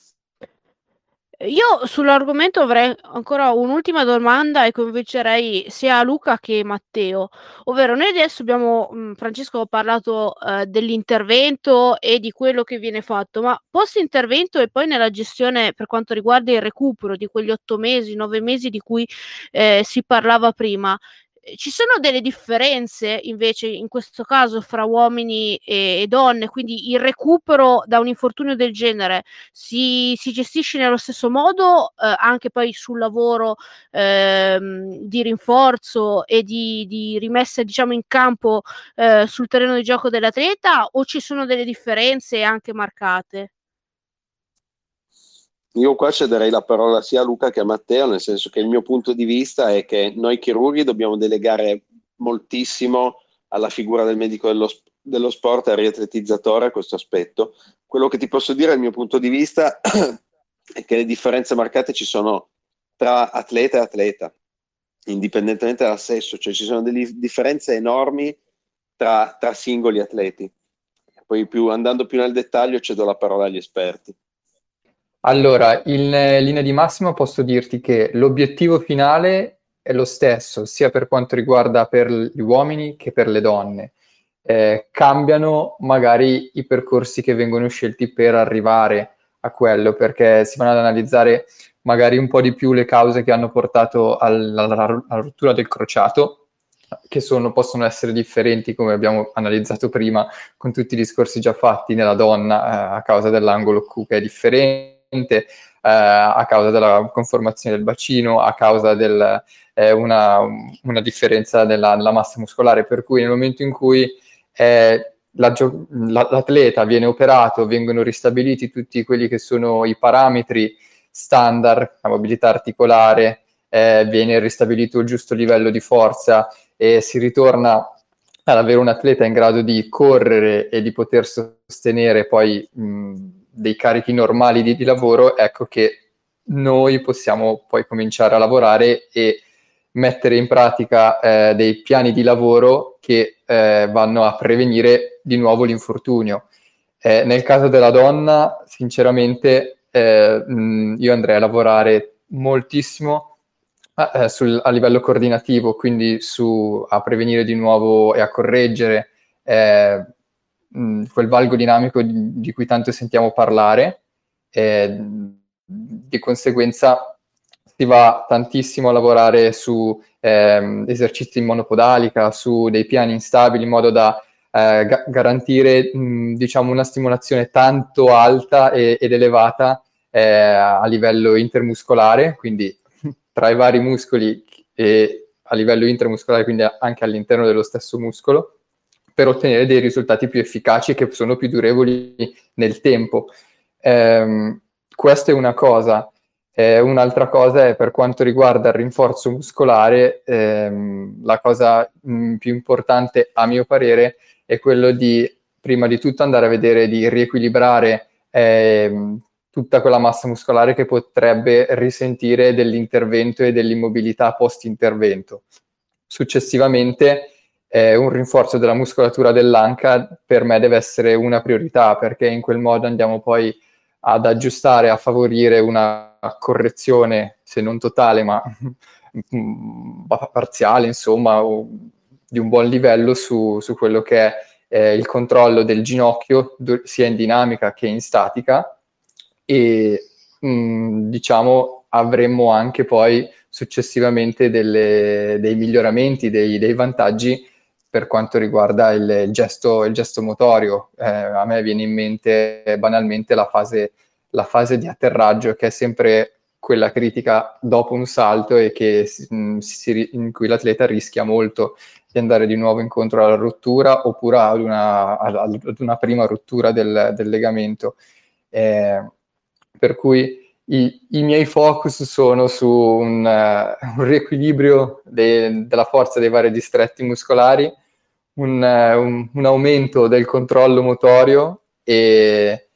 Io sull'argomento avrei ancora un'ultima domanda e coinvolgerei sia Luca che Matteo, ovvero noi adesso abbiamo, mh, Francesco ha parlato eh, dell'intervento e di quello che viene fatto, ma post intervento e poi nella gestione per quanto riguarda il recupero di quegli otto mesi, nove mesi di cui eh, si parlava prima, ci sono delle differenze invece in questo caso fra uomini e, e donne, quindi il recupero da un infortunio del genere si, si gestisce nello stesso modo eh, anche poi sul lavoro ehm, di rinforzo e di, di rimessa diciamo in campo eh, sul terreno di gioco dell'atleta, o ci sono delle differenze anche marcate? Io qua cederei la parola sia a Luca che a Matteo, nel senso che il mio punto di vista è che noi chirurghi dobbiamo delegare moltissimo alla figura del medico dello, dello sport e al riatletizzatore questo aspetto. Quello che ti posso dire dal mio punto di vista è che le differenze marcate ci sono tra atleta e atleta, indipendentemente dal sesso, cioè ci sono delle differenze enormi tra, tra singoli atleti. Poi più, andando più nel dettaglio cedo la parola agli esperti. Allora, in linea di massima posso dirti che l'obiettivo finale è lo stesso, sia per quanto riguarda per gli uomini che per le donne. Eh, cambiano magari i percorsi che vengono scelti per arrivare a quello, perché si vanno ad analizzare magari un po' di più le cause che hanno portato alla, alla, alla rottura del crociato, che sono, possono essere differenti, come abbiamo analizzato prima, con tutti i discorsi già fatti nella donna, eh, a causa dell'angolo Q che è differente, eh, a causa della conformazione del bacino, a causa del eh, una, una differenza nella, nella massa muscolare, per cui nel momento in cui eh, la, la, l'atleta viene operato, vengono ristabiliti tutti quelli che sono i parametri standard, la mobilità articolare, eh, viene ristabilito il giusto livello di forza e si ritorna ad avere un atleta in grado di correre e di poter sostenere poi mh, dei carichi normali di, di lavoro, ecco che noi possiamo poi cominciare a lavorare e mettere in pratica eh, dei piani di lavoro che eh, vanno a prevenire di nuovo l'infortunio. Eh, nel caso della donna, sinceramente, eh, mh, io andrei a lavorare moltissimo eh, sul, a livello coordinativo, quindi su, a prevenire di nuovo e a correggere eh, mh, quel valgo dinamico di, di cui tanto sentiamo parlare. Eh, di conseguenza si va tantissimo a lavorare su ehm, esercizi in monopodalica, su dei piani instabili, in modo da eh, ga- garantire mh, diciamo una stimolazione tanto alta e- ed elevata eh, a livello intermuscolare, quindi tra i vari muscoli e a livello intermuscolare, quindi anche all'interno dello stesso muscolo, per ottenere dei risultati più efficaci e che sono più durevoli nel tempo. Ehm, questa è una cosa. Eh, un'altra cosa è per quanto riguarda il rinforzo muscolare, ehm, la cosa mh, più importante a mio parere è quello di, prima di tutto, andare a vedere di riequilibrare ehm, tutta quella massa muscolare che potrebbe risentire dell'intervento e dell'immobilità post-intervento. Successivamente, eh, un rinforzo della muscolatura dell'anca per me deve essere una priorità, perché in quel modo andiamo poi ad aggiustare, a favorire una correzione, se non totale, ma parziale, insomma, o di un buon livello su, su quello che è eh, il controllo del ginocchio, sia in dinamica che in statica, e mh, diciamo avremmo anche poi successivamente delle, dei miglioramenti, dei, dei vantaggi per quanto riguarda il, il, gesto, il gesto motorio. Eh, a me viene in mente banalmente la fase, la fase di atterraggio, che è sempre quella critica dopo un salto e che mh, si, in cui l'atleta rischia molto di andare di nuovo incontro alla rottura oppure ad una, ad una prima rottura del, del legamento. Eh, per cui i, i miei focus sono su un, uh, un riequilibrio de, della forza dei vari distretti muscolari, un, uh, un, un aumento del controllo motorio e,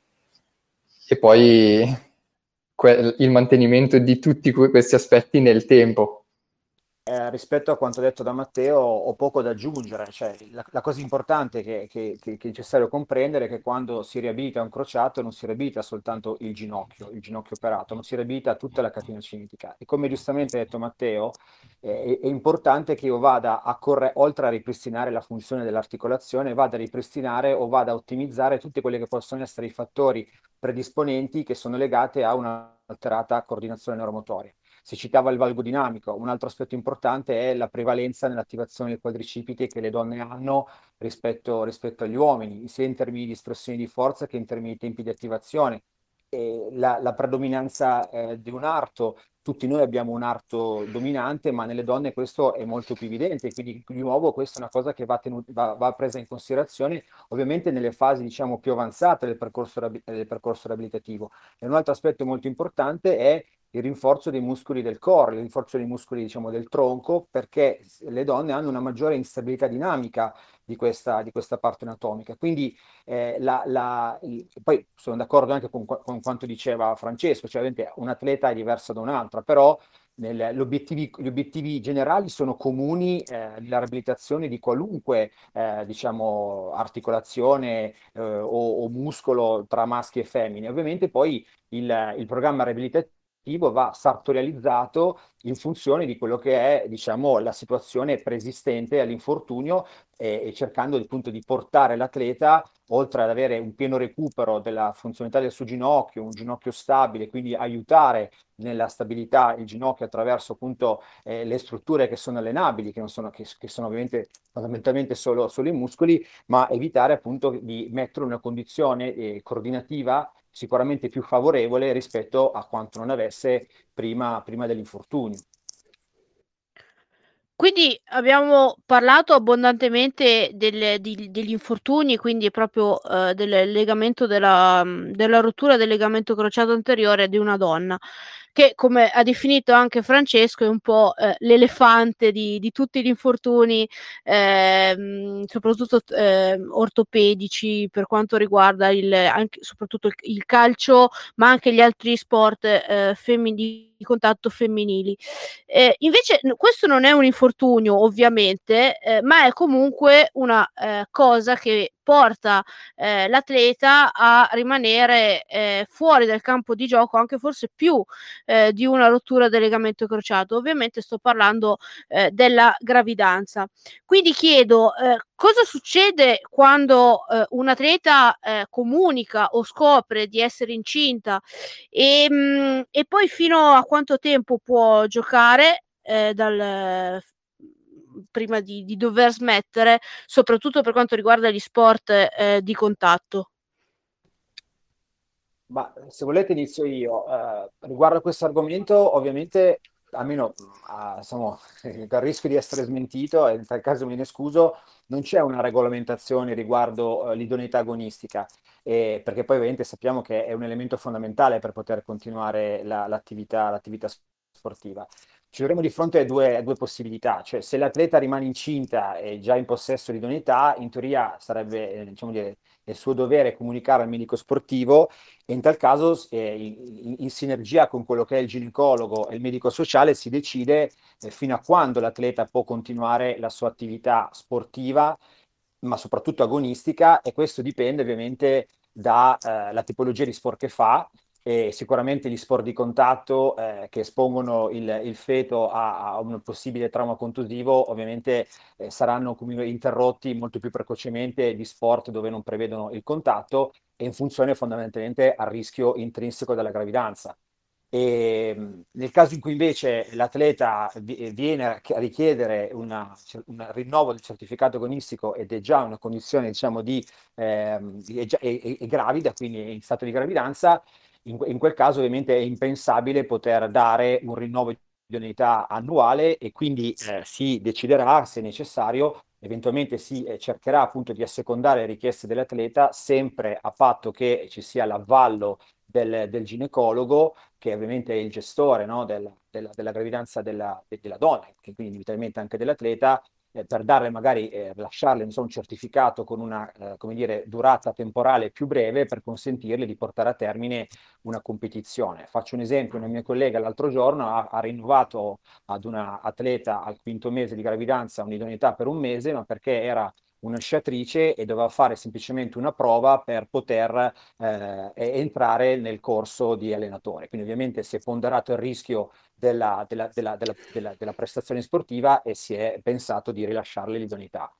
e poi que- il mantenimento di tutti questi aspetti nel tempo. Eh, rispetto a quanto detto da Matteo, ho poco da aggiungere. Cioè, la, la cosa importante che, che- che- che è necessario comprendere è che quando si riabilita un crociato non si riabilita soltanto il ginocchio, il ginocchio operato, ma si riabilita tutta la catena cinetica. E come giustamente ha detto Matteo, eh, è, è importante che io vada a corre, oltre a ripristinare la funzione dell'articolazione, vada a ripristinare o vada a ottimizzare tutti quelli che possono essere i fattori predisponenti che sono legati a un'alterata coordinazione neuromotoria. Si citava il valgo dinamico, un altro aspetto importante è la prevalenza nell'attivazione del quadricipite che le donne hanno rispetto, rispetto agli uomini, sia in termini di espressione di forza che in termini di tempi di attivazione. E la, la predominanza eh, di un arto, tutti noi abbiamo un arto dominante, ma nelle donne questo è molto più evidente, quindi di nuovo questa è una cosa che va, tenut- va, va presa in considerazione ovviamente nelle fasi diciamo più avanzate del percorso, del percorso riabilitativo. E un altro aspetto molto importante è il rinforzo dei muscoli del core, il rinforzo dei muscoli, diciamo, del tronco, perché le donne hanno una maggiore instabilità dinamica di questa, di questa parte anatomica. Quindi eh, la, la, il- poi sono d'accordo anche con, con quanto diceva Francesco, cioè ovviamente un atleta è diverso da un altro, però nel- gli obiettivi, gli obiettivi generali sono comuni eh, nella riabilitazione di qualunque eh, diciamo, articolazione eh, o, o muscolo tra maschi e femmine. Ovviamente poi il, il programma riabilitativo sportivo va sartorializzato in funzione di quello che è, diciamo, la situazione preesistente all'infortunio e, e cercando appunto di portare l'atleta, oltre ad avere un pieno recupero della funzionalità del suo ginocchio, un ginocchio stabile, quindi aiutare nella stabilità il ginocchio attraverso appunto eh, le strutture che sono allenabili, che, non sono, che, che sono ovviamente fondamentalmente solo, solo i muscoli, ma evitare appunto di metterlo in una condizione eh, coordinativa sicuramente più favorevole rispetto a quanto non avesse prima, prima dell'infortunio. Quindi abbiamo parlato abbondantemente del, di, degli infortuni, quindi proprio eh, del legamento della, della rottura del legamento crociato anteriore di una donna, che come ha definito anche Francesco è un po' eh, l'elefante di, di tutti gli infortuni, eh, soprattutto eh, ortopedici per quanto riguarda il, anche, soprattutto il, il calcio, ma anche gli altri sport eh, femminili di contatto femminili. Eh, invece questo non è un infortunio ovviamente, eh, ma è comunque una eh, cosa che porta eh, l'atleta a rimanere eh, fuori dal campo di gioco anche forse più eh, di una rottura del legamento crociato. Ovviamente sto parlando eh, della gravidanza. Quindi chiedo eh, cosa succede quando eh, un atleta eh, comunica o scopre di essere incinta e, mh, e poi fino a quanto tempo può giocare eh, dal prima di, di dover smettere, soprattutto per quanto riguarda gli sport eh, di contatto? Ma se volete inizio io. Eh, riguardo a questo argomento, ovviamente, almeno a, insomma, dal rischio di essere smentito, e in tal caso me ne scuso, non c'è una regolamentazione riguardo eh, l'idoneità agonistica, eh, perché poi ovviamente sappiamo che è un elemento fondamentale per poter continuare la- l'attività, l'attività sportiva. Ci troviamo di fronte a due, a due possibilità, cioè se l'atleta rimane incinta e già in possesso di idoneità, in teoria sarebbe, eh, diciamo dire, è il suo dovere comunicare al medico sportivo e in tal caso, eh, in, in sinergia con quello che è il ginecologo e il medico sociale, si decide eh, fino a quando l'atleta può continuare la sua attività sportiva, ma soprattutto agonistica, e questo dipende ovviamente dalla tipologia di sport che fa. E sicuramente gli sport di contatto eh, che espongono il, il feto a, a un possibile trauma contusivo ovviamente eh, saranno come dire, interrotti molto più precocemente di sport dove non prevedono il contatto e in funzione fondamentalmente al rischio intrinseco della gravidanza. E mh, nel caso in cui invece l'atleta vi- viene a ch- a richiedere una- un rinnovo del certificato agonistico ed è già in una condizione, diciamo, di, ehm, di- è, già- è- è- è gravida, quindi è in stato di gravidanza, in, que- in quel caso ovviamente è impensabile poter dare un rinnovo di idoneità annuale e quindi eh, si deciderà, se necessario, eventualmente si eh, cercherà appunto di assecondare le richieste dell'atleta, sempre a patto che ci sia l'avvallo del, del ginecologo, che ovviamente è il gestore, no, del- della, della gravidanza della, de- della donna, che quindi inevitabilmente anche dell'atleta, eh, per darle magari, eh, lasciarle non so, un certificato con una, eh, come dire, durata temporale più breve per consentirle di portare a termine una competizione. Faccio un esempio: una mia collega l'altro giorno ha, ha rinnovato ad una atleta al quinto mese di gravidanza un'idoneità per un mese, ma perché era una sciatrice e doveva fare semplicemente una prova per poter eh, entrare nel corso di allenatore. Quindi ovviamente si è ponderato il rischio della, della, della, della, della, della prestazione sportiva e si è pensato di rilasciarle l'idoneità.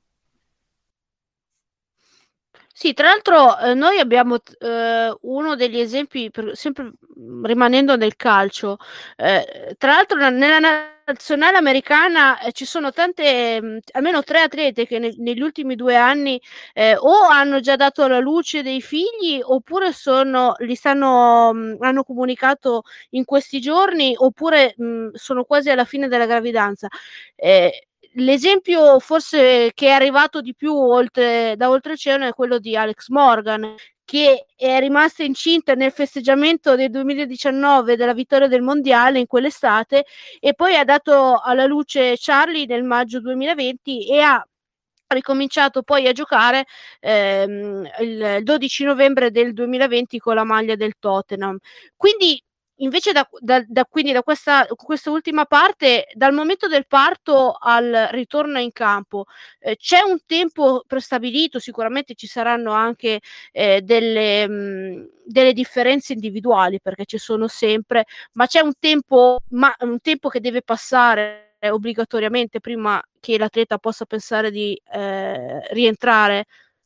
Sì, tra l'altro eh, noi abbiamo eh, uno degli esempi, per- sempre mh, rimanendo nel calcio, eh, tra l'altro na- nella nazionale americana eh, ci sono tante, mh, almeno tre atlete che ne- negli ultimi due anni eh, o hanno già dato alla luce dei figli oppure sono, li stanno, mh, hanno comunicato in questi giorni oppure mh, sono quasi alla fine della gravidanza. Eh, L'esempio forse che è arrivato di più oltre, da oltreoceano è quello di Alex Morgan, che è rimasta incinta nel festeggiamento del duemiladiciannove della vittoria del mondiale in quell'estate e poi ha dato alla luce Charlie nel maggio duemilaventi e ha ricominciato poi a giocare ehm, il dodici novembre del duemilaventi con la maglia del Tottenham. Quindi invece da, da, da quindi da questa, questa ultima parte, dal momento del parto al ritorno in campo, eh, c'è un tempo prestabilito? Sicuramente ci saranno anche eh, delle, mh, delle differenze individuali, perché ci sono sempre, ma c'è un tempo, ma, un tempo che deve passare obbligatoriamente prima che l'atleta possa pensare di eh, rientrare?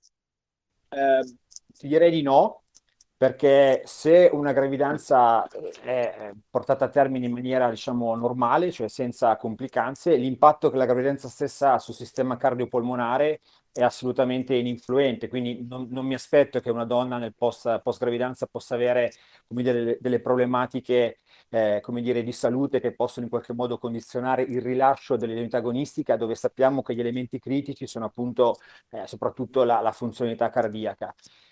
Eh, ti direi di no, perché se una gravidanza è portata a termine in maniera, diciamo, normale, cioè senza complicanze, l'impatto che la gravidanza stessa ha sul sistema cardiopolmonare è assolutamente ininfluente, quindi non, non mi aspetto che una donna nel post, post gravidanza possa avere, come dire, delle, delle problematiche, eh, come dire, di salute che possono in qualche modo condizionare il rilascio dell'unità agonistica, dove sappiamo che gli elementi critici sono appunto eh, soprattutto la, la funzionalità cardiaca.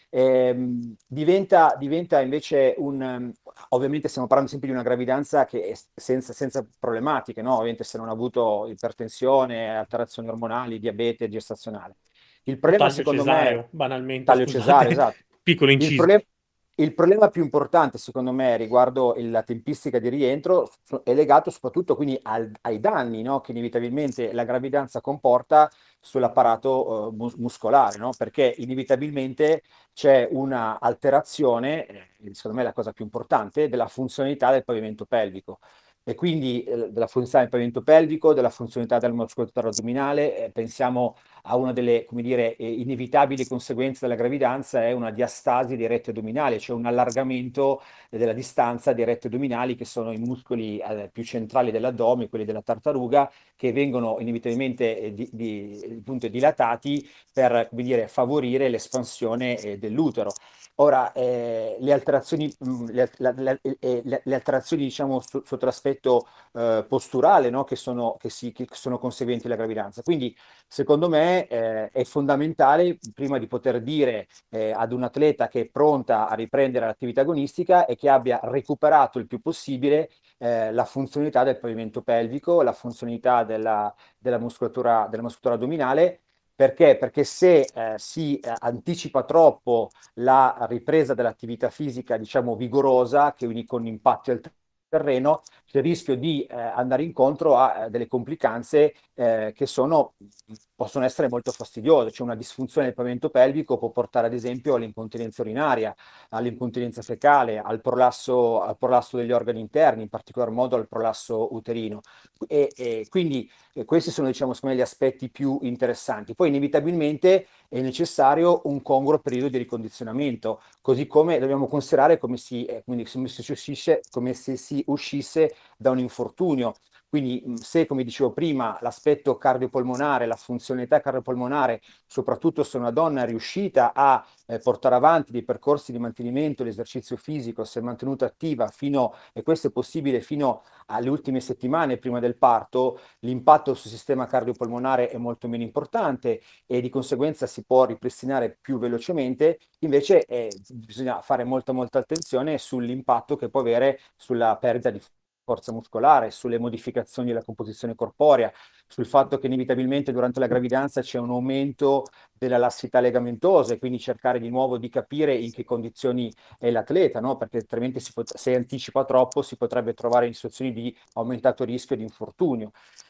Ehm, diventa, diventa invece un, um, ovviamente stiamo parlando sempre di una gravidanza che è senza, senza problematiche, no? Ovviamente se non ha avuto ipertensione, alterazioni ormonali, diabete gestazionale. Il O problema taglio secondo me, cesareo, banalmente, taglio cesareo, scusate, esatto. piccolo Il, inciso. problem- il problema più importante secondo me riguardo il- la tempistica di rientro so- è legato soprattutto quindi al- ai danni, no? Che inevitabilmente la gravidanza comporta sull'apparato eh, mus- muscolare, no? Perché inevitabilmente c'è una alterazione, eh, secondo me è la cosa più importante, della funzionalità del pavimento pelvico. E quindi eh, della funzionalità del pavimento pelvico, della funzionalità della muscolatura addominale, eh, pensiamo a una delle, come dire, eh, inevitabili conseguenze della gravidanza, è una diastasi dei retti addominali, cioè un allargamento della distanza dei retti addominali, che sono i muscoli eh, più centrali dell'addome, quelli della tartaruga, che vengono inevitabilmente eh, di, di, appunto, dilatati per, come dire, favorire l'espansione eh, dell'utero. Ora, eh, le alterazioni, mh, le, la- la- eh, le- le alterazioni, diciamo, su- sotto l'aspetto eh, posturale, no? Che sono, che si- che sono conseguenti alla gravidanza. Quindi, secondo me, eh, è fondamentale, prima di poter dire eh, ad un atleta che è pronta a riprendere l'attività agonistica, e che abbia recuperato il più possibile eh, la funzionalità del pavimento pelvico, la funzionalità della, della muscolatura, della muscolatura addominale. Perché? Perché se eh, si eh, anticipa troppo la ripresa dell'attività fisica, diciamo, vigorosa, che quindi con impatti al terreno, c'è il rischio di eh, andare incontro a eh, delle complicanze eh, che sono, possono essere molto fastidiose. Cioè una disfunzione del pavimento pelvico può portare ad esempio all'incontinenza urinaria, all'incontinenza fecale, al prolasso, al prolasso degli organi interni, in particolar modo al prolasso uterino. E, e quindi eh, questi sono, diciamo, secondo me, gli aspetti più interessanti. Poi inevitabilmente è necessario un congruo periodo di ricondizionamento, così come dobbiamo considerare come si, eh, quindi, come si uscisse, come se si uscisse da un infortunio. Quindi mh, se, come dicevo prima, l'aspetto cardiopolmonare, la funzionalità cardiopolmonare, soprattutto se una donna è riuscita a eh, portare avanti dei percorsi di mantenimento, l'esercizio fisico, si è mantenuta attiva fino, e questo è possibile fino alle ultime settimane prima del parto, l'impatto sul sistema cardiopolmonare è molto meno importante e di conseguenza si può ripristinare più velocemente. Invece eh, bisogna fare molta molta attenzione sull'impatto che può avere sulla perdita di forza muscolare, sulle modificazioni della composizione corporea, sul fatto che inevitabilmente durante la gravidanza c'è un aumento della lassità legamentosa, e quindi cercare di nuovo di capire in che condizioni è l'atleta, no? Perché altrimenti si pot- se anticipa troppo si potrebbe trovare in situazioni di aumentato rischio di infortunio.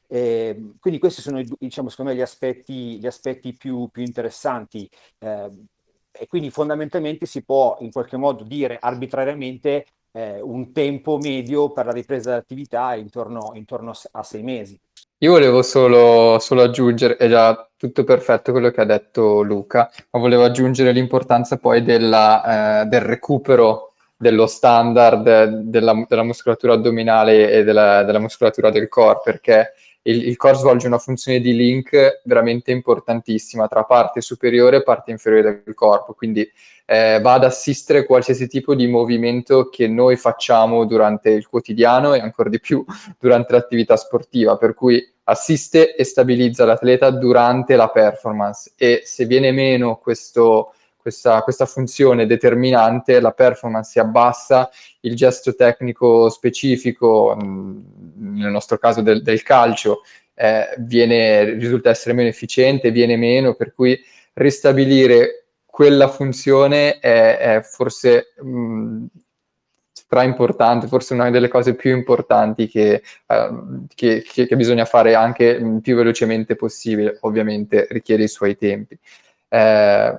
Eh, quindi questi sono, diciamo, secondo me, gli aspetti, gli aspetti più, più interessanti. Eh, e quindi fondamentalmente si può in qualche modo dire arbitrariamente eh, un tempo medio per la ripresa dell'attività intorno, intorno a sei mesi. Io volevo solo, solo aggiungere, è già tutto perfetto quello che ha detto Luca, ma volevo aggiungere l'importanza poi della, eh, del recupero dello standard della, della muscolatura addominale e della, della muscolatura del core, perché il, il core svolge una funzione di link veramente importantissima tra parte superiore e parte inferiore del corpo, quindi eh, va ad assistere qualsiasi tipo di movimento che noi facciamo durante il quotidiano e ancora di più durante l'attività sportiva, per cui assiste e stabilizza l'atleta durante la performance, e se viene meno questo, questa, questa funzione determinante, la performance si abbassa, il gesto tecnico specifico, mh, nel nostro caso del, del calcio, eh, viene, risulta essere meno efficiente, viene meno, per cui ristabilire quella funzione è, è forse mh, stra importante, forse una delle cose più importanti che, uh, che, che, che bisogna fare anche il più velocemente possibile, ovviamente richiede i suoi tempi. Eh,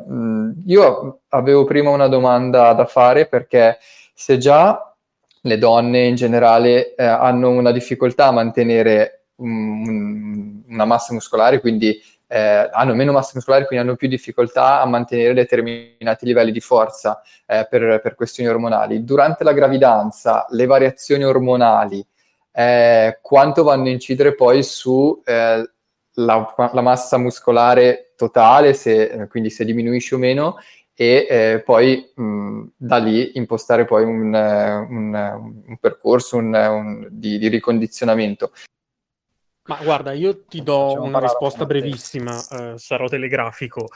io avevo prima una domanda da fare, perché se già le donne in generale eh, hanno una difficoltà a mantenere um, una massa muscolare, quindi eh, hanno meno massa muscolare, quindi hanno più difficoltà a mantenere determinati livelli di forza eh, per, per questioni ormonali. Durante la gravidanza, le variazioni ormonali, eh, quanto vanno a incidere poi su eh, la, la massa muscolare totale, se, quindi se diminuisce o meno, e eh, poi mh, da lì impostare poi un, un, un percorso un, un, di, di ricondizionamento. Ma guarda, io ti do Facciamo una risposta brevissima, eh, sarò telegrafico.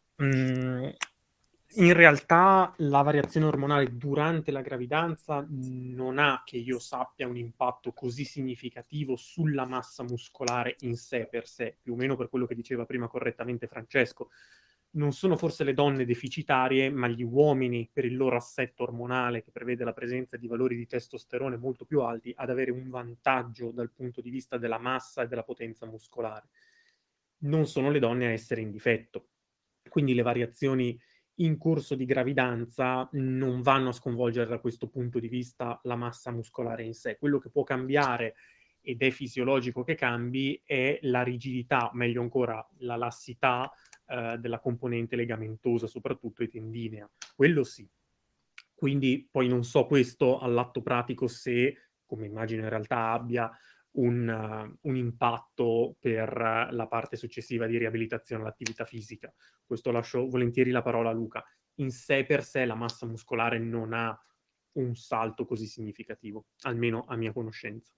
Mm, in realtà la variazione ormonale durante la gravidanza non ha, che io sappia, un impatto così significativo sulla massa muscolare in sé per sé, più o meno per quello che diceva prima correttamente Francesco. Non sono forse le donne deficitarie, ma gli uomini, per il loro assetto ormonale, che prevede la presenza di valori di testosterone molto più alti, ad avere un vantaggio dal punto di vista della massa e della potenza muscolare. Non sono le donne a essere in difetto. Quindi le variazioni in corso di gravidanza non vanno a sconvolgere da questo punto di vista la massa muscolare in sé. Quello che può cambiare, ed è fisiologico che cambi, è la rigidità, meglio ancora la lassità eh, della componente legamentosa, soprattutto e tendinea. Quello sì. Quindi poi non so questo all'atto pratico se, come immagino in realtà abbia, un, uh, un impatto per uh, la parte successiva di riabilitazione all'attività fisica. Questo lascio volentieri la parola a Luca. In sé per sé la massa muscolare non ha un salto così significativo, almeno a mia conoscenza.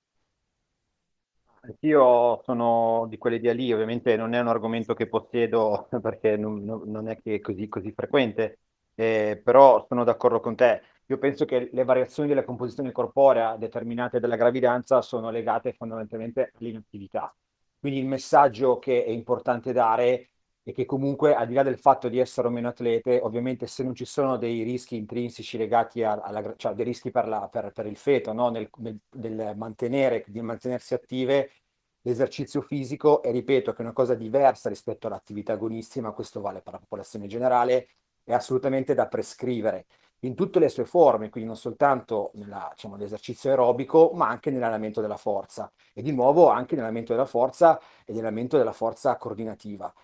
Io sono di quell'idea lì, ovviamente non è un argomento che possiedo perché non, non- non è che è così, così frequente, eh, però sono d'accordo con te. Io penso che le variazioni della composizione corporea determinate dalla gravidanza sono legate fondamentalmente all'inattività. Quindi il messaggio che è importante dare è che comunque, al di là del fatto di essere o meno atlete, ovviamente se non ci sono dei rischi intrinseci legati a- alla, gra- cioè dei rischi per, la- per- per il feto, no? Nel, nel- del mantenere, di mantenersi attive, l'esercizio fisico, e ripeto che è una cosa diversa rispetto all'attività agonistica, ma questo vale per la popolazione generale, è assolutamente da prescrivere in tutte le sue forme, quindi non soltanto nella, diciamo, nell'esercizio aerobico, ma anche nell'allenamento della forza, e di nuovo anche nell'allenamento della forza e nell'allenamento della forza coordinativa.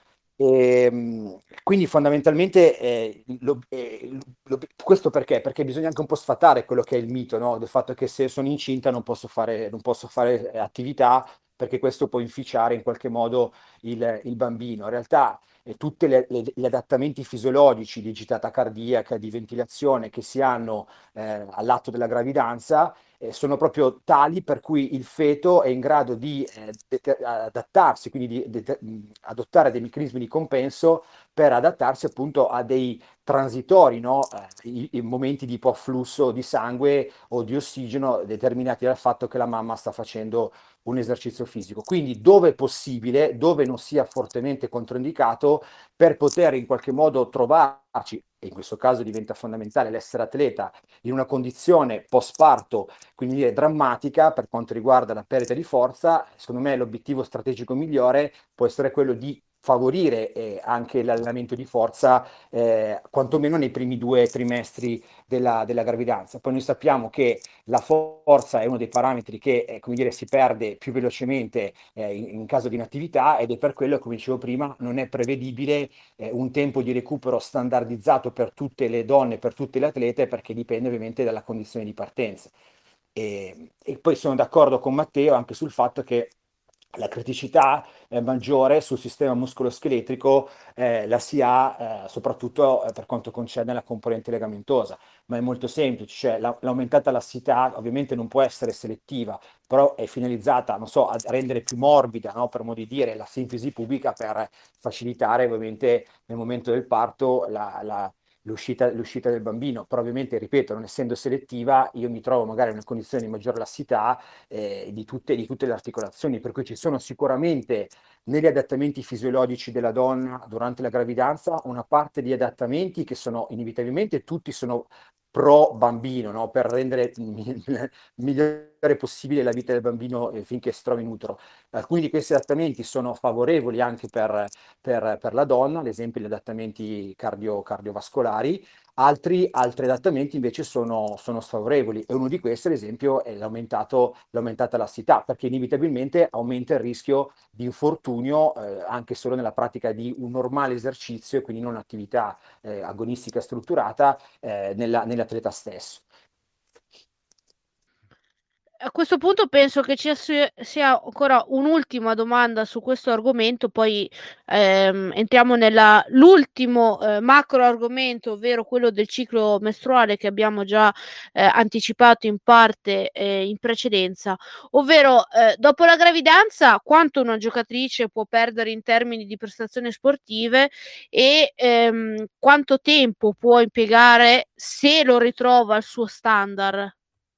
E, mh, quindi fondamentalmente eh, lo- eh, lo- questo perché? Perché bisogna anche un po' sfatare quello che è il mito, no? Del fatto che se sono incinta non posso fare, non posso fare eh, attività, perché questo può inficiare in qualche modo il, il bambino. In realtà eh, tutti gli adattamenti fisiologici di agitata cardiaca, di ventilazione che si hanno eh, all'atto della gravidanza eh, sono proprio tali per cui il feto è in grado di eh, det- adattarsi, quindi di, det- mh, adottare dei meccanismi di compenso per adattarsi appunto a dei transitori, no? Eh, i, i momenti di ipoafflusso di sangue o di ossigeno determinati dal fatto che la mamma sta facendo un esercizio fisico. Quindi dove è possibile, dove non sia fortemente controindicato, per poter in qualche modo trovarci, e in questo caso diventa fondamentale l'essere atleta, in una condizione post-parto, quindi dire, drammatica per quanto riguarda la perdita di forza, secondo me l'obiettivo strategico migliore può essere quello di favorire eh, anche l'allenamento di forza, eh, quantomeno nei primi due trimestri della, della gravidanza. Poi noi sappiamo che la forza è uno dei parametri che, eh, come dire, si perde più velocemente eh, in, in caso di inattività, ed è per quello, come dicevo prima, non è prevedibile eh, un tempo di recupero standardizzato per tutte le donne, per tutte le atlete, perché dipende ovviamente dalla condizione di partenza. E, e poi sono d'accordo con Matteo anche sul fatto che la criticità eh, maggiore sul sistema muscoloscheletrico eh, la si ha eh, soprattutto eh, per quanto concerne la componente legamentosa, ma è molto semplice, cioè la- l'aumentata lassità ovviamente non può essere selettiva, però è finalizzata, non so, a rendere più morbida, no, per modo di dire, la sintesi pubica per facilitare ovviamente nel momento del parto la, la- l'uscita, l'uscita del bambino. Però ovviamente, ripeto, non essendo selettiva, io mi trovo magari in una condizione di maggior lassità eh, di tutte, di tutte le articolazioni, per cui ci sono sicuramente negli adattamenti fisiologici della donna durante la gravidanza una parte di adattamenti che sono inevitabilmente, tutti sono pro bambino, no? Per rendere il migliore possibile la vita del bambino eh, finché si trova in utero. Alcuni di questi adattamenti sono favorevoli anche per, per, per la donna, ad esempio gli adattamenti cardio, cardiovascolari. Altri, altri adattamenti invece sono, sono sfavorevoli, e uno di questi, ad esempio, è l'aumentato, l'aumentata lassità, perché inevitabilmente aumenta il rischio di infortunio eh, anche solo nella pratica di un normale esercizio, quindi non un'attività eh, agonistica strutturata eh, nella, nell'atleta stesso. A questo punto penso che ci sia sia ancora un'ultima domanda su questo argomento, poi ehm, entriamo nella l'ultimo eh, macro argomento, ovvero quello del ciclo mestruale che abbiamo già eh, anticipato in parte eh, in precedenza, ovvero eh, dopo la gravidanza quanto una giocatrice può perdere in termini di prestazioni sportive e ehm, quanto tempo può impiegare se lo ritrova al suo standard.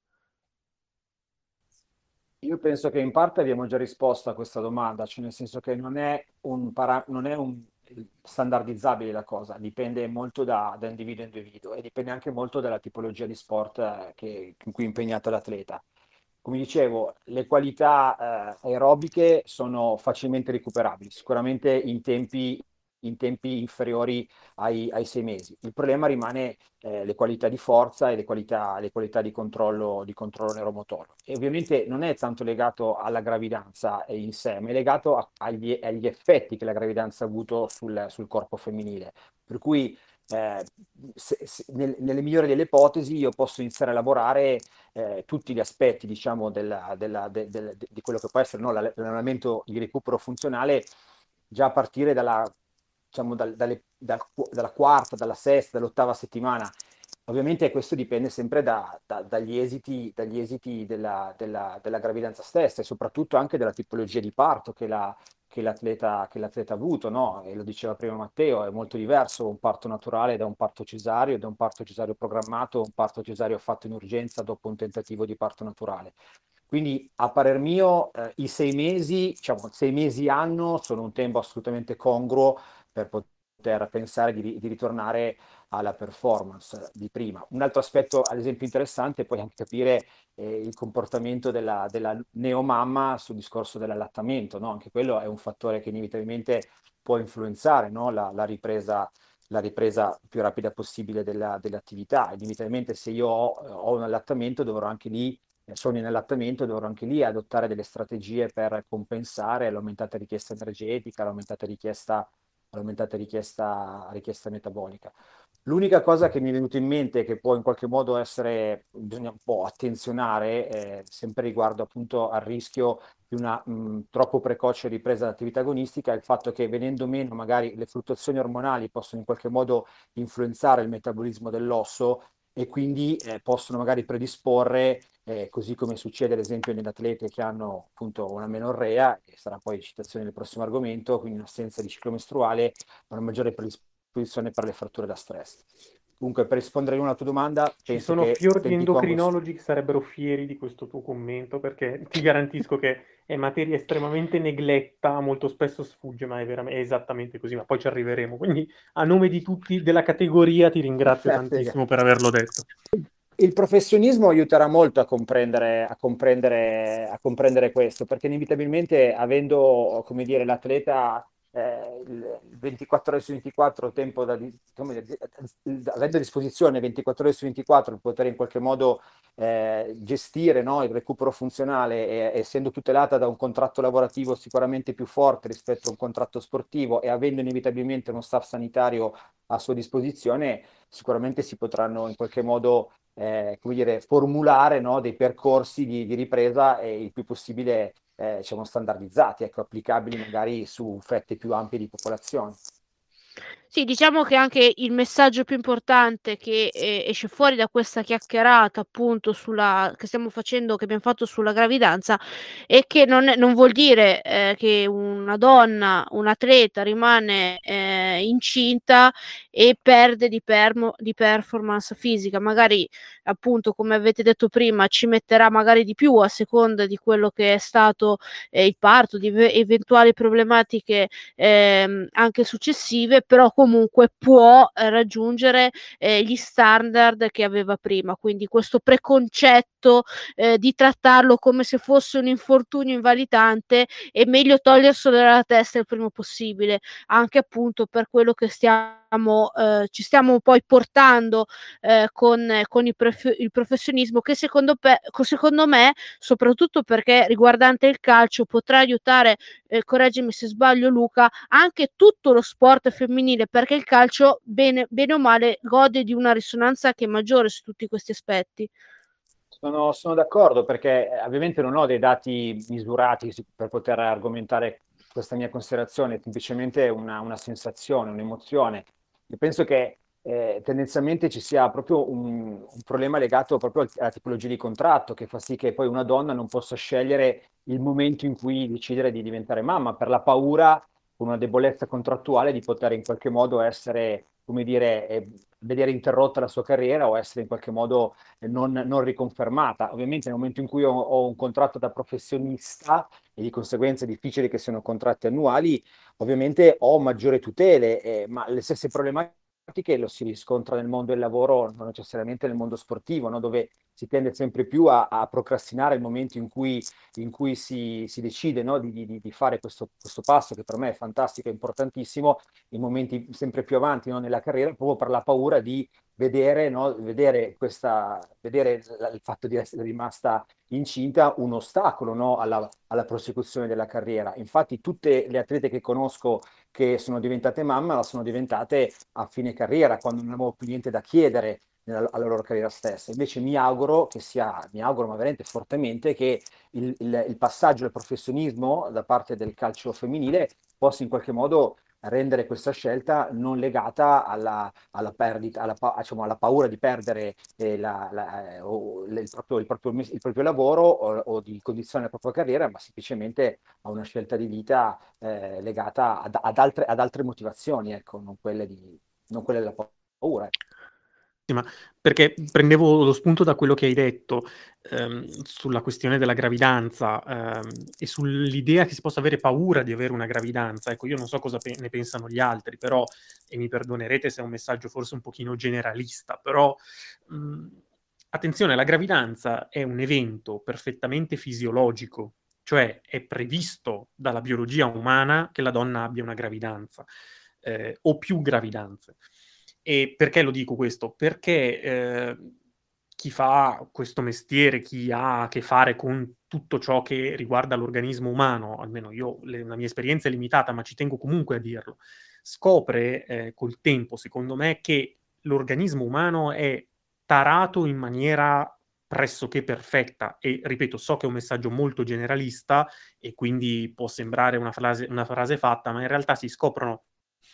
Io penso che in parte abbiamo già risposto a questa domanda, cioè nel senso che non è un, para- non è un standardizzabile la cosa, dipende molto da, da individuo a individuo e dipende anche molto dalla tipologia di sport eh, che- in cui è impegnato l'atleta. Come dicevo, le qualità eh, aerobiche sono facilmente recuperabili, sicuramente in tempi, in tempi inferiori ai, ai sei mesi. Il problema rimane eh, le qualità di forza e le qualità, le qualità di controllo, di controllo neuromotorio. E ovviamente non è tanto legato alla gravidanza in sé, ma è legato a- agli, agli effetti che la gravidanza ha avuto sul, sul corpo femminile. Per cui eh, se- se- nel- nelle migliori delle ipotesi io posso iniziare a lavorare eh, tutti gli aspetti, diciamo, della- della- de- del- de- di quello che può essere no, l'all- l'allenamento di recupero funzionale già a partire dalla, diciamo, dal- dalle- dal qu- dalla quarta, dalla sesta, dall'ottava settimana. Ovviamente questo dipende sempre da- da- dagli esiti, dagli esiti della, della- della gravidanza stessa e soprattutto anche della tipologia di parto che la- che l'atleta, che l'atleta ha avuto, no? E lo diceva prima Matteo, è molto diverso un parto naturale da un parto cesareo, da un parto cesareo programmato, un parto cesareo fatto in urgenza dopo un tentativo di parto naturale. Quindi, a parer mio, eh, i sei mesi, diciamo, sei mesi anno sono un tempo assolutamente congruo per poter pensare di, ri- di ritornare alla performance di prima. Un altro aspetto, ad esempio, interessante è poi anche capire eh, il comportamento della, della neomamma sul discorso dell'allattamento, no? Anche quello è un fattore che inevitabilmente può influenzare, no? La, la ripresa, la ripresa più rapida possibile della- dell'attività. Inevitabilmente se io ho, ho un allattamento dovrò anche lì, eh, sono in allattamento, dovrò anche lì adottare delle strategie per compensare l'aumentata richiesta energetica, l'aumentata richiesta, l'aumentata richiesta, richiesta metabolica. L'unica cosa che mi è venuta in mente che può in qualche modo essere, bisogna un po' attenzionare, eh, sempre riguardo appunto al rischio di una mh, troppo precoce ripresa dell'attività agonistica, è il fatto che venendo meno magari le fluttuazioni ormonali possono in qualche modo influenzare il metabolismo dell'osso e quindi eh, possono magari predisporre, eh, così come succede ad esempio nelle atlete che hanno appunto una menorrea, che sarà poi citazione del prossimo argomento, quindi un'assenza di ciclo mestruale, una maggiore predisposizione per le fratture da stress. Comunque, per rispondere a una tua domanda, Ci penso sono che fior di tempi congui. endocrinologi che sarebbero fieri di questo tuo commento, perché ti garantisco che è materia estremamente negletta, molto spesso sfugge, ma è, veramente, è esattamente così, ma poi ci arriveremo. Quindi a nome di tutti della categoria ti ringrazio tantissimo per averlo detto. Il professionismo aiuterà molto a comprendere, a comprendere, a comprendere questo, perché inevitabilmente avendo, come dire, l'atleta eh, il ventiquattro ore su ventiquattro tempo da, come dire, avendo a disposizione ventiquattro ore su ventiquattro per poter in qualche modo eh, gestire, no, il recupero funzionale e essendo tutelata da un contratto lavorativo sicuramente più forte rispetto a un contratto sportivo e avendo inevitabilmente uno staff sanitario a sua disposizione, sicuramente si potranno in qualche modo eh, come dire, formulare, no, dei percorsi di, di ripresa e il più possibile eh, diciamo, standardizzati, ecco, applicabili magari su fette più ampie di popolazione. Sì, diciamo che anche il messaggio più importante che eh, esce fuori da questa chiacchierata, appunto, sulla, che stiamo facendo, che abbiamo fatto sulla gravidanza, è che non, è- non vuol dire eh, che una donna, un atleta rimane eh, incinta e perde di, permo- di performance fisica. Magari, appunto, come avete detto prima, ci metterà magari di più a seconda di quello che è stato eh, il parto, di ev- eventuali problematiche ehm, anche successive, però comunque può eh, raggiungere eh, gli standard che aveva prima, quindi questo preconcetto eh, di trattarlo come se fosse un infortunio invalidante è meglio toglierselo dalla testa il prima possibile, anche appunto per quello che stiamo eh, ci stiamo poi portando eh, con, con il, prof- il professionismo, che secondo, pe- secondo me, soprattutto perché riguardante il calcio, potrà aiutare, eh, correggimi se sbaglio Luca, anche tutto lo sport femminile, perché il calcio bene, bene o male gode di una risonanza che è maggiore su tutti questi aspetti. Sono, sono d'accordo perché eh, ovviamente non ho dei dati misurati si- per poter argomentare questa mia considerazione, è semplicemente una, una sensazione, un'emozione. Io penso che eh, tendenzialmente ci sia proprio un, un problema legato proprio al- alla tipologia di contratto che fa sì che poi una donna non possa scegliere il momento in cui decidere di diventare mamma per la paura, con una debolezza contrattuale, di poter in qualche modo essere, come dire, eh, vedere interrotta la sua carriera o essere in qualche modo non, non riconfermata. Ovviamente nel momento in cui ho, ho un contratto da professionista e di conseguenza è difficile che siano contratti annuali, ovviamente ho maggiori tutele, eh, ma le stesse problematiche lo si riscontra nel mondo del lavoro, non necessariamente nel mondo sportivo, no? Dove si tende sempre più a, a procrastinare il momento in cui, in cui si, si decide, no? di, di, di fare questo, questo passo che per me è fantastico e importantissimo, in momenti sempre più avanti, no? Nella carriera, proprio per la paura di vedere, no? vedere, questa, vedere il fatto di essere rimasta incinta un ostacolo, no? alla, alla prosecuzione della carriera. Infatti tutte le atlete che conosco che sono diventate mamma la sono diventate a fine carriera, quando non avevo più niente da chiedere nella, alla loro carriera stessa. Invece mi auguro che sia, mi auguro ma veramente fortemente che il, il, il passaggio al professionismo da parte del calcio femminile possa in qualche modo rendere questa scelta non legata alla, alla perdita, alla, pa- diciamo, alla paura di perdere eh, la, la, eh, o il, proprio, il, proprio, il proprio lavoro o, o di condizionare la propria carriera, ma semplicemente a una scelta di vita eh, legata ad, ad, altre, ad altre motivazioni, ecco, non quelle, di, non quelle della paura. Ecco. Ma perché prendevo lo spunto da quello che hai detto ehm, sulla questione della gravidanza ehm, e sull'idea che si possa avere paura di avere una gravidanza. Ecco, io non so cosa pe- ne pensano gli altri, però, e mi perdonerete se è un messaggio forse un pochino generalista, però mh, attenzione, la gravidanza è un evento perfettamente fisiologico, cioè è previsto dalla biologia umana che la donna abbia una gravidanza eh, o più gravidanze. E perché lo dico questo? Perché eh, chi fa questo mestiere, chi ha a che fare con tutto ciò che riguarda l'organismo umano, almeno io, le, la mia esperienza è limitata, ma ci tengo comunque a dirlo, scopre eh, col tempo, secondo me, che l'organismo umano è tarato in maniera pressoché perfetta e, ripeto, so che è un messaggio molto generalista e quindi può sembrare una frase, una frase fatta, ma in realtà si scoprono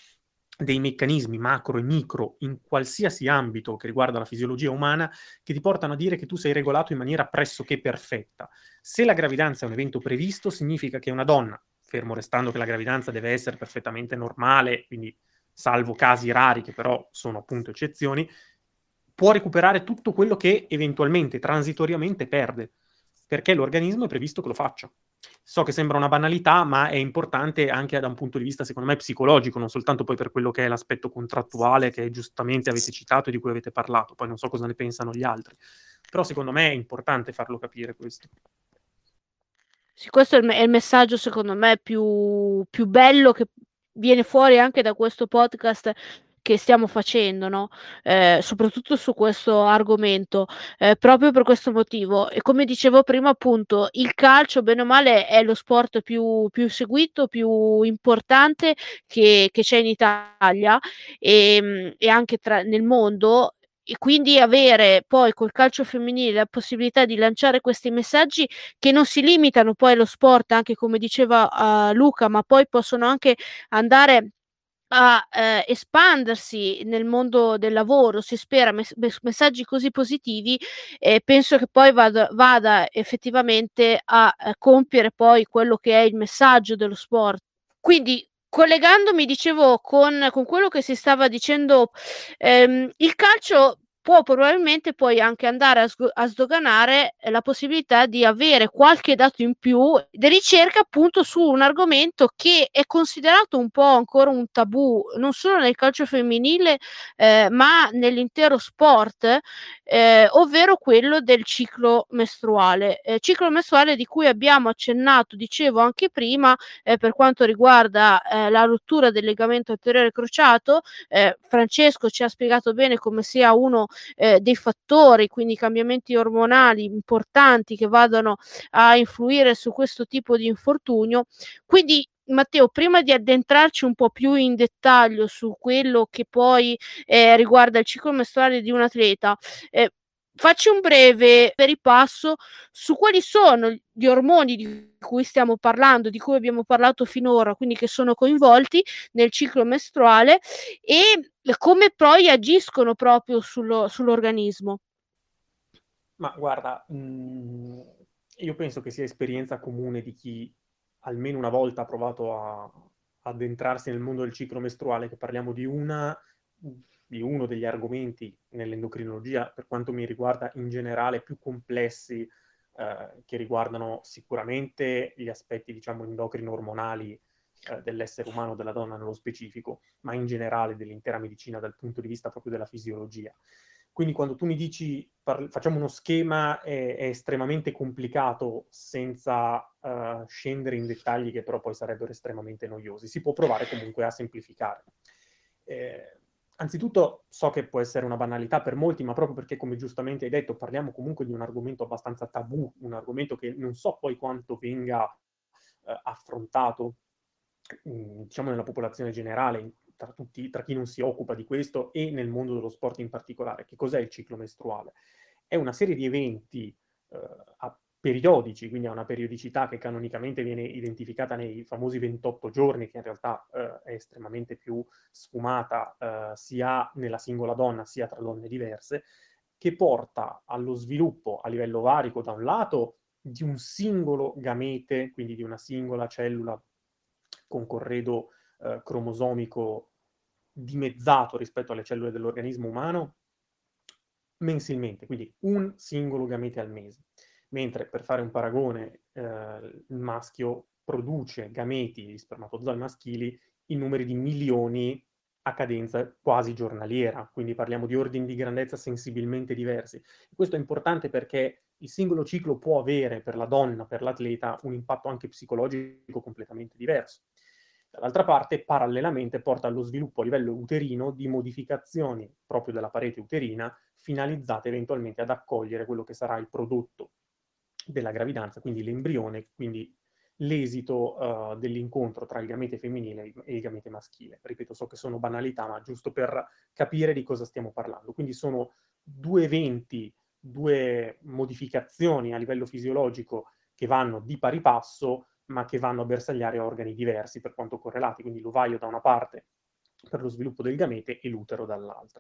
dei meccanismi macro e micro in qualsiasi ambito che riguarda la fisiologia umana che ti portano a dire che tu sei regolato in maniera pressoché perfetta. Se la gravidanza è un evento previsto, significa che una donna, fermo restando che la gravidanza deve essere perfettamente normale, quindi salvo casi rari che però sono appunto eccezioni, può recuperare tutto quello che eventualmente, transitoriamente perde, perché l'organismo è previsto che lo faccia. So che sembra una banalità, ma è importante anche da un punto di vista, secondo me, psicologico, non soltanto poi per quello che è l'aspetto contrattuale che giustamente avete citato e di cui avete parlato. Poi non so cosa ne pensano gli altri. Però secondo me è importante farlo capire questo. Sì, questo è il, me- è il messaggio, secondo me, più, più bello che viene fuori anche da questo podcast che stiamo facendo, no? Eh, soprattutto su questo argomento, eh, proprio per questo motivo. E come dicevo prima, appunto, il calcio, bene o male, è lo sport più, più seguito, più importante che, che c'è in Italia e, e anche tra, nel mondo. E quindi avere poi col calcio femminile la possibilità di lanciare questi messaggi che non si limitano poi allo sport, anche come diceva uh, Luca, ma poi possono anche andare a eh, espandersi nel mondo del lavoro, si spera, mes- messaggi così positivi, e penso che poi vada, vada effettivamente a, a compiere poi quello che è il messaggio dello sport. Quindi, collegandomi, dicevo, con, con quello che si stava dicendo, ehm, il calcio può probabilmente poi anche andare a, sgo- a sdoganare eh, la possibilità di avere qualche dato in più di ricerca appunto su un argomento che è considerato un po' ancora un tabù, non solo nel calcio femminile, eh, ma nell'intero sport, eh, ovvero quello del ciclo mestruale. Eh, ciclo mestruale di cui abbiamo accennato, dicevo anche prima, eh, per quanto riguarda eh, la rottura del legamento anteriore crociato. Eh, Francesco ci ha spiegato bene come sia uno eh, dei fattori, quindi cambiamenti ormonali importanti che vadano a influire su questo tipo di infortunio. Quindi Matteo, prima di addentrarci un po' più in dettaglio su quello che poi eh, riguarda il ciclo mestruale di un atleta, eh, facci un breve ripasso su quali sono gli ormoni di cui stiamo parlando, di cui abbiamo parlato finora, quindi che sono coinvolti nel ciclo mestruale e come poi agiscono proprio sullo, sull'organismo. Ma guarda, mh, io penso che sia esperienza comune di chi almeno una volta ha provato a addentrarsi nel mondo del ciclo mestruale, che parliamo di una di uno degli argomenti nell'endocrinologia, per quanto mi riguarda in generale, più complessi, eh, che riguardano sicuramente gli aspetti, diciamo, endocrino-ormonali eh, dell'essere umano, della donna nello specifico, ma in generale dell'intera medicina dal punto di vista proprio della fisiologia. Quindi quando tu mi dici par- facciamo uno schema è, è estremamente complicato senza uh, scendere in dettagli che però poi sarebbero estremamente noiosi. Si può provare comunque a semplificare. Eh, anzitutto so che può essere una banalità per molti, ma proprio perché, come giustamente hai detto, parliamo comunque di un argomento abbastanza tabù, un argomento che non so poi quanto venga uh, affrontato, mh, diciamo, nella popolazione generale, tra tutti, tra chi non si occupa di questo e nel mondo dello sport in particolare. Che cos'è il ciclo mestruale? È una serie di eventi eh, a periodici, quindi ha una periodicità che canonicamente viene identificata nei famosi ventotto giorni, che in realtà eh, è estremamente più sfumata eh, sia nella singola donna sia tra donne diverse, che porta allo sviluppo a livello ovarico da un lato di un singolo gamete, quindi di una singola cellula con corredo eh, cromosomico dimezzato rispetto alle cellule dell'organismo umano mensilmente, quindi un singolo gamete al mese. Mentre, per fare un paragone, eh, il maschio produce gameti, gli spermatozoi maschili, in numeri di milioni a cadenza quasi giornaliera, quindi parliamo di ordini di grandezza sensibilmente diversi. E questo è importante perché il singolo ciclo può avere per la donna, per l'atleta, un impatto anche psicologico completamente diverso. Dall'altra parte, parallelamente, porta allo sviluppo a livello uterino di modificazioni proprio della parete uterina, finalizzate eventualmente ad accogliere quello che sarà il prodotto della gravidanza, quindi l'embrione, quindi l'esito uh, dell'incontro tra il gamete femminile e il gamete maschile. Ripeto, so che sono banalità, ma giusto per capire di cosa stiamo parlando. Quindi sono due eventi, due modificazioni a livello fisiologico che vanno di pari passo, ma che vanno a bersagliare organi diversi per quanto correlati, quindi l'ovaio da una parte per lo sviluppo del gamete e l'utero dall'altra.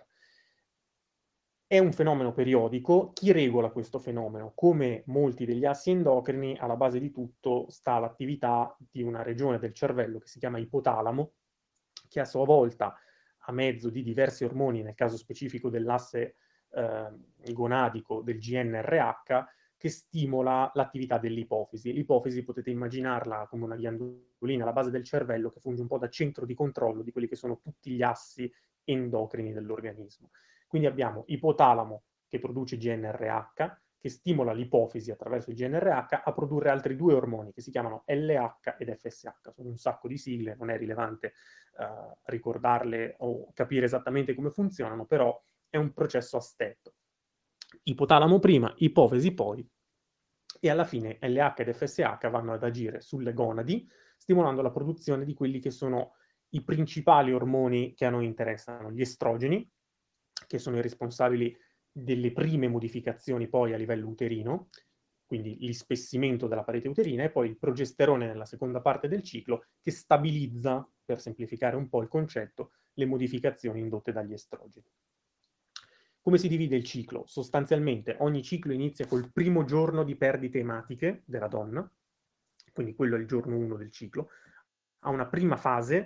È un fenomeno periodico. Chi regola questo fenomeno? Come molti degli assi endocrini, alla base di tutto sta l'attività di una regione del cervello che si chiama ipotalamo, che a sua volta, a mezzo di diversi ormoni, nel caso specifico dell'asse eh, gonadico del G N R H, che stimola l'attività dell'ipofisi. L'ipofisi potete immaginarla come una ghiandolina alla base del cervello che funge un po' da centro di controllo di quelli che sono tutti gli assi endocrini dell'organismo. Quindi abbiamo ipotalamo che produce G N R H, che stimola l'ipofisi attraverso il G N R H a produrre altri due ormoni che si chiamano L H ed F S H. Sono un sacco di sigle, non è rilevante uh, ricordarle o capire esattamente come funzionano, però è un processo a step. Ipotalamo prima, ipofisi poi, e alla fine L H ed F S H vanno ad agire sulle gonadi, stimolando la produzione di quelli che sono i principali ormoni che a noi interessano, gli estrogeni, che sono i responsabili delle prime modificazioni poi a livello uterino, quindi l'ispessimento della parete uterina, e poi il progesterone nella seconda parte del ciclo, che stabilizza, per semplificare un po' il concetto, le modificazioni indotte dagli estrogeni. Come si divide il ciclo? Sostanzialmente ogni ciclo inizia col primo giorno di perdite ematiche della donna, quindi quello è il giorno uno del ciclo, ha una prima fase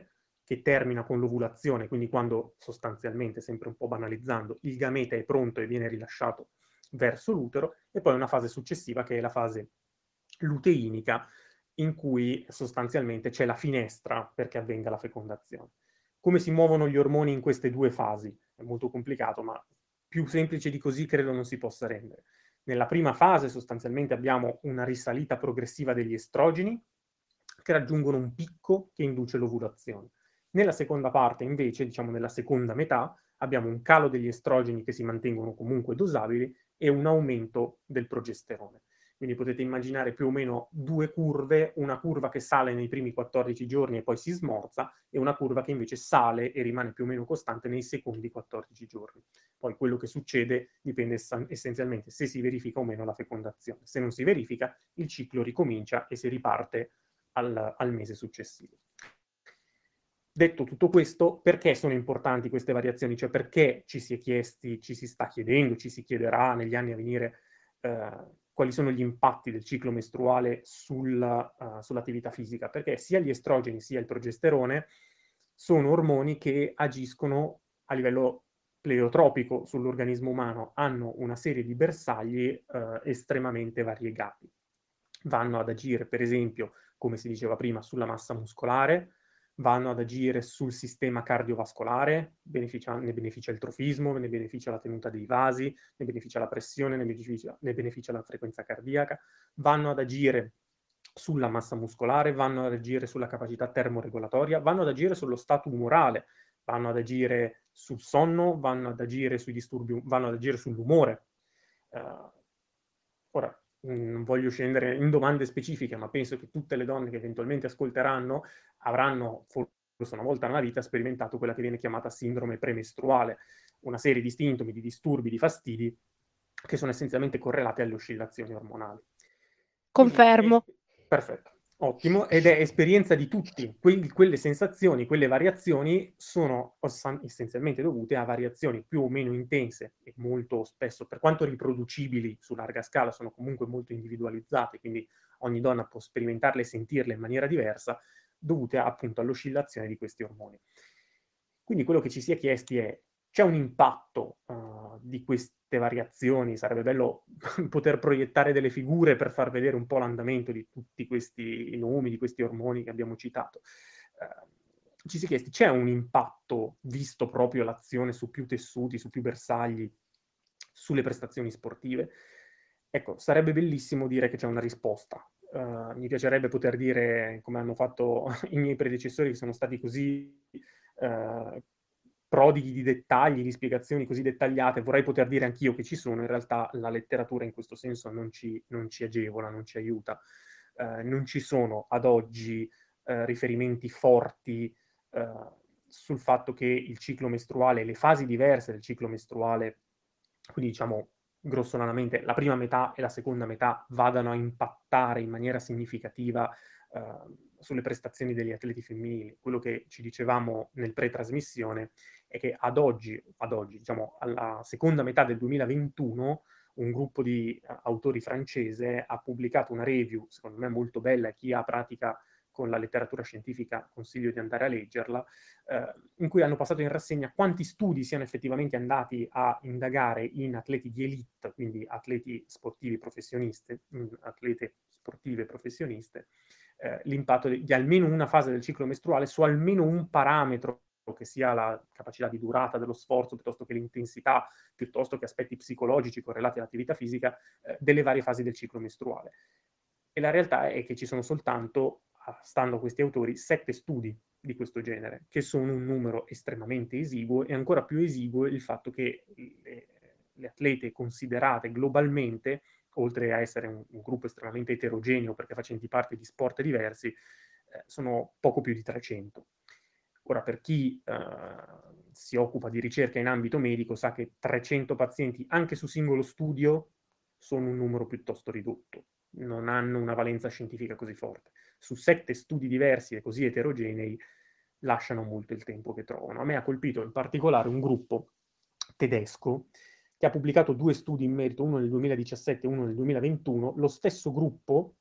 che termina con l'ovulazione, quindi quando sostanzialmente, sempre un po' banalizzando, il gamete è pronto e viene rilasciato verso l'utero, e poi una fase successiva che è la fase luteinica, in cui sostanzialmente c'è la finestra perché avvenga la fecondazione. Come si muovono gli ormoni in queste due fasi? È molto complicato, ma più semplice di così credo non si possa rendere. Nella prima fase sostanzialmente abbiamo una risalita progressiva degli estrogeni che raggiungono un picco che induce l'ovulazione. Nella seconda parte, invece, diciamo nella seconda metà, abbiamo un calo degli estrogeni che si mantengono comunque dosabili e un aumento del progesterone. Quindi potete immaginare più o meno due curve, una curva che sale nei primi quattordici giorni e poi si smorza, e una curva che invece sale e rimane più o meno costante nei secondi quattordici giorni. Poi quello che succede dipende essenzialmente se si verifica o meno la fecondazione. Se non si verifica, il ciclo ricomincia e si riparte al, al mese successivo. Detto tutto questo, perché sono importanti queste variazioni? Cioè perché ci si è chiesti, ci si sta chiedendo, ci si chiederà negli anni a venire eh, quali sono gli impatti del ciclo mestruale sulla, uh, sull'attività fisica? Perché sia gli estrogeni sia il progesterone sono ormoni che agiscono a livello pleiotropico sull'organismo umano, hanno una serie di bersagli uh, estremamente variegati. Vanno ad agire, per esempio, come si diceva prima, sulla massa muscolare, vanno ad agire sul sistema cardiovascolare, beneficia, ne beneficia il trofismo, ne beneficia la tenuta dei vasi, ne beneficia la pressione, ne beneficia, ne beneficia la frequenza cardiaca, vanno ad agire sulla massa muscolare, vanno ad agire sulla capacità termoregolatoria, vanno ad agire sullo stato umorale, vanno ad agire sul sonno, vanno ad agire sui disturbi, vanno ad agire sull'umore. Uh, ora, non voglio scendere in domande specifiche, ma penso che tutte le donne che eventualmente ascolteranno avranno, forse una volta nella vita, sperimentato quella che viene chiamata sindrome premestruale, una serie di sintomi, di disturbi, di fastidi che sono essenzialmente correlati alle oscillazioni ormonali. Confermo. Quindi, perfetto. Ottimo, ed è esperienza di tutti. Que- quelle sensazioni, quelle variazioni sono essenzialmente dovute a variazioni più o meno intense e molto spesso, per quanto riproducibili su larga scala, sono comunque molto individualizzate, quindi ogni donna può sperimentarle e sentirle in maniera diversa, dovute appunto all'oscillazione di questi ormoni. Quindi quello che ci si è chiesti è: c'è un impatto uh, di queste variazioni? Sarebbe bello poter proiettare delle figure per far vedere un po' l'andamento di tutti questi nomi, di questi ormoni che abbiamo citato. Uh, ci si è chiesti: c'è un impatto, visto proprio l'azione su più tessuti, su più bersagli, sulle prestazioni sportive? Ecco, sarebbe bellissimo dire che c'è una risposta. Uh, mi piacerebbe poter dire, come hanno fatto i miei predecessori, che sono stati così Uh, prodighi di dettagli, di spiegazioni così dettagliate, vorrei poter dire anch'io che ci sono. In realtà la letteratura in questo senso non ci, non ci agevola, non ci aiuta. Uh, non ci sono ad oggi uh, riferimenti forti uh, sul fatto che il ciclo mestruale, le fasi diverse del ciclo mestruale, quindi diciamo grossolanamente la prima metà e la seconda metà, vadano a impattare in maniera significativa uh, sulle prestazioni degli atleti femminili. Quello che ci dicevamo nel pre-trasmissione è che ad oggi, ad oggi, diciamo alla seconda metà del duemilaventuno, un gruppo di uh, autori francese ha pubblicato una review, secondo me molto bella, e chi ha pratica con la letteratura scientifica consiglio di andare a leggerla, eh, in cui hanno passato in rassegna quanti studi siano effettivamente andati a indagare in atleti di elite, quindi atleti sportivi professioniste, atlete sportive professioniste, eh, l'impatto di, di almeno una fase del ciclo mestruale su almeno un parametro, che sia la capacità di durata dello sforzo, piuttosto che l'intensità, piuttosto che aspetti psicologici correlati all'attività fisica, eh, delle varie fasi del ciclo mestruale. E la realtà è che ci sono soltanto, stando a questi autori, sette studi di questo genere, che sono un numero estremamente esiguo, e ancora più esiguo il fatto che le, le atlete considerate globalmente, oltre a essere un, un gruppo estremamente eterogeneo perché facenti parte di sport diversi, eh, sono poco più di trecento. Ora, per chi eh, si occupa di ricerca in ambito medico, sa che trecento pazienti, anche su singolo studio, sono un numero piuttosto ridotto, non hanno una valenza scientifica così forte. Su sette studi diversi e così eterogenei lasciano molto il tempo che trovano. A me ha colpito in particolare un gruppo tedesco che ha pubblicato due studi in merito, uno nel duemiladiciassette e uno nel duemilaventuno. Lo stesso gruppo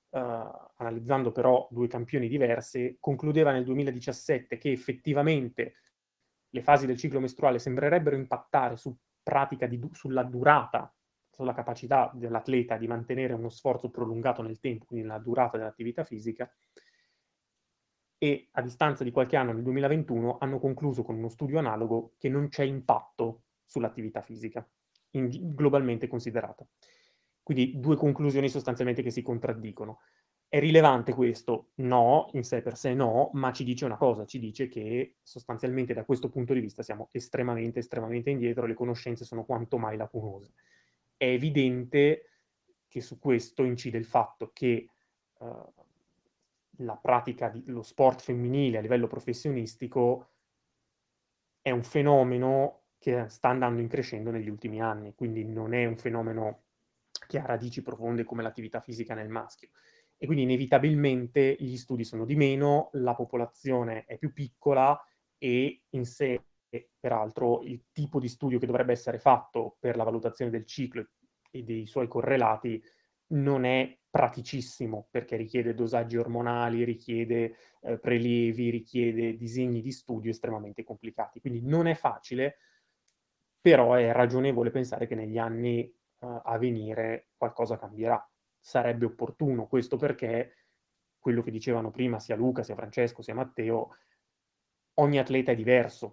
analizzando però due campioni diverse, concludeva nel duemiladiciassette che effettivamente le fasi del ciclo mestruale sembrerebbero impattare su pratica di, sulla durata, sulla capacità dell'atleta di mantenere uno sforzo prolungato nel tempo, quindi la durata dell'attività fisica, e a distanza di qualche anno, nel duemilaventuno, hanno concluso con uno studio analogo che non c'è impatto sull'attività fisica, in, globalmente considerata. Quindi due conclusioni sostanzialmente che si contraddicono. È rilevante questo? No, in sé per sé no, ma ci dice una cosa, ci dice che sostanzialmente da questo punto di vista siamo estremamente, estremamente indietro, le conoscenze sono quanto mai lacunose. È evidente che su questo incide il fatto che uh, la pratica dello sport femminile a livello professionistico è un fenomeno che sta andando in crescendo negli ultimi anni, quindi non è un fenomeno che ha radici profonde come l'attività fisica nel maschio. E quindi inevitabilmente gli studi sono di meno, la popolazione è più piccola e in sé, peraltro, il tipo di studio che dovrebbe essere fatto per la valutazione del ciclo e dei suoi correlati non è praticissimo, perché richiede dosaggi ormonali, richiede eh, prelievi, richiede disegni di studio estremamente complicati. Quindi non è facile, però è ragionevole pensare che negli anni eh, a venire qualcosa cambierà. Sarebbe opportuno, questo perché quello che dicevano prima sia Luca, sia Francesco, sia Matteo, ogni atleta è diverso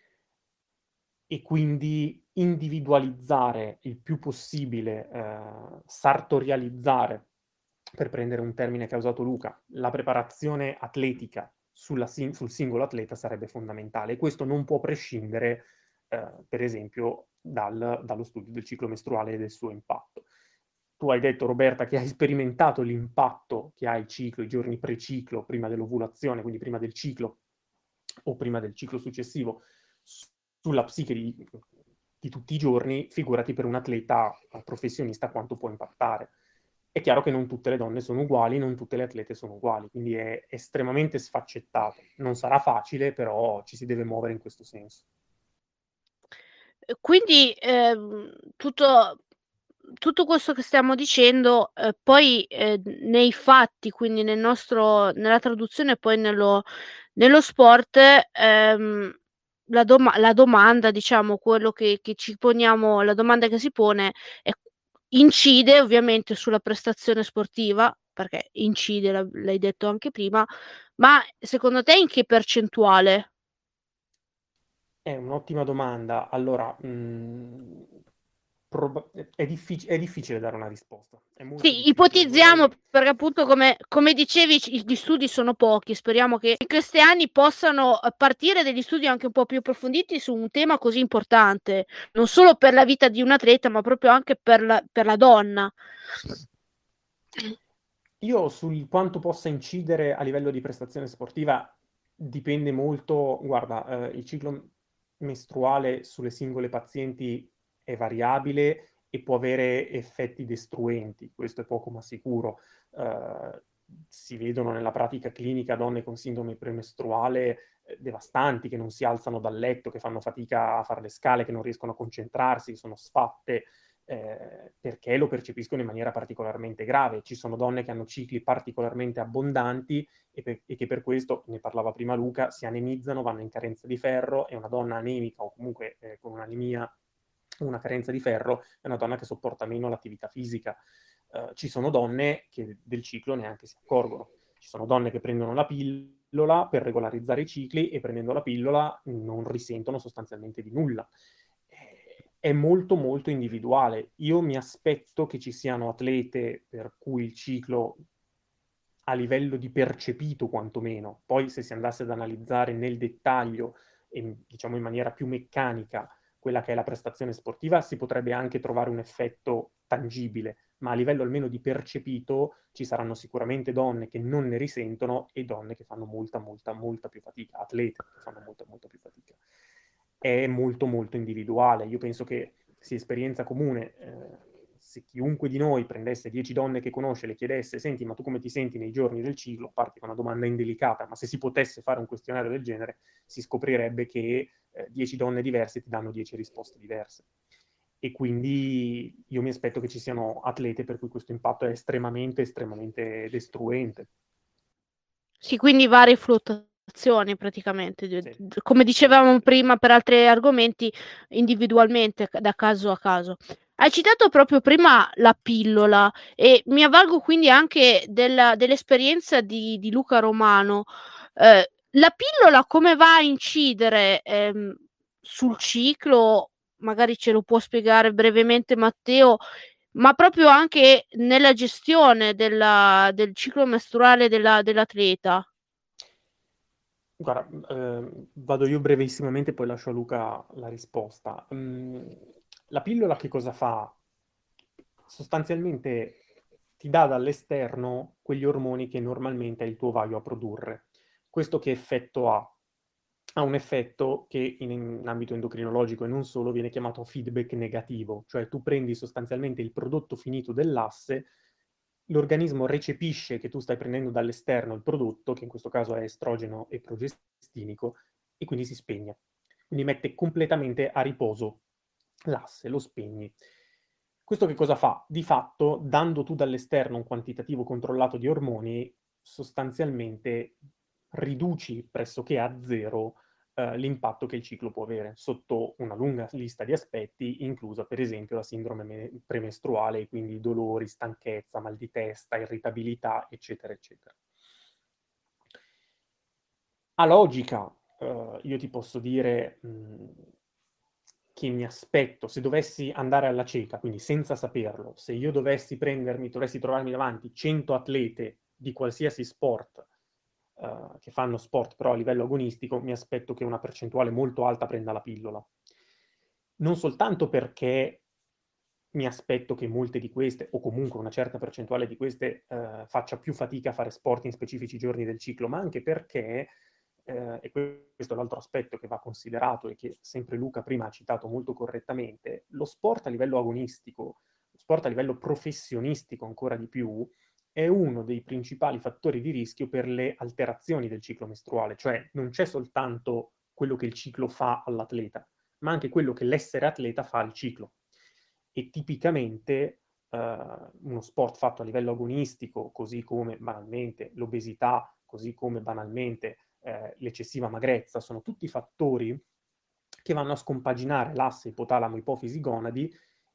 e quindi individualizzare il più possibile, eh, sartorializzare, per prendere un termine che ha usato Luca, la preparazione atletica sulla sin- sul singolo atleta sarebbe fondamentale. E questo non può prescindere, eh, per esempio, dal, dallo studio del ciclo mestruale e del suo impatto. Tu hai detto, Roberta, che hai sperimentato l'impatto che ha il ciclo, i giorni pre-ciclo, prima dell'ovulazione, quindi prima del ciclo o prima del ciclo successivo, sulla psiche di, di tutti i giorni, figurati per un atleta professionista quanto può impattare. È chiaro che non tutte le donne sono uguali, non tutte le atlete sono uguali, quindi è estremamente sfaccettato. Non sarà facile, però ci si deve muovere in questo senso. Quindi ehm, tutto, tutto questo che stiamo dicendo, eh, poi eh, nei fatti, quindi nel nostro, nella traduzione e poi nello, nello sport, ehm, la, doma- la domanda, diciamo, quello che, che ci poniamo, la domanda che si pone è, incide ovviamente sulla prestazione sportiva, perché incide, la- l'hai detto anche prima, ma secondo te in che percentuale? È un'ottima domanda. Allora, mh, proba- è, diffic- è difficile dare una risposta. È molto Sì, difficile. ipotizziamo, Vorrei... perché appunto come, come dicevi c- gli studi sono pochi, speriamo che in questi anni possano eh, partire degli studi anche un po' più approfonditi su un tema così importante, non solo per la vita di un atleta, ma proprio anche per la, per la donna. Io sul quanto possa incidere a livello di prestazione sportiva dipende molto, guarda, eh, il ciclo mestruale sulle singole pazienti è variabile e può avere effetti destruenti, questo è poco ma sicuro. Eh, si vedono nella pratica clinica donne con sindrome premestruale eh, devastanti, che non si alzano dal letto, che fanno fatica a fare le scale, che non riescono a concentrarsi, sono sfatte. Eh, perché lo percepiscono in maniera particolarmente grave. Ci sono donne che hanno cicli particolarmente abbondanti e, per, e che per questo, ne parlava prima Luca, si anemizzano, vanno in carenza di ferro, e una donna anemica o comunque eh, con un'anemia, una carenza di ferro, è una donna che sopporta meno l'attività fisica. Eh, ci sono donne che del ciclo neanche si accorgono. Ci sono donne che prendono la pillola per regolarizzare i cicli e prendendo la pillola non risentono sostanzialmente di nulla. È molto molto individuale. Io mi aspetto che ci siano atlete per cui il ciclo a livello di percepito quantomeno, poi se si andasse ad analizzare nel dettaglio e diciamo in maniera più meccanica quella che è la prestazione sportiva, si potrebbe anche trovare un effetto tangibile, ma a livello almeno di percepito ci saranno sicuramente donne che non ne risentono e donne che fanno molta molta molta più fatica, atlete che fanno molta molta più fatica. È molto molto individuale. Io penso che sia esperienza comune. Eh, se chiunque di noi prendesse dieci donne che conosce e le chiedesse: senti, ma tu come ti senti nei giorni del ciclo? A parte che è una domanda indelicata, ma se si potesse fare un questionario del genere, si scoprirebbe che eh, dieci donne diverse ti danno dieci risposte diverse. e quindi io mi aspetto che ci siano atlete per cui questo impatto è estremamente, estremamente destruente. Sì, quindi varie fluttuazioni praticamente, d Sì. d come dicevamo prima per altri argomenti, individualmente, c da caso a caso. Hai citato proprio prima la pillola e mi avvalgo quindi anche della dell'esperienza di di Luca Romano. Ehm, la pillola come va a incidere, ehm, sul ciclo? Magari ce lo può spiegare brevemente Matteo, ma proprio anche nella gestione della del ciclo mestruale della dell'atleta. Guarda, mhmm, ehm, vado io brevissimamente, poi lascio a Luca la risposta. Mhmm, la pillola che cosa fa? Sostanzialmente ti dà dall'esterno quegli ormoni che normalmente è il tuo ovaio a produrre. Questo che effetto ha? Ha un effetto che in in ambito endocrinologico e non solo viene chiamato feedback negativo, cioè tu prendi sostanzialmente il prodotto finito dell'asse, l'organismo recepisce che tu stai prendendo dall'esterno il prodotto, che in questo caso è estrogeno e progestinico, e quindi si spegne. Quindi mette completamente a riposo l'asse, lo spegni. Questo che cosa fa? Di fatto, dando tu dall'esterno un quantitativo controllato di ormoni, sostanzialmente riduci pressoché a zero eh, l'impatto che il ciclo può avere sotto una lunga lista di aspetti, inclusa per esempio la sindrome me- premestruale, quindi dolori, stanchezza, mal di testa, irritabilità, eccetera, eccetera. A logica, eh, io ti posso dire mh, che mi aspetto, se dovessi andare alla cieca, quindi senza saperlo, se io dovessi prendermi, dovessi trovarmi davanti cento atlete di qualsiasi sport, eh, che fanno sport però a livello agonistico, mi aspetto che una percentuale molto alta prenda la pillola. Non soltanto perché mi aspetto che molte di queste, o comunque una certa percentuale di queste, eh, faccia più fatica a fare sport in specifici giorni del ciclo, ma anche perché, eh, e questo è l'altro aspetto che va considerato e che sempre Luca prima ha citato molto correttamente, lo sport a livello agonistico, lo sport a livello professionistico ancora di più, è uno dei principali fattori di rischio per le alterazioni del ciclo mestruale, cioè non c'è soltanto quello che il ciclo fa all'atleta, ma anche quello che l'essere atleta fa al ciclo. E tipicamente eh, uno sport fatto a livello agonistico, così come banalmente l'obesità, così come banalmente eh, l'eccessiva magrezza, sono tutti fattori che vanno a scompaginare l'asse ipotalamo-ipofisi-gonadi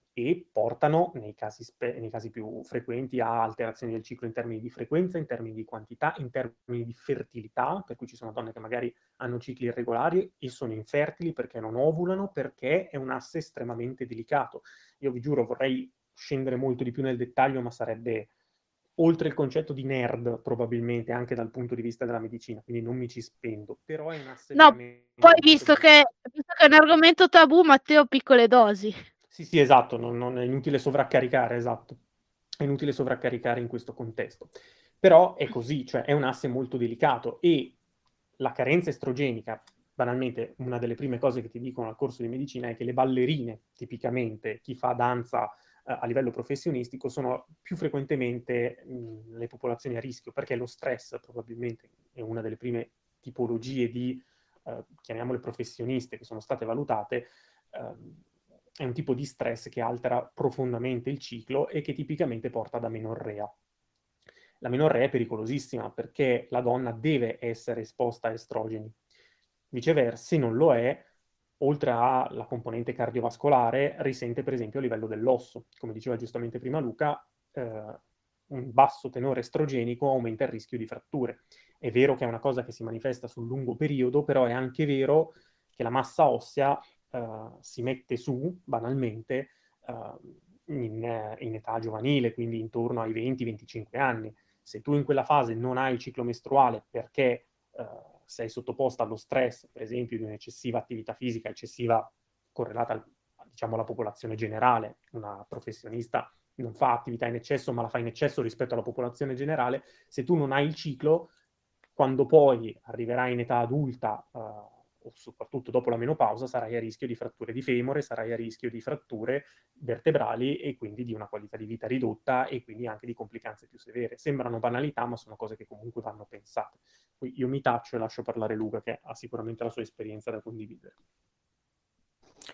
e portano, nei casi, spe- nei casi più frequenti, a alterazioni del ciclo in termini di frequenza, in termini di quantità, in termini di fertilità, per cui ci sono donne che magari hanno cicli irregolari e sono infertili perché non ovulano, perché è un asse estremamente delicato. Io vi giuro, vorrei scendere molto di più nel dettaglio, ma sarebbe oltre il concetto di nerd, probabilmente, anche dal punto di vista della medicina, quindi non mi ci spendo, però è un asse No, veramente poi molto visto delicato. che visto che è un argomento tabù, Matteo, piccole dosi. Sì, sì, esatto, non, non è inutile sovraccaricare, esatto. È inutile sovraccaricare in questo contesto. Però è così, cioè è un asse molto delicato e la carenza estrogenica, banalmente, una delle prime cose che ti dicono al corso di medicina è che le ballerine, tipicamente, chi fa danza eh, a livello professionistico, sono più frequentemente mh, le popolazioni a rischio, perché lo stress probabilmente è una delle prime tipologie di, eh, chiamiamole professioniste, che sono state valutate, ehm, è un tipo di stress che altera profondamente il ciclo e che tipicamente porta ad amenorrea. L'amenorrea è pericolosissima perché la donna deve essere esposta a estrogeni. Viceversa, se non lo è, oltre alla componente cardiovascolare, risente per esempio a livello dell'osso. Come diceva giustamente prima Luca, eh, un basso tenore estrogenico aumenta il rischio di fratture. È vero che è una cosa che si manifesta sul lungo periodo, però è anche vero che la massa ossea eh, si mette su, banalmente, eh, in, in età giovanile, quindi intorno ai venti venticinque anni. Se tu in quella fase non hai il ciclo mestruale perché eh, sei sottoposta allo stress, per esempio, di un'eccessiva attività fisica, eccessiva correlata al, diciamo, alla popolazione generale, una professionista non fa attività in eccesso, ma la fa in eccesso rispetto alla popolazione generale, se tu non hai il ciclo, quando poi arriverai in età adulta, eh, o soprattutto dopo la menopausa, sarai a rischio di fratture di femore, sarai a rischio di fratture vertebrali e quindi di una qualità di vita ridotta e quindi anche di complicanze più severe. Sembrano banalità, ma sono cose che comunque vanno pensate. Poi io mi taccio e lascio parlare Luca, che ha sicuramente la sua esperienza da condividere.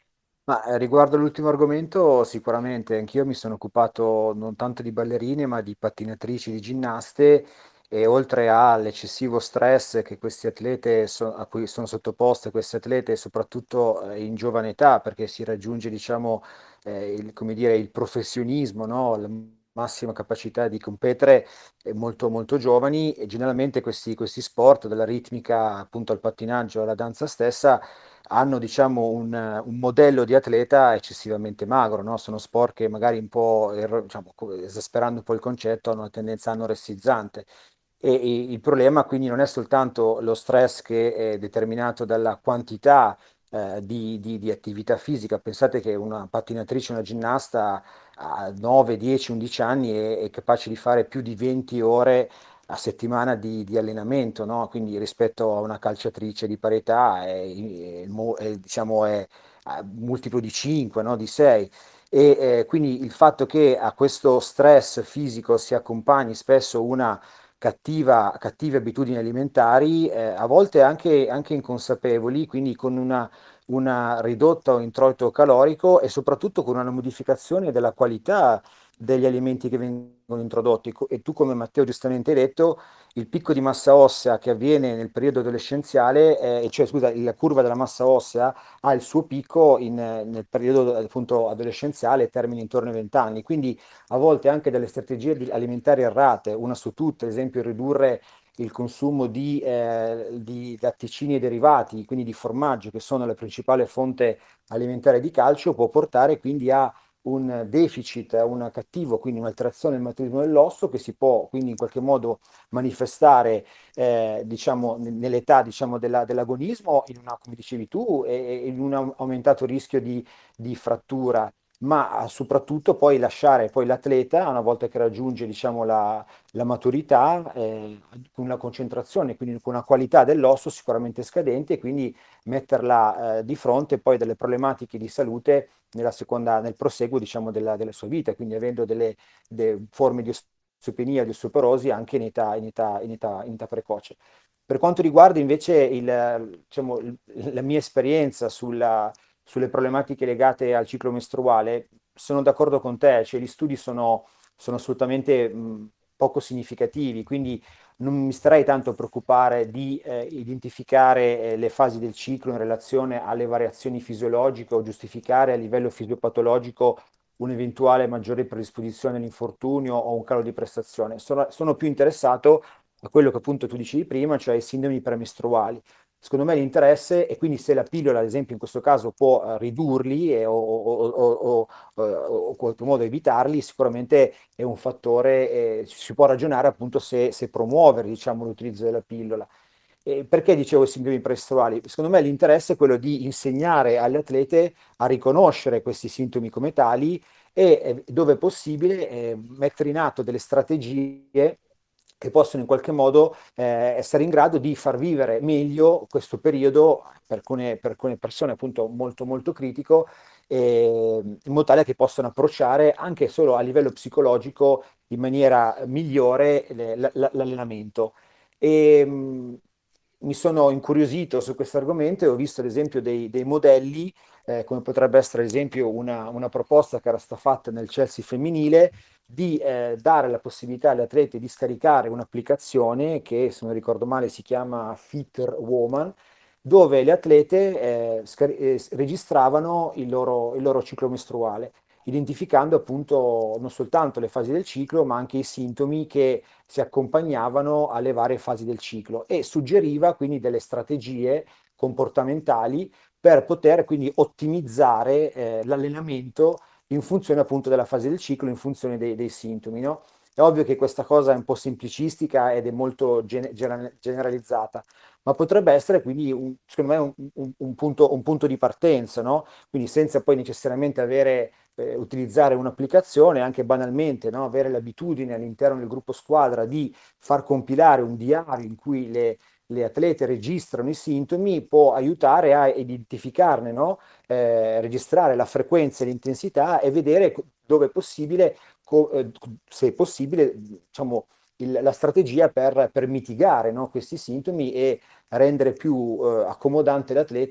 Ma eh, riguardo all'ultimo argomento, sicuramente anch'io mi sono occupato non tanto di ballerine, ma di pattinatrici, di ginnaste, e oltre all'eccessivo stress che questi atlete so- a cui sono sottoposte queste atlete, soprattutto eh, in giovane età, perché si raggiunge, diciamo, eh, il, come dire, il professionismo, no? La massima capacità di competere eh, molto, molto giovani, e generalmente questi, questi sport, dalla ritmica appunto al pattinaggio alla danza stessa, hanno diciamo un, un modello di atleta eccessivamente magro, no? Sono sport che magari un po', erro- diciamo, co- esasperando un po' il concetto, hanno una tendenza anoressizzante. E, e il problema quindi non è soltanto lo stress che è determinato dalla quantità eh, di, di- di attività fisica. Pensate che una pattinatrice, una ginnasta a nove, dieci, undici anni è, è capace di fare più di venti ore a settimana di, di allenamento, no? Quindi rispetto a una calciatrice di parità è, è- mo- è, diciamo, è a multiplo di cinque, no? Di sei. E eh, quindi il fatto che a questo stress fisico si accompagni spesso una cattiva, cattive abitudini alimentari, eh, a volte anche, anche inconsapevoli, quindi con una, una ridotta introito calorico, e soprattutto con una modificazione della qualità degli alimenti che vengono introdotti. Co- E tu, come Matteo giustamente hai detto, il picco di massa ossea che avviene nel periodo adolescenziale, eh, cioè scusa, la curva della massa ossea ha il suo picco in, eh, nel periodo appunto adolescenziale, termina intorno ai venti anni. Quindi a volte anche delle strategie di- alimentari errate, una su tutte, ad esempio ridurre il consumo di, eh, di latticini e derivati, quindi di formaggio, che sono la principale fonte alimentare di calcio, può portare quindi a un deficit, a un cattivo, quindi un'alterazione del metabolismo dell'osso, che si può quindi in qualche modo manifestare eh, diciamo, n- nell'età diciamo, della- dell'agonismo, in una, come dicevi tu, e, e in un au- aumentato rischio di, di frattura, ma soprattutto poi lasciare poi l'atleta, una volta che raggiunge diciamo, la, la maturità, eh, con una concentrazione, quindi con una qualità dell'osso sicuramente scadente, e quindi metterla eh, di fronte poi delle problematiche di salute nella seconda, nel proseguo diciamo, della, della sua vita, quindi avendo delle, de- forme di osteopenia, di osteoporosi anche in età, in età, in età, in età precoce. Per quanto riguarda invece il, diciamo, il- la mia esperienza sulla- sulle problematiche legate al ciclo mestruale, sono d'accordo con te, cioè gli studi sono, sono assolutamente mh, poco significativi, quindi non mi starei tanto a preoccupare di eh, identificare eh, le fasi del ciclo in relazione alle variazioni fisiologiche, o giustificare a livello fisiopatologico un'eventuale maggiore predisposizione all'infortunio o un calo di prestazione. Sono, sono più interessato a quello che appunto tu dicevi prima, cioè i sindromi premestruali. Secondo me l'interesse, e quindi se la pillola, ad esempio, in questo caso può eh, ridurli e- o, o, o, o, o- o in qualche modo evitarli, sicuramente è un fattore, eh, si può ragionare appunto se, se promuovere, diciamo, l'utilizzo della pillola. E perché dicevo i sindromi premestruali? Secondo me l'interesse è quello di insegnare alle atlete a riconoscere questi sintomi come tali, e eh, dove è possibile eh, mettere in atto delle strategie che possono in qualche modo eh, essere in grado di far vivere meglio questo periodo per alcune, per alcune persone appunto molto molto critico, eh, in modo tale che possano approcciare anche solo a livello psicologico in maniera migliore le- l- l- l'allenamento. E, mh, mi sono incuriosito su questo argomento, e ho visto ad esempio dei, dei modelli, eh, come potrebbe essere ad esempio una, una proposta che era stata fatta nel Chelsea femminile, di eh, dare la possibilità agli atleti di scaricare un'applicazione che, se non ricordo male, si chiama Fitter Woman, dove le atlete eh, scar- eh, registravano il loro, il loro ciclo mestruale, identificando appunto non soltanto le fasi del ciclo, ma anche i sintomi che si accompagnavano alle varie fasi del ciclo, e suggeriva quindi delle strategie comportamentali per poter quindi ottimizzare eh, l'allenamento in funzione appunto della fase del ciclo, in funzione dei, dei sintomi, no? È ovvio che questa cosa è un po' semplicistica ed è molto gen- gener- generalizzata, ma potrebbe essere quindi, un- secondo me, un, un- un punto, un punto di partenza, no? Quindi senza poi necessariamente avere, eh, utilizzare un'applicazione, anche banalmente, no? Avere l'abitudine all'interno del gruppo squadra di far compilare un diario in cui le, le atlete registrano i sintomi, può aiutare a identificarne, no? Eh, registrare la frequenza e l'intensità, e vedere co- dove è possibile, co- eh, se è possibile, diciamo, il- la strategia per, per mitigare, no, questi sintomi, e rendere più eh, accomodante l'atleta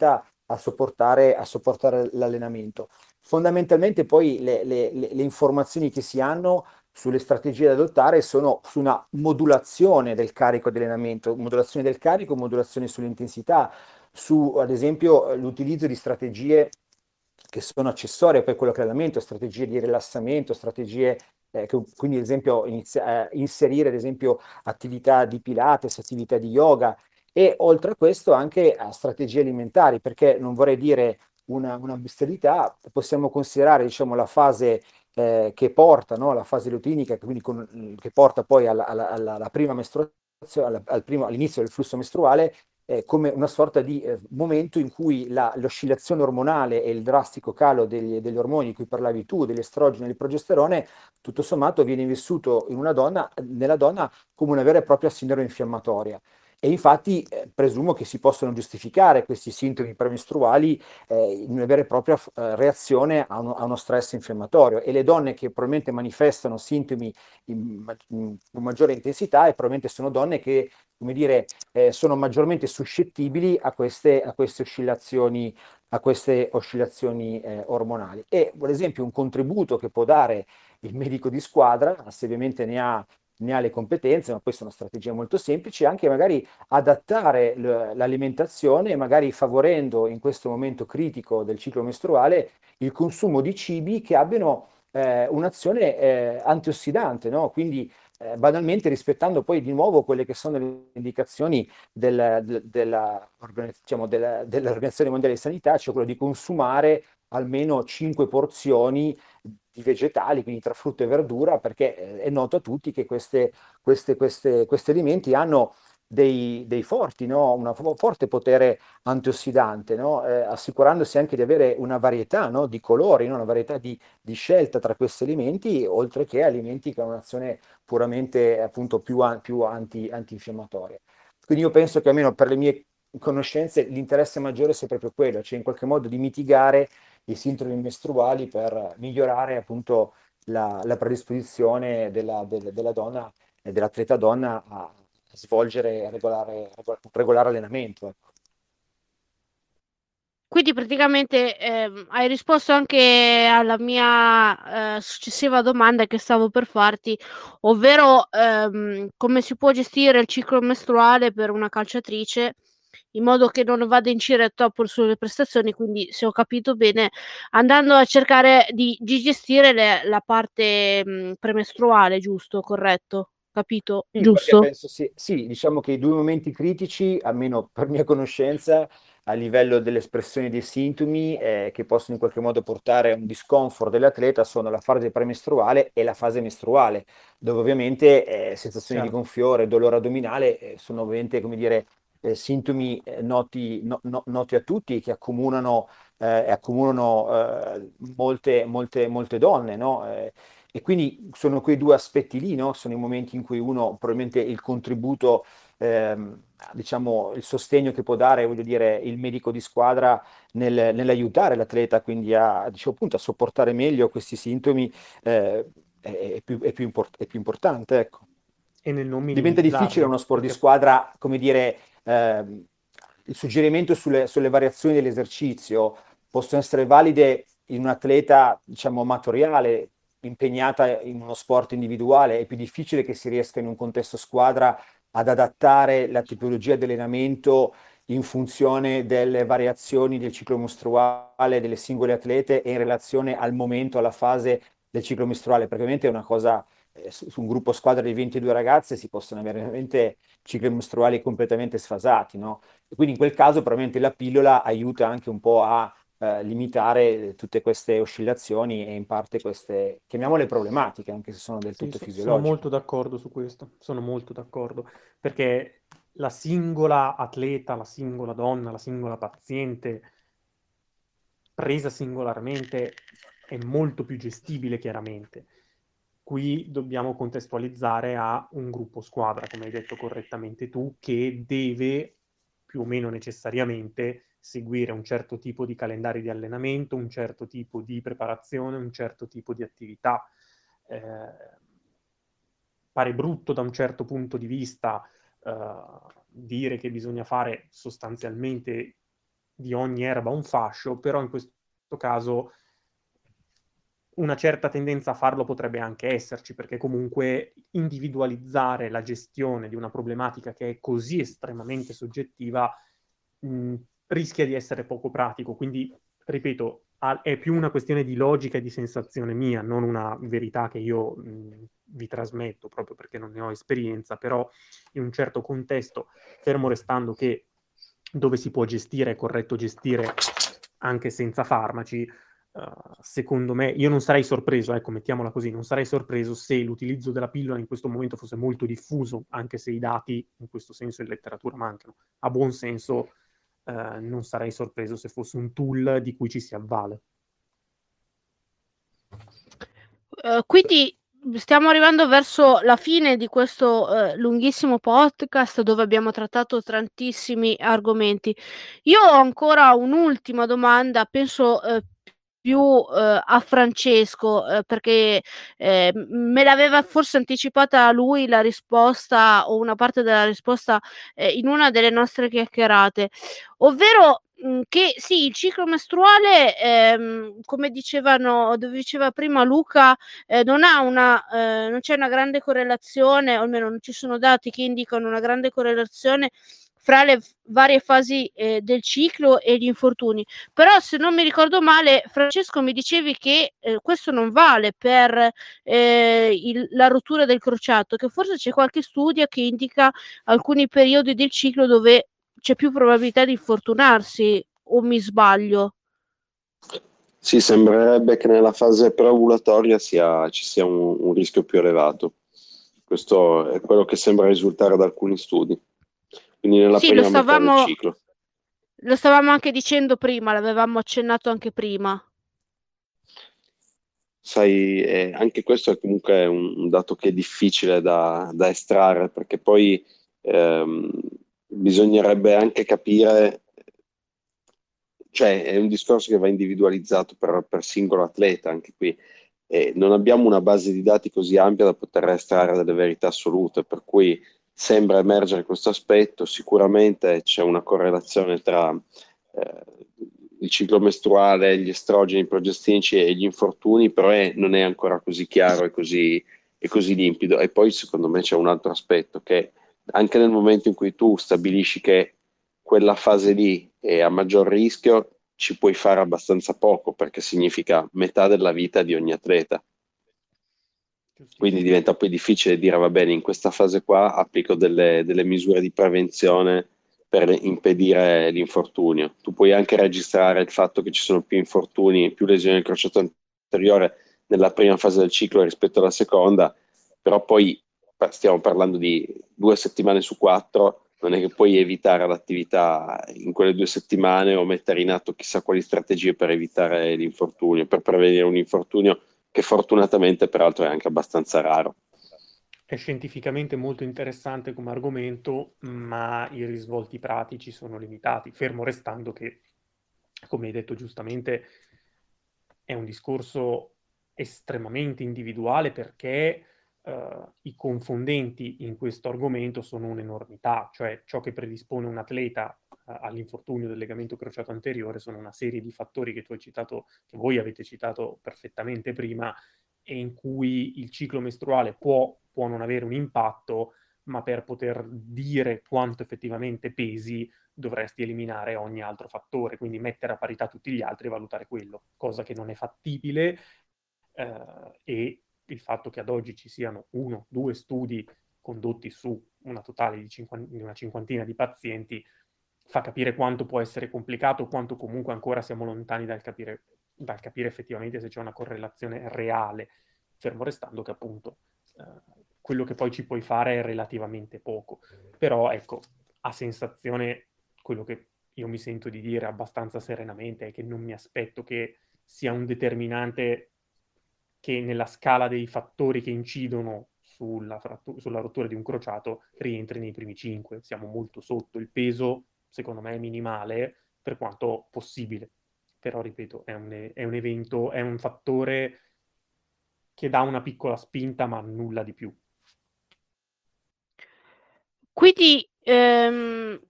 a sopportare, a sopportare l'allenamento. Fondamentalmente poi le, le- le- le informazioni che si hanno sulle strategie da adottare sono su una modulazione del carico di allenamento, modulazione del carico, modulazione sull'intensità, su ad esempio l'utilizzo di strategie che sono accessorie poi a quello che è l'allenamento, strategie di rilassamento, strategie eh, che, quindi ad esempio inizia- eh, inserire ad esempio attività di Pilates, attività di yoga e oltre a questo anche a strategie alimentari, perché non vorrei dire una, una bestialità, possiamo considerare diciamo la fase eh, che porta, no? La fase luteinica, quindi con- che porta poi alla, alla- alla- alla prima mestruazione, alla- al primo- all'inizio del flusso mestruale, eh, come una sorta di eh, momento in cui la- l'oscillazione ormonale e il drastico calo degli, degli ormoni di cui parlavi tu, dell'estrogeno e del progesterone, tutto sommato viene vissuto in una donna, nella donna come una vera e propria sindrome infiammatoria. E infatti eh, presumo che si possano giustificare questi sintomi premestruali eh, in una vera e propria eh, reazione a uno, a uno stress infiammatorio. E le donne che probabilmente manifestano sintomi in, ma- in- con maggiore intensità e probabilmente sono donne che, come dire, eh, sono maggiormente suscettibili a queste, a queste oscillazioni, a queste oscillazioni eh, ormonali. E, per esempio, un contributo che può dare il medico di squadra, se ovviamente ne ha, ne ha le competenze, ma poi sono strategie molto semplici, anche magari adattare l- l'alimentazione, magari favorendo in questo momento critico del ciclo mestruale il consumo di cibi che abbiano eh, un'azione eh, antiossidante, no? Quindi eh, banalmente rispettando poi di nuovo quelle che sono le indicazioni del- del- della, organizz- diciamo, della- dell'Organizzazione Mondiale di Sanità, cioè quello di consumare almeno cinque porzioni di vegetali, quindi tra frutta e verdura, perché eh, è noto a tutti che queste, queste- queste- questi alimenti hanno dei, dei forti, no? Un forte potere antiossidante, no? Eh, assicurandosi anche di avere una varietà, no? Di colori, no? Una varietà di, di scelta tra questi alimenti, oltre che alimenti che hanno un'azione puramente appunto più, a- più anti, antinfiammatoria. Quindi io penso che almeno per le mie conoscenze l'interesse maggiore sia proprio quello, cioè in qualche modo di mitigare i sintomi mestruali per migliorare appunto la, la predisposizione della, del- della donna e dell'atleta donna a svolgere e regolare, regol- regolare allenamento. Ecco. Quindi praticamente ehm, hai risposto anche alla mia eh, successiva domanda che stavo per farti, ovvero ehm, come si può gestire il ciclo mestruale per una calciatrice in modo che non vada a incidere troppo sulle prestazioni, quindi se ho capito bene, andando a cercare di, di gestire le- la parte mh, premestruale, giusto? Corretto? Capito? Sì, perché Giusto? penso sì, sì, diciamo che i due momenti critici, almeno per mia conoscenza, a livello dell'espressione dei sintomi, eh, che possono in qualche modo portare a un discomfort dell'atleta, sono la fase premestruale e la fase mestruale, dove ovviamente eh, sensazioni di Chiaro. gonfiore, dolore addominale, eh, sono ovviamente, come dire, eh, sintomi eh, noti, no- no- noti a tutti che accomunano, eh, e accomunano eh, molte, molte, molte donne, no? Eh, e quindi sono quei due aspetti lì, no? Sono i momenti in cui uno probabilmente il contributo, ehm, diciamo, il sostegno che può dare, voglio dire, il medico di squadra nel- nell'aiutare l'atleta quindi a, diciamo, appunto, a sopportare meglio questi sintomi, eh, è, è più, è più import- è più importante, ecco. E nel non Diventa difficile minimizzarli, uno sport di perché squadra, come dire, ehm, il suggerimento sulle, sulle variazioni dell'esercizio possono essere valide in un atleta, diciamo, amatoriale, impegnata in uno sport individuale, è più difficile che si riesca in un contesto squadra ad adattare la tipologia di allenamento in funzione delle variazioni del ciclo mestruale delle singole atlete e in relazione al momento, alla fase del ciclo mestruale, perché ovviamente è una cosa eh, su, su un gruppo squadra di ventidue ragazze si possono avere veramente cicli mestruali completamente sfasati, no? E quindi in quel caso probabilmente la pillola aiuta anche un po' a eh, limitare tutte queste oscillazioni e in parte queste, chiamiamole problematiche, anche se sono del sì, tutto so- sono fisiologiche. molto d'accordo su questo, sono molto d'accordo, perché la singola atleta, la singola donna, la singola paziente, presa singolarmente, è molto più gestibile, chiaramente. Qui dobbiamo contestualizzare a un gruppo squadra, come hai detto correttamente tu, che deve più o meno necessariamente seguire un certo tipo di calendario di allenamento, un certo tipo di preparazione, un certo tipo di attività. Eh, pare brutto da un certo punto di vista eh, dire che bisogna fare sostanzialmente di ogni erba un fascio, però in questo caso una certa tendenza a farlo potrebbe anche esserci, perché comunque individualizzare la gestione di una problematica che è così estremamente soggettiva mh, rischia di essere poco pratico. Quindi, ripeto, a- è più una questione di logica e di sensazione mia, non una verità che io mh, vi trasmetto, proprio perché non ne ho esperienza, però in un certo contesto, fermo restando che dove si può gestire, è corretto gestire anche senza farmaci. Uh, secondo me, io non sarei sorpreso, ecco, mettiamola così, non sarei sorpreso se l'utilizzo della pillola in questo momento fosse molto diffuso, anche se i dati in questo senso in letteratura mancano. A buon senso, uh, non sarei sorpreso se fosse un tool di cui ci si avvale. Uh, quindi stiamo arrivando verso la fine di questo uh, lunghissimo podcast dove abbiamo trattato tantissimi argomenti. Io ho ancora un'ultima domanda, penso uh, più uh, a Francesco, uh, perché eh, me l'aveva forse anticipata lui la risposta o una parte della risposta eh, in una delle nostre chiacchierate, ovvero mh, che sì, il ciclo mestruale, ehm, come dicevano, diceva prima Luca, eh, non ha una, eh, non c'è una grande correlazione, o almeno non ci sono dati che indicano una grande correlazione fra le f- varie fasi eh, del ciclo e gli infortuni. Però se non mi ricordo male, Francesco, mi dicevi che eh, questo non vale per eh, il, la rottura del crociato, che forse c'è qualche studio che indica alcuni periodi del ciclo dove c'è più probabilità di infortunarsi, o mi sbaglio? Sì, sembrerebbe che nella fase preovulatoria sia, ci sia un, un rischio più elevato. Questo è quello che sembra risultare da alcuni studi. Quindi nella Sì, lo prima metà del stavamo, ciclo. lo stavamo anche dicendo prima, l'avevamo accennato anche prima. Sai, eh, anche questo è comunque un, un dato che è difficile da, da estrarre, perché poi ehm, bisognerebbe anche capire, cioè è un discorso che va individualizzato per, per singolo atleta, anche qui. E non abbiamo una base di dati così ampia da poter estrarre delle verità assolute, per cui sembra emergere questo aspetto. Sicuramente c'è una correlazione tra eh, il ciclo mestruale, gli estrogeni, i progestinici e gli infortuni, però è- non è ancora così chiaro e così, e così limpido. E poi secondo me c'è un altro aspetto, che anche nel momento in cui tu stabilisci che quella fase lì è a maggior rischio, ci puoi fare abbastanza poco, perché significa metà della vita di ogni atleta. Quindi diventa poi difficile dire, va bene, in questa fase qua applico delle, delle misure di prevenzione per impedire l'infortunio. Tu puoi anche registrare il fatto che ci sono più infortuni, più lesioni del crociato anteriore nella prima fase del ciclo rispetto alla seconda, però poi stiamo parlando di due settimane su quattro, non è che puoi evitare l'attività in quelle due settimane o mettere in atto chissà quali strategie per evitare l'infortunio, per prevenire un infortunio che fortunatamente peraltro è anche abbastanza raro. È scientificamente molto interessante come argomento, ma i risvolti pratici sono limitati, fermo restando che, come hai detto giustamente, è un discorso estremamente individuale, perché uh, i confondenti in questo argomento sono un'enormità, cioè ciò che predispone un atleta uh, all'infortunio del legamento crociato anteriore sono una serie di fattori che tu hai citato, che voi avete citato perfettamente prima, e in cui il ciclo mestruale può, può non avere un impatto, ma per poter dire quanto effettivamente pesi dovresti eliminare ogni altro fattore, quindi mettere a parità tutti gli altri e valutare quello, cosa che non è fattibile, eh, e il fatto che ad oggi ci siano uno, due studi condotti su una totale di, cinquanta, di una cinquantina di pazienti fa capire quanto può essere complicato, quanto comunque ancora siamo lontani dal capire, dal capire effettivamente se c'è una correlazione reale, fermo restando che appunto eh, quello che poi ci puoi fare è relativamente poco. Però ecco, a sensazione, quello che io mi sento di dire abbastanza serenamente è che non mi aspetto che sia un determinante che nella scala dei fattori che incidono sulla, frattu- sulla rottura di un crociato rientri nei primi cinque. Siamo molto sotto. Il peso, secondo me, è minimale per quanto possibile. Però, ripeto, è un, è un evento, è un fattore che dà una piccola spinta, ma nulla di più. Quindi ehm,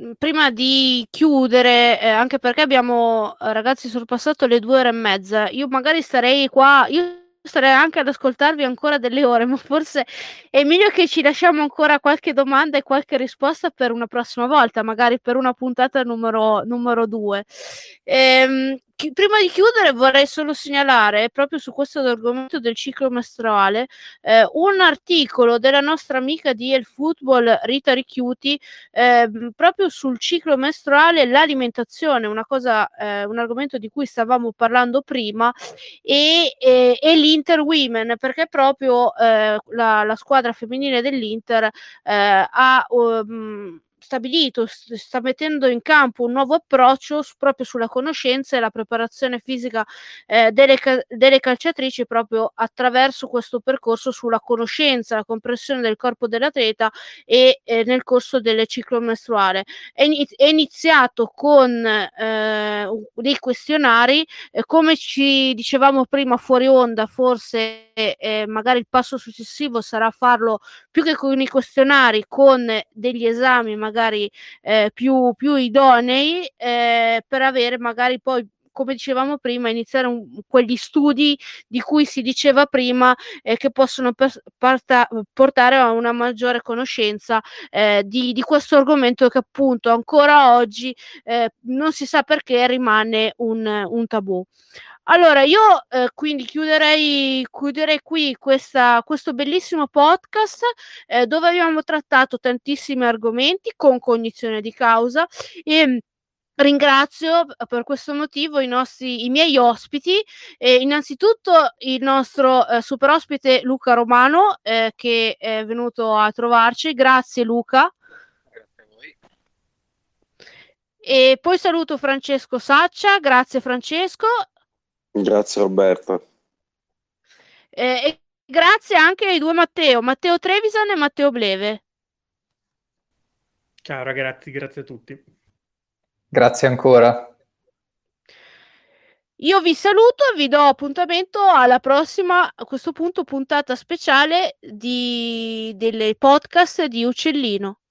prima di chiudere, eh, anche perché abbiamo eh, ragazzi sorpassato le due ore e mezza, io magari starei qua, io starei anche ad ascoltarvi ancora delle ore, ma forse è meglio che ci lasciamo ancora qualche domanda e qualche risposta per una prossima volta, magari per una puntata numero, numero due. Ehm, chi- prima di chiudere vorrei solo segnalare, proprio su questo argomento del ciclo mestruale, eh, un articolo della nostra amica di El Football, Rita Ricchiuti, eh, proprio sul ciclo mestruale e l'alimentazione, una cosa, eh, un argomento di cui stavamo parlando prima, e, e, e l'Inter Women, perché proprio eh, la, la squadra femminile dell'Inter eh, ha um, stabilito, sta mettendo in campo un nuovo approccio s- proprio sulla conoscenza e la preparazione fisica eh, delle, cal- delle calciatrici, proprio attraverso questo percorso sulla conoscenza, la comprensione del corpo dell'atleta e eh, nel corso del ciclo mestruale. È, ini- è iniziato con eh, dei questionari, eh, come ci dicevamo prima fuori onda, forse eh, magari il passo successivo sarà farlo più che con i questionari, con degli esami magari eh, più, più idonei, eh, per avere magari poi, come dicevamo prima, iniziare un, quegli studi di cui si diceva prima, eh, che possono per, parta, portare a una maggiore conoscenza eh, di, di questo argomento, che appunto ancora oggi eh, non si sa perché rimane un, un tabù. Allora, io eh, quindi chiuderei, chiuderei qui questa, questo bellissimo podcast eh, dove abbiamo trattato tantissimi argomenti con cognizione di causa, e ringrazio per questo motivo i nostri, i miei ospiti, eh, innanzitutto il nostro eh, super ospite Luca Romano, eh, che è venuto a trovarci. Grazie Luca. Grazie a voi. E poi saluto Francesco Saccia. Grazie Francesco. Grazie Roberta. Eh, e grazie anche ai due Matteo, Matteo Trevisan e Matteo Bleve. Ciao ragazzi, grazie a tutti. Grazie ancora. Io vi saluto e vi do appuntamento alla prossima, a questo punto, puntata speciale di, delle podcast di Uccellino.